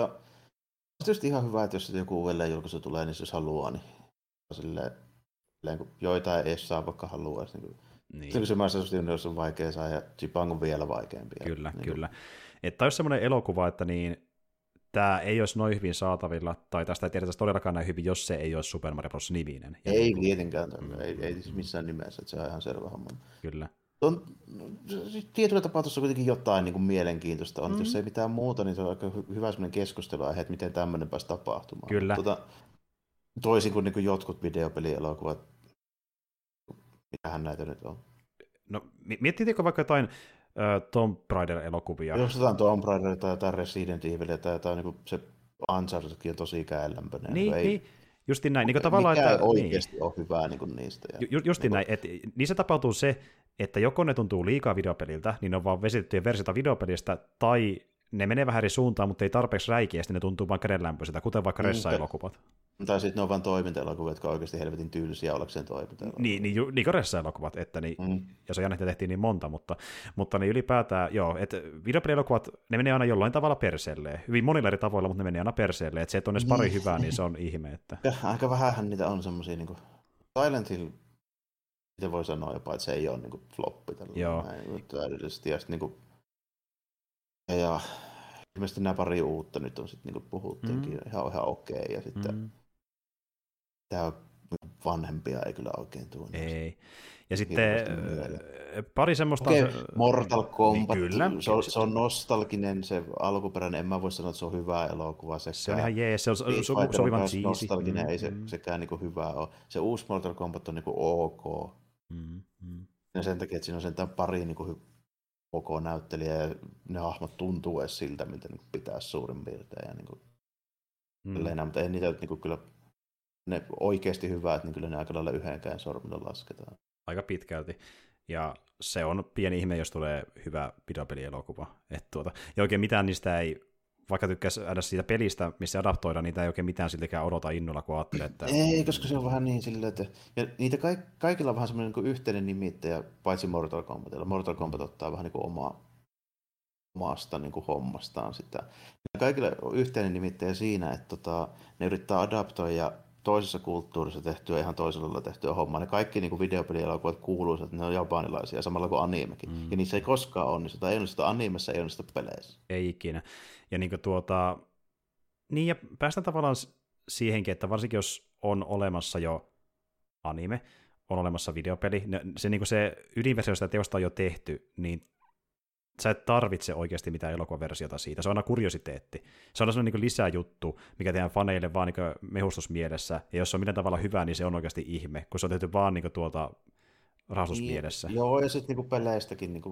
on tietysti ihan hyvä, että jos joku uudelleen julkaisu tulee, niin jos haluaa, niin silleen, silleen kun joitain ei saa, vaikka haluaisi. Niin, niin. Se, kun se Masters on vaikea saa, ja Zipang on vielä vaikeampi. Kyllä, niin, kyllä. Että olisi semmoinen elokuva, että niin, tämä ei olisi noin hyvin saatavilla, tai tästä ei tiedetä todellakaan näin hyvin, jos se ei olisi Super Mario Bros. Niminen. Ja ei niin, tietenkään, mm, ei, ei missään nimessä, että se on ihan selvä homma. Kyllä. On, tietyllä tapaa tuossa kuitenkin jotain niin kuin mielenkiintoista on, mm. jos ei mitään muuta, niin se on aika hyvä semmoinen keskusteluaihe, että miten tämmöinen pääsi tapahtumaan. Kyllä. Tota, toisin kuin, niin kuin jotkut videopelielokuvat, mitähän näitä nyt on? No, miettiinkö vaikka jotain äh, Tomb Raider-elokuvia? Jos jotain Tomb Raider tai jotain Resident Evil tai jotain, niin kuin se Unchartedkin on tosi käällämpöinen. Niin, ei, niin. Justiin näin. Niin tavallaan, mikä että, oikeasti niin. on hyvää niin kuin niistä. Ja, Ju, justiin niin näin, että niissä tapahtuu se, että joko ne tuntuu liikaa videopeliltä, niin ne on vaan vesitettyjä versioita videopelistä, tai ne menee vähän eri suuntaan, mutta ei tarpeeksi räikeästi, ne tuntuu vain kädenlämpöisiltä, kuten vaikka ressa-elokuvat. Tai sitten ne on vain toimintaelokuvia, jotka on oikeasti helvetin tyylisiä ollakseen toimintaelokuvia. Niin, niin, niin kuin ressa-elokuvat, että niin, mm. ja se on jännä, että tehtiin niin monta, mutta, mutta niin ylipäätään, joo, että videopelielokuvat, ne menee aina jollain tavalla perseelleen, hyvin monilla eri tavoilla, mutta ne menee aina perseelleen, että se, että on edes pari niin. hyvää, niin se on ihme. Että. Ja, aika vähänhän niitä on semmoisia, niin kuin Silent Hill, mitä voi sanoa jopa, että se ei ole niin kuin floppi tällainen täydellisesti, ja sitten niin kuin, ja ilmeisesti nämä pari uutta nyt on sitten, niin kuin puhuttiinkin, mm. ihan, ihan okei, okay, ja sitten mm. tämä on vanhempia, ei kyllä oikein tuo. Ei. Ja sitten pari semmoista... Okay, Mortal Kombat, niin kyllä. Se, on, se on nostalginen, se alkuperäinen, en mä voi sanoa, että se on hyvä elokuva. Sekä se on ihan jees, se on, se on sopivan cheesy. Nostalginen, mm, ei se, mm. sekään niinku hyvä ole. Se uusi Mortal Kombat on niinku ok. Mm, mm. Ja sen takia, että siinä on sentään pari niinku ok näyttelijää, ja ne hahmot tuntuu edes siltä, mitä niinku pitäisi suurin piirtein. Ja niinku mm. enää, mutta ei niitä niin kuin, kyllä ne oikeasti hyvää, että niin kyllä ne aika lailla yhdenkään sormilla lasketaan. Aika pitkälti. Ja se on pieni ihme, jos tulee hyvä videopelielokuva. Että tuota, ja oikein mitään niistä ei, vaikka tykkäisi aina siitä pelistä, missä adaptoidaan, niitä ei oikein mitään siltäkään odota innolla, kun ajattelee, että... Ei, koska se on vähän niin silleen, että... Ja niitä kaik- kaikilla on vähän semmoinen niin yhteinen nimittäjä, paitsi Mortal Kombatilla. Mortal Kombat ottaa vähän niin kuin omaa, omasta niin kuin hommastaan sitä. Ja kaikilla on yhteinen nimittäjä siinä, että tota, ne yrittää adaptoida toisessa kulttuurissa tehtyä ihan toisella lailla tehtyä hommaa. Ne kaikki niin kuin videopelielokuvat kuuluisivat, että ne on japanilaisia, samalla kuin animekin. Mm. Ja niissä ei koskaan onnistuta. Ei onnistuta animessa, ei onnistuta peleissä. Ei ikinä. Ja niin kuin tuota... Niin, ja päästään tavallaan siihenkin, että varsinkin jos on olemassa jo anime, on olemassa videopeli, se, niin kuin se ydinversio sitä teosta on jo tehty, niin sä et tarvitse oikeasti mitään elokuvaversiota siitä. Se on aina kuriositeetti. Se on aina sellainen niin lisäjuttu, mikä tehdään faneille vaan niin mehustusmielessä, ja jos se on millään tavalla hyvää, niin se on oikeasti ihme, kun se on tehty vaan niin tuolta rahastusmielessä. Niin, joo, ja sitten niin peleistäkin, niin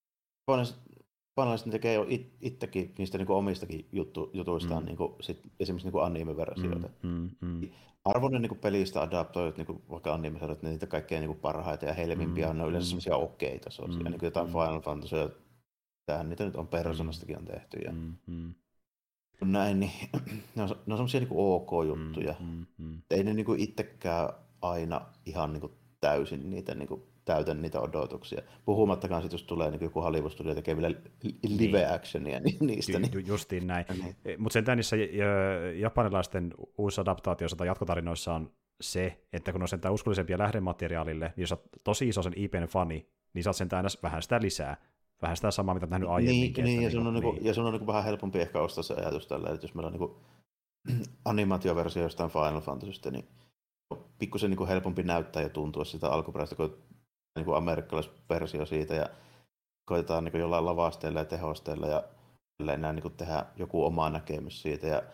fanalaiset tekee jo it, itsekin niistä niin omistakin juttu, jutuistaan mm. niin kuin, sit, esimerkiksi niin anime-versioita. Mm, mm, mm. Arvon ne niin pelistä adaptoijat, niin vaikka anime-versioita, niin niitä kaikkein niin parhaita ja helmimpiä mm, on ne yleensä mm. sellaisia okei-tasoisia, mm, niin kuin jotain mm. Final Fantasy. Tähän niitä nyt on Personastakin on tehty. Ja mm, mm. näin, niin ne on, ne on semmoisia niin ok-juttuja. Mm, mm, mm. Ei ne niin itsekään aina ihan niin täysin niitä, niin kuin, täytä niitä odotuksia. Puhumattakaan sitten, jos tulee niin joku Hollywood-studio tekee vielä live-actionia niin. niistä. Niin. Ju, justiin näin. Niin. Mutta sentään niissä japanilaisten uusissa adaptaatioissa tai jatkotarinoissa on se, että kun on sentään uskollisempia lähdemateriaalille, niin jos olet tosi iso sen I P:n fani, niin saat sentään vähän sitä lisää. Vähän sitä samaa, mitä olet nähnyt aiemminkin. Niin, niin, ja, sun on niin. Niinku, ja sun on niinku vähän helpompi ehkä ostaa se ajatus tällä, että jos meillä on niinku animaatioversio jostain Final Fantasystä, niin pikkusen niinku helpompi näyttää ja tuntua sitä alkuperäistä kuin niinku amerikkalaisversio siitä, ja koitetaan niinku jollain lavasteilla ja tehosteilla ja enää niinku tehdä joku oma näkemys siitä, ja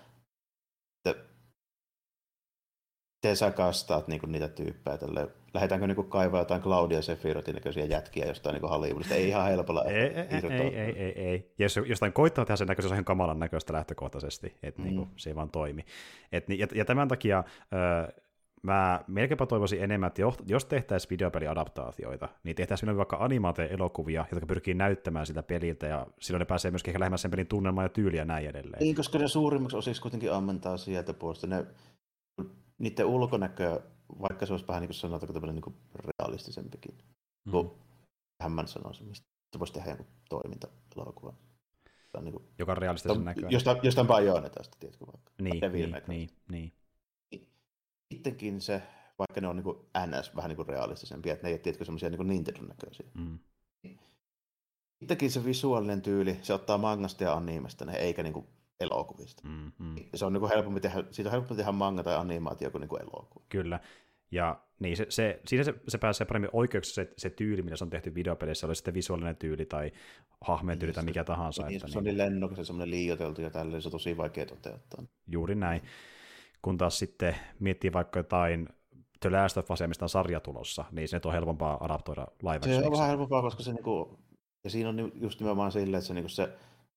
te sä kastaat niinku niitä tyyppejä tälleen. Lähdetäänkö niinku kaivaa jotain Claudia Sephirotin näköisiä jätkiä jostain niinku Hollywoodista? Ei ihan helpolla. ei, ei, ei, ei, ei, ei. Ja jos jostain koittaa tehdä sen näköisen, se on ihan kamalan näköistä lähtökohtaisesti, että mm. niinku, se ei vaan toimi. Et, ja, ja tämän takia äh, mä melkeinpä toivoisin enemmän, että jos tehtäisiin videopeliadaptaatioita, niin tehtäisiin vaikka animaatio-elokuvia, jotka pyrkii näyttämään sitä peliltä, ja silloin ne pääsee myöskin ehkä lähemmäs sen pelin tunnelmaa ja tyyliä ja näin edelleen. Niin, koska ne suurimmaksi osiksi kuitenkin ammentaa sieltä puolesta. Ne, niiden ulkonäköä, vaikka se olisi vähän niin kuin sanotaanko tämmöinen niin kuin realistisempikin, mm. kun hämmän sanoisin, mistä se voisi tehdä joku toiminta-elokuva. Niin kuin, joka on realistisen näköinen. Jostain, jostain Bayonetasta, tiedätkö vaikka. Niin, niin, niin, niin. Sittenkin se, vaikka ne on niin kuin N S vähän niin kuin realistisempia, että ne ei ole tiedätkö semmoisia niin kuin Nintendo-näköisiä. Mm. Sittenkin se visuaalinen tyyli, se ottaa mangasta ja animesta, ne, eikä niin kuin elokuvista. Mm, mm. Se on niin kuin helpompi tehdä, siitä on helpompi tehdä manga tai animaatio kuin, niin kuin elokuva. Kyllä. Ja niin se, se, siinä se, se pääsee paremmin oikeuksissa se, se tyyli, mitä se on tehty videopeleissä, oli sitten visuaalinen tyyli tai hahmeen tyyli niin, tai mikä tahansa. Niin, että se on niin lennokas ja semmoinen liioiteltu ja tälleen, se on tosi vaikea toteuttaa. Juuri näin. Kun taas sitten miettii vaikka jotain The Last of Usia, mistä on sarja tulossa, niin se on helpompaa adaptoida live. Se on vähän helpompaa, koska se niinku, ja siinä on just nimenomaan silleen, että se, niinku se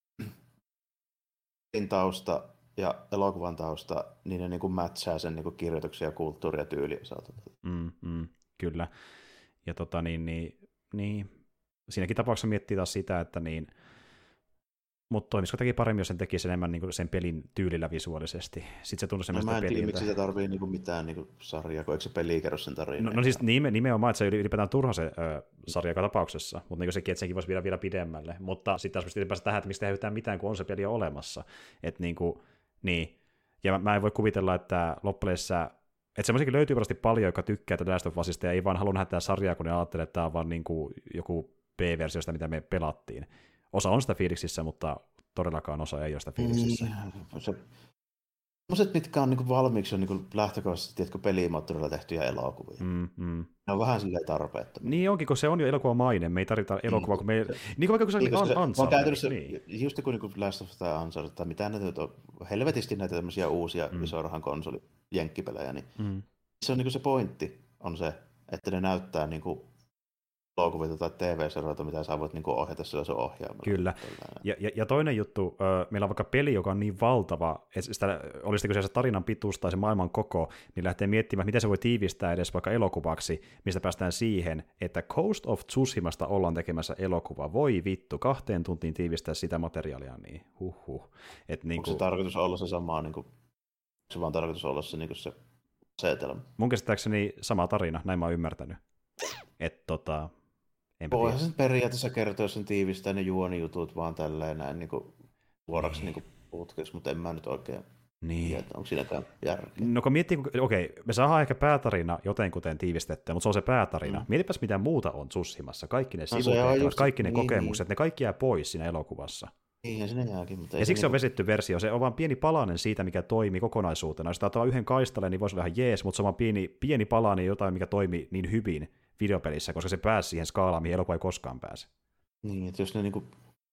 tausta ja elokuvan tausta, niin ne niinku matchaa sen niinku kirjoituksia, kulttuuria ja tyyliä osalta. Mm, mm, kyllä. Ja tota niin, niin, niin, siinäkin tapauksessa miettii taas sitä, että niin, mutta toimisiko teki paremmin, jos sen tekisi enemmän niin sen pelin tyylillä visuaalisesti. Sitten se tuntuu semmoista peliltä. Mä en tiedä, miksi sitä tarvii niin mitään niin sarjaa, kun eikö se peli kerro sen tarinaa. No, no siis nime, nimenomaan, että se ylipäätään turha se ö, sarja joka tapauksessa, mutta niin sekin, että senkin voisi viedä vielä pidemmälle. Mutta sitten taas ylipäänsä tähän, että miksi tehdään yhtään mitään, kun on se peli jo olemassa. Että niin kuin, niin. Ja mä, mä en voi kuvitella, että loppupeleissä, että semmoisiakin löytyy varmasti paljon, jotka tykkää tätä Last of Usista ja ei vaan halua nähdä tätä sarjaa, kun ne ajattelee, että tämä on vaan niin kuin joku B-versio sitä, mitä me pelattiin. Osa on sitä fiiliksissä, mutta todellakaan osa ei ole sitä fiiliksissä. Mm, se, sellaiset, mitkä on niin valmiiksi on niin lähtökohtaisesti tiedätkö, pelimoottorilla tehtyjä elokuvia. Mm, mm. Ne on vähän silleen tarpeettomia. Niin onkin, kun se on jo elokuvamainen. Me ei tarvita elokuvaa, kun me ei... Niin kuin vaikka kun se niin, on Ansar. Käytännössä, niin. Just kun niin Last of Us tai Ansar, tai mitään näitä on helvetisti näitä tämmöisiä uusia mm. isorahan konsoli jenkkipelejä, niin mm. se on niin se pointti on se, että ne näyttää niin kuin elokuvia tai T V-sarjoita, mitä sä voit niinku ohjata sillä sun ohjaamalla. Kyllä. Ja, ja, ja toinen juttu, äh, meillä on vaikka peli, joka on niin valtava, että sitä, oli sitten kyseessä tarinan pituus tai se maailman koko, niin lähtee miettimään, miten se voi tiivistää edes vaikka elokuvaksi, mistä päästään siihen, että Ghost of Tsushimasta ollaan tekemässä elokuva. Voi vittu, kahteen tuntiin tiivistää sitä materiaalia, niin huhhuh. Et niin Onko se tarkoitus olla se sama, niin kuin, se vaan tarkoitus olla se, niin kuin se asetelma? Mun käsittääkseni sama tarina, näin mä oon ymmärtänyt. Että tota... Voihan sen periaatteessa kertoa, jos sen tiivistää ne juonijutut vaan tälleen näin niin vuoraksi niin. niin putkeksi, mutta en mä nyt oikein niin. tiedä, onko siinäkään järkeä. No kun miettii, okei, me saadaan ehkä päätarina jotenkuten tiivistettyä, mutta se on se päätarina. Mm. Mietipäs mitä muuta on Tsushimassa, kaikki ne no, sivutehtävät, kaikki ne niin, kokemukset, niin. ne kaikki jää pois siinä elokuvassa. Niinhän sinne jääkin. Mutta ja siksi se on niinku... vesitty versio, se on vaan pieni palanen siitä, mikä toimii kokonaisuutena. Jos tämä on yhden kaistalle, niin voisi olla ihan jees, mutta se on vaan pieni, pieni palanen jotain, mikä toimii niin hyvin videopelissä, koska se pääsi siihen skaalaan, mihin elokuva ei koskaan pääse. Niin, että jos ne niinku...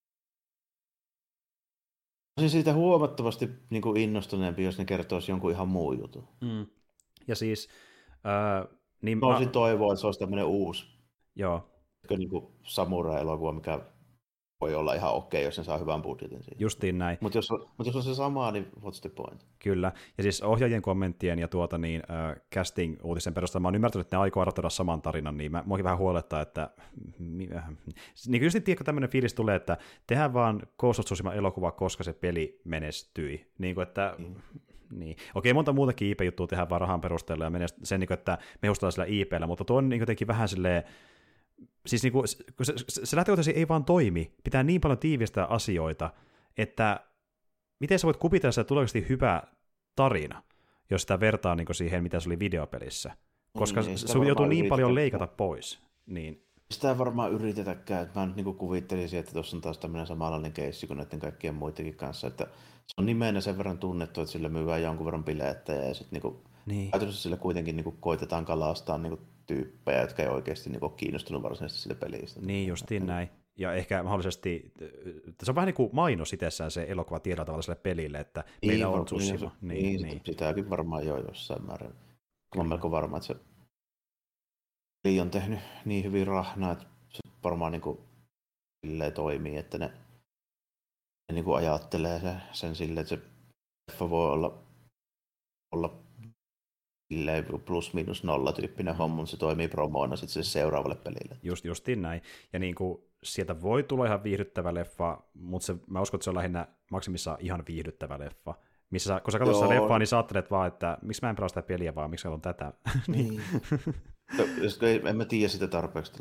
Olisin siitä huomattavasti niinku innostuneempi, jos ne kertoisi jonkun ihan muun jutun. Mm. Ja siis... Äh, niin mä olisin toivoa, että se olisi tämmöinen uusi joo. Niinku samurai-elokuva, mikä voi olla ihan okei, jos ne saa hyvän budjetin siihen. Justiin näin. Mutta jos, mut jos on se sama, niin what's the point? Kyllä. Ja siis ohjaajien kommenttien ja tuota niin, äh, casting-uutisen perusteella mä oon ymmärtänyt, että ne aikoo arvoida saman tarinan, niin mä, muakin vähän huolettaa, että niin just tiedätkö tämmöinen fiilis tulee, että tehdään vaan Ghost of Tsushima elokuva, koska se peli menestyi. Niin kuin, että... Mm. Niin. Okei, monta muutakin I P-juttua tehdään vaan rahan perusteella ja menee sen, niin kuin, että me hustellaan sillä I P:llä, mutta tuo on niin jotenkin vähän silleen, siis niin kuin, se, se, se lähtökohtaisesti ei vaan toimi, pitää niin paljon tiivistää asioita, että miten sä voit kuvitella sitä tulevaisesti hyvä tarina, jos sitä vertaa niin kuin siihen, mitä se oli videopelissä, koska niin, sun joutuu niin paljon leikata pois. Niin. Sitä varmaan yritetäkään, että mä nyt niin kuvittelisin, että tuossa on taas tämmöinen samanlainen keissi kuin näiden kaikkien muidenkin kanssa, että se on nimenä sen verran tunnettu, että sillä myyvään jonkun verran bilettejä ja sitten niin niin. Käytännössä sillä kuitenkin niin koitetaan kalastaa niin tyyppejä, jotka ei oikeasti niin ole kiinnostunut varsinaisesti sille pelistä. Niin justiin näin. Ja ehkä mahdollisesti, se on vähän niin kuin mainos itsessään se elokuva tietyllä tavalla sille pelille, että niin, meillä on Tsushima. Niin, niin, niin, sitäkin varmaan jo jossain määrin. Mä olen melko varma, että se peli on tehnyt niin hyvin rahnaa, että se varmaan niin kuin toimii, että ne, ne niin kuin ajattelee se, sen silleen, että se leffa voi olla, olla plus minus nolla tyyppinen homma, mutta se toimii promoina sitten seuraavalle pelille. Just, justiin näin. Ja niin kuin sieltä voi tulla ihan viihdyttävä leffa, mutta se, mä uskon, että se on lähinnä maksimissaan ihan viihdyttävä leffa. Missä sä, kun sä katsot sitä leffaa, niin sä ajattelet vaan, että miksi mä en pelaa sitä peliä, vaan miksi mä on tätä. Niin. En mä tiedä sitä tarpeeksi.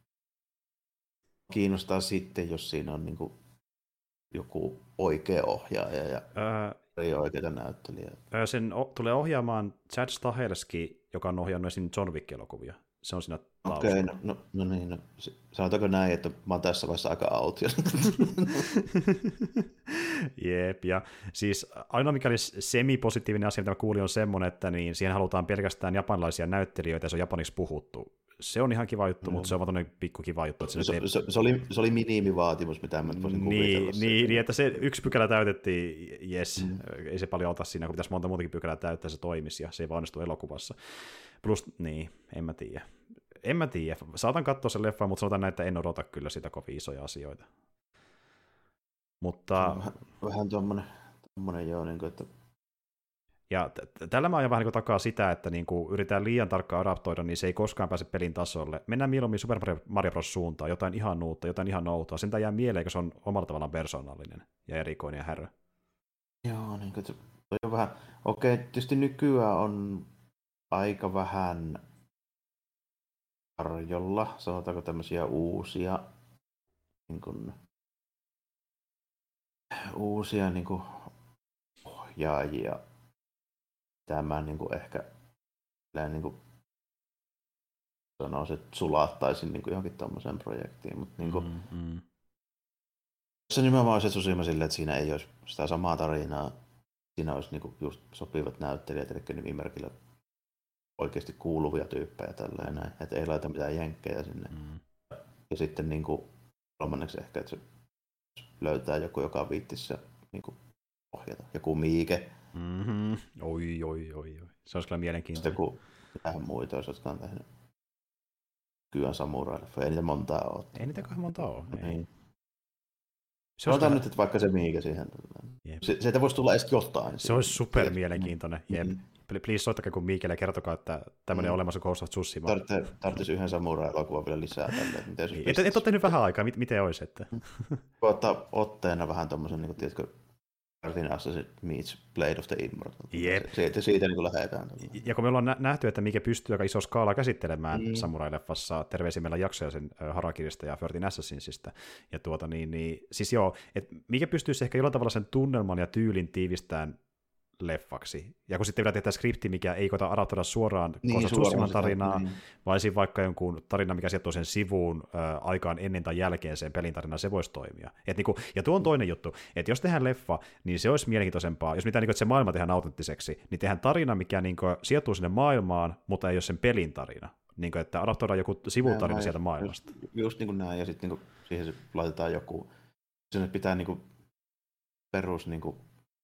Kiinnostaa sitten, jos siinä on niin kuin joku oikea ohjaaja ja ää... ei oikeita näyttelijää. Sen o- tulee ohjaamaan Chad Stahelski, joka on ohjannut esim. John Wick-elokuvia. Se on siinä taustalla. Okei, okay, no, no, no niin. No. Sanotaanko näin, että mä oon tässä vaiheessa aika autio. Jep, ja siis ainoa mikä olisi semi-positiivinen asia, mitä mä kuulin, on semmoinen, että niin siihen halutaan pelkästään japanilaisia näyttelijöitä, ja se on japaniksi puhuttu. Se on ihan kiva juttu, no. mutta se on vaan toinen pikku kiva juttu. Se, se, ei... se, se, oli, se oli minimivaatimus, mitä mä voisin niin, kuvitella. Niin, niin, että se yksi pykälä täytettiin, jes, mm. ei se paljon ota siinä, kun pitäisi monta muutakin pykälää täyttää, se toimisi, ja se ei vaan onnistu elokuvassa. Plus, niin, en mä tiedä. En mä tiedä. Saatan katsoa sen leffan, mutta sanotaan näin, että en odota kyllä sitä kovin isoja asioita. Mutta... Vähän, vähän tuommoinen, tuommoinen joo, niin kuin, että... Ja t- tällä mä ajan vähän niin takaa sitä, että niin kuin yritetään liian tarkkaan adaptoida, niin se ei koskaan pääse pelin tasolle. Mennään mieluummin Super Mario Bros. Suuntaan, jotain ihan uutta, jotain ihan outoa. Sen jää mieleen, kun se on omalla tavallaan persoonallinen ja erikoinen ja härö. Joo, niin kuin, se on vähän... Okei, tietysti nykyään on aika vähän tarjolla, sanotaanko tämmöisiä uusia, niin kuin, uusia niin kuin, ohjaajia. Tämä niin kuin ehkä niin kuin sanoisin, että sulattaisin niin kuin johonkin tommoseen projektiin, mutta niin kuin, mm-hmm. se nimenomaan olisi Tsushima silleen, että siinä ei olisi sitä samaa tarinaa, siinä olisi niin kuin just sopivat näyttelijät, eli nimimerkillä oikeasti kuuluvia tyyppejä tälleen näin, että ei laita mitään jenkkejä sinne. Mm. Ja sitten niin kuin kolmanneksi ehkä, että se löytää joku, joka viittisi se niin kuin ohjata, joku Miike. Mm-hmm. Oi, oi, oi, oi. Se olisi kyllä mielenkiintoista. Sitten kun vähän muita olisi, jotka on tehnyt Kyön samurai-leffa. Ei niitä montaa ole. Ei niitä kai monta ole. Ei. Niin. Se Otan olisi, nyt, että vaikka se mihinkä siihen. Jep. Se, sieltä voisi tulla edes jotain. se olisi super mielenkiintoinen. Jep. Mm. Please soittakaa kun Miikelle ja kertokaa, että tämmöinen Mm. on olemassa Ghost of Tsushima. Tarvitsisi yhden samurai-elokuvan vielä lisää tälle. Miten Et, et, et ole tehnyt vähän aikaa, miten olisi? Että... Voi ottaa otteena vähän tommosen, niin kuin, tiedätkö, Martin Assassin meets Blade of the Immortal. Jep. Siitä, siitä niin kuin lähdetään. Ja kun me ollaan nähty, että Miike pystyy aika iso skaala käsittelemään Mm. samurai-leffassa, terveisiä meillä jaksoja sen äh, Harakirista ja Thirteen Assassinsista. Ja tuota niin, niin siis joo, että Miike pystyisi ehkä jollain tavalla sen tunnelman ja tyylin tiivistämään leffaksi. Ja kun sitten vielä tehdään skripti, mikä ei koeta adaptoida suoraan Niin, Ghost of suoraan Tsushiman sitä, tarinaa, niin. vai siinä vaikka jonkun tarina, mikä sijoittuu sen sivuun äh, aikaan ennen tai jälkeen sen pelin tarinaan, se voisi toimia. Et niinku, ja tuo on toinen juttu, että jos tehdään leffa, niin se olisi mielenkiintoisempaa. Jos mitään, niinku, että se maailma tehdään autenttiseksi, niin tehdään tarina, mikä niinku, sijoittuu sinne maailmaan, mutta ei ole sen pelin tarina. Niinku, että adaptoidaan joku sivutarina Näin, sieltä maailmasta. Just, just niin kuin näin, ja sitten niin siihen se laitetaan joku, sinne pitää niin kuin perus niin kuin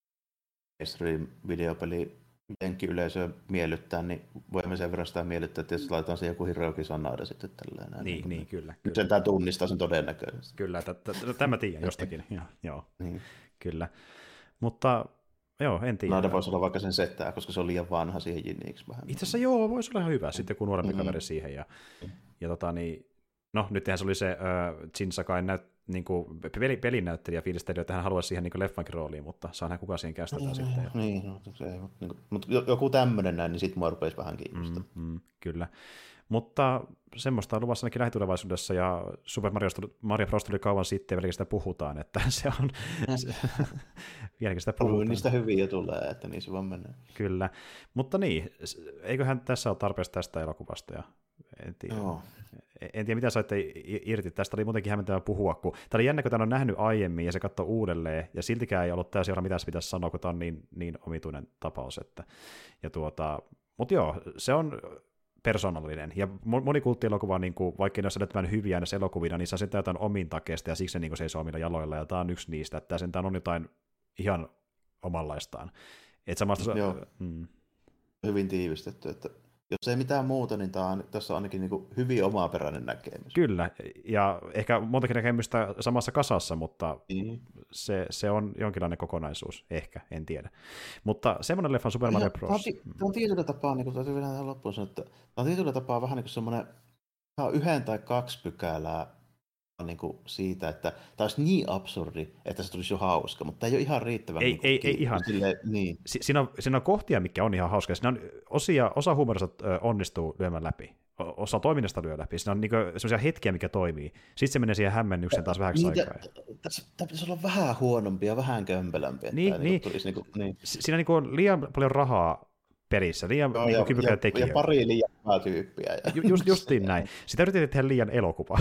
videopeli jenkkiyleisöä miellyttää, niin voimme sen verran sitä miellyttää, että jos laitetaan se joku Hiroki Sanada sitten tälleen. Näin, Niin, niin, niin kyllä. Nyt sen tämä tunnistaa sen todennäköisesti. Kyllä, tämä tiedän jostakin. Joo, joo, Niin. kyllä. Mutta joo, en tiedä. Nada voisi olla vaikka sen settää, koska se on liian vanha siihen jinniksi vähän. Itse asiassa joo, voisi olla ihan hyvä sitten, kun nuorempi Mm-hmm. kaveri siihen. Ja, ja tota niin, no nythän se oli se äh, Jin Sakai näyt, niin kuin peli, pelinäyttelijä fiilisteli, että hän haluaisi siihen niin leffankin rooliin, mutta saa nähdä kuka siihen kästetään Mm, sitten. Ja... Niin, no, se ei, mutta, niin kuin, mutta joku tämmöinen näin, niin sitten mua rupeisi vähän kiinnostaa. Mm, mm, kyllä. Mutta semmoista on luvassa ainakin lähitulevaisuudessa, ja Super Mario, Mario Bros. Tuli kauan sitten, ja sitä puhutaan, että se on... se, vieläkin sitä puhutaan. Niistä hyviä tulee, että niin se vaan menee. Kyllä, mutta niin, eiköhän tässä ole tarpeeksi tästä elokuvasta, ja en tiedä. Joo. En tiedä, mitä saitte irti. Tästä oli muutenkin hämmentävää puhua, kun tämä oli jännä, kun tämän on nähnyt aiemmin, ja se katsoi uudelleen, ja siltikään ei ollut täysin seura, mitä se pitäisi sanoa, kun tämä on niin, niin omituinen tapaus. Että, ja tuota, mutta joo, se on persoonallinen, ja monikulttielokuva, niin kuin, vaikka ne ole tämän hyviä näissä elokuvina, niin se on sitten jotain omin takeista, ja siksi se niin seisoo omilla jaloilla, ja tämä on yksi niistä, että tämä on jotain ihan omanlaistaan. Et samasta... Joo. Mm. Hyvin tiivistetty, että jos ei mitään muuta, niin tämä on, tässä on ainakin niin kuin hyvin omaperäinen näkemys. Kyllä, ja ehkä montakin näkemystä samassa kasassa, mutta Mm. se, se on jonkinlainen kokonaisuus, ehkä, en tiedä. Mutta semmoinen leffa on Super Mario Bros. Tämä on, tämä on tietyllä tapaa, niin kuin täytyy vielä tähän loppuun sanoa, että tämä on tietyllä tapaa vähän niin kuin semmoinen ihan yhden tai kaksi pykälää niin kuin siitä, että tämä olisi niin absurdi, että se tulisi jo hauska, mutta tämä ei ole ihan riittävän. Ei, niin kuin ei, kiinni. ei ihan. Silleen, niin. Si- siinä, on, siinä on kohtia, mikä on ihan hauska. Siinä on osia, osa huumorista onnistuu lyömään läpi. Osa toiminnasta lyö läpi. Siinä on niinku sellaisia hetkiä, mikä toimii. Sitten se menee siihen hämmennykseen taas vähäksi Niitä, aikaa. tässä, tämä pitäisi olla vähän huonompia, vähän kömpelämpiä. Niin, tämä, niin. Tulisi, niin, kuin, niin. Siinä niinku on liian paljon rahaa perissä, liian Joo, niinku ja, kyvykkää ja, tekijää. ja pari liian hyvää tyyppiä. Ja. Ju, just, justiin näin. Sitä yritettiin tehdä liian elokuva.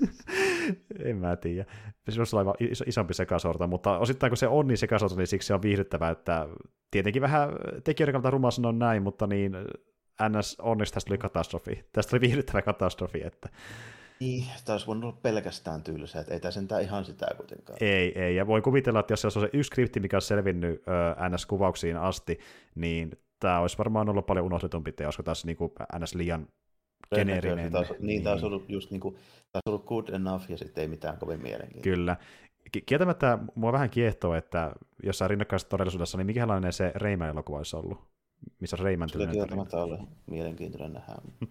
En mä tiedä. Se on aivan iso, isompi sekasorta, mutta osittain kun se on niin sekasorta, niin siksi se on viihdyttävää, että tietenkin vähän tekijöiden kannalta rumaa sanoa näin, mutta niin N S onneksi tästä tuli katastrofi. Tästä oli viihdyttävä katastrofi, että... Niin, tämä olisi voinut olla pelkästään tylsä, että ei tämä sentään ihan sitä kuitenkaan. Ei, ei, ja voin kuvitella, että jos se on se yksi skripti, mikä on selvinnyt ö, N S-kuvauksiin asti, niin tämä olisi varmaan ollut paljon unohdetumpi teos, kun taas niin kuin N S liian geneerinen. Taas, niin, niin, tämä olisi ollut just niin kuin, tämä olisi ollut good enough, ja sitten ei mitään kovin mielenkiintoista. Kyllä. Kieltämättä mua vähän kiehtoo, että jossain rinnakkaisessa todellisuudessa, niin mikälainen se Rayman-elokuva olisi ollut? Missä Rayman Kyllä kieltämättä ole mielenkiintoinen nähdä.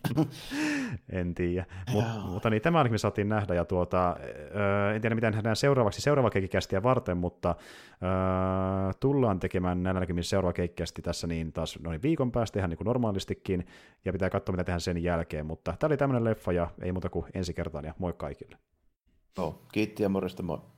En tiedä. Mut, mutta niin, tämä ainakin me saatiin nähdä, ja tuota, en tiedä mitä nähdään seuraavaksi seuraava keikkikästiä varten, mutta äh, tullaan tekemään näilläkin seuraava keikkikästi tässä niin taas noin viikon päästä ihan niin kuin normaalistikin, ja pitää katsoa mitä tehdään sen jälkeen, mutta tämä oli tämmöinen leffa, ja ei muuta kuin ensi kertaan, ja moi kaikille. Joo, kiitti ja morjesta moi.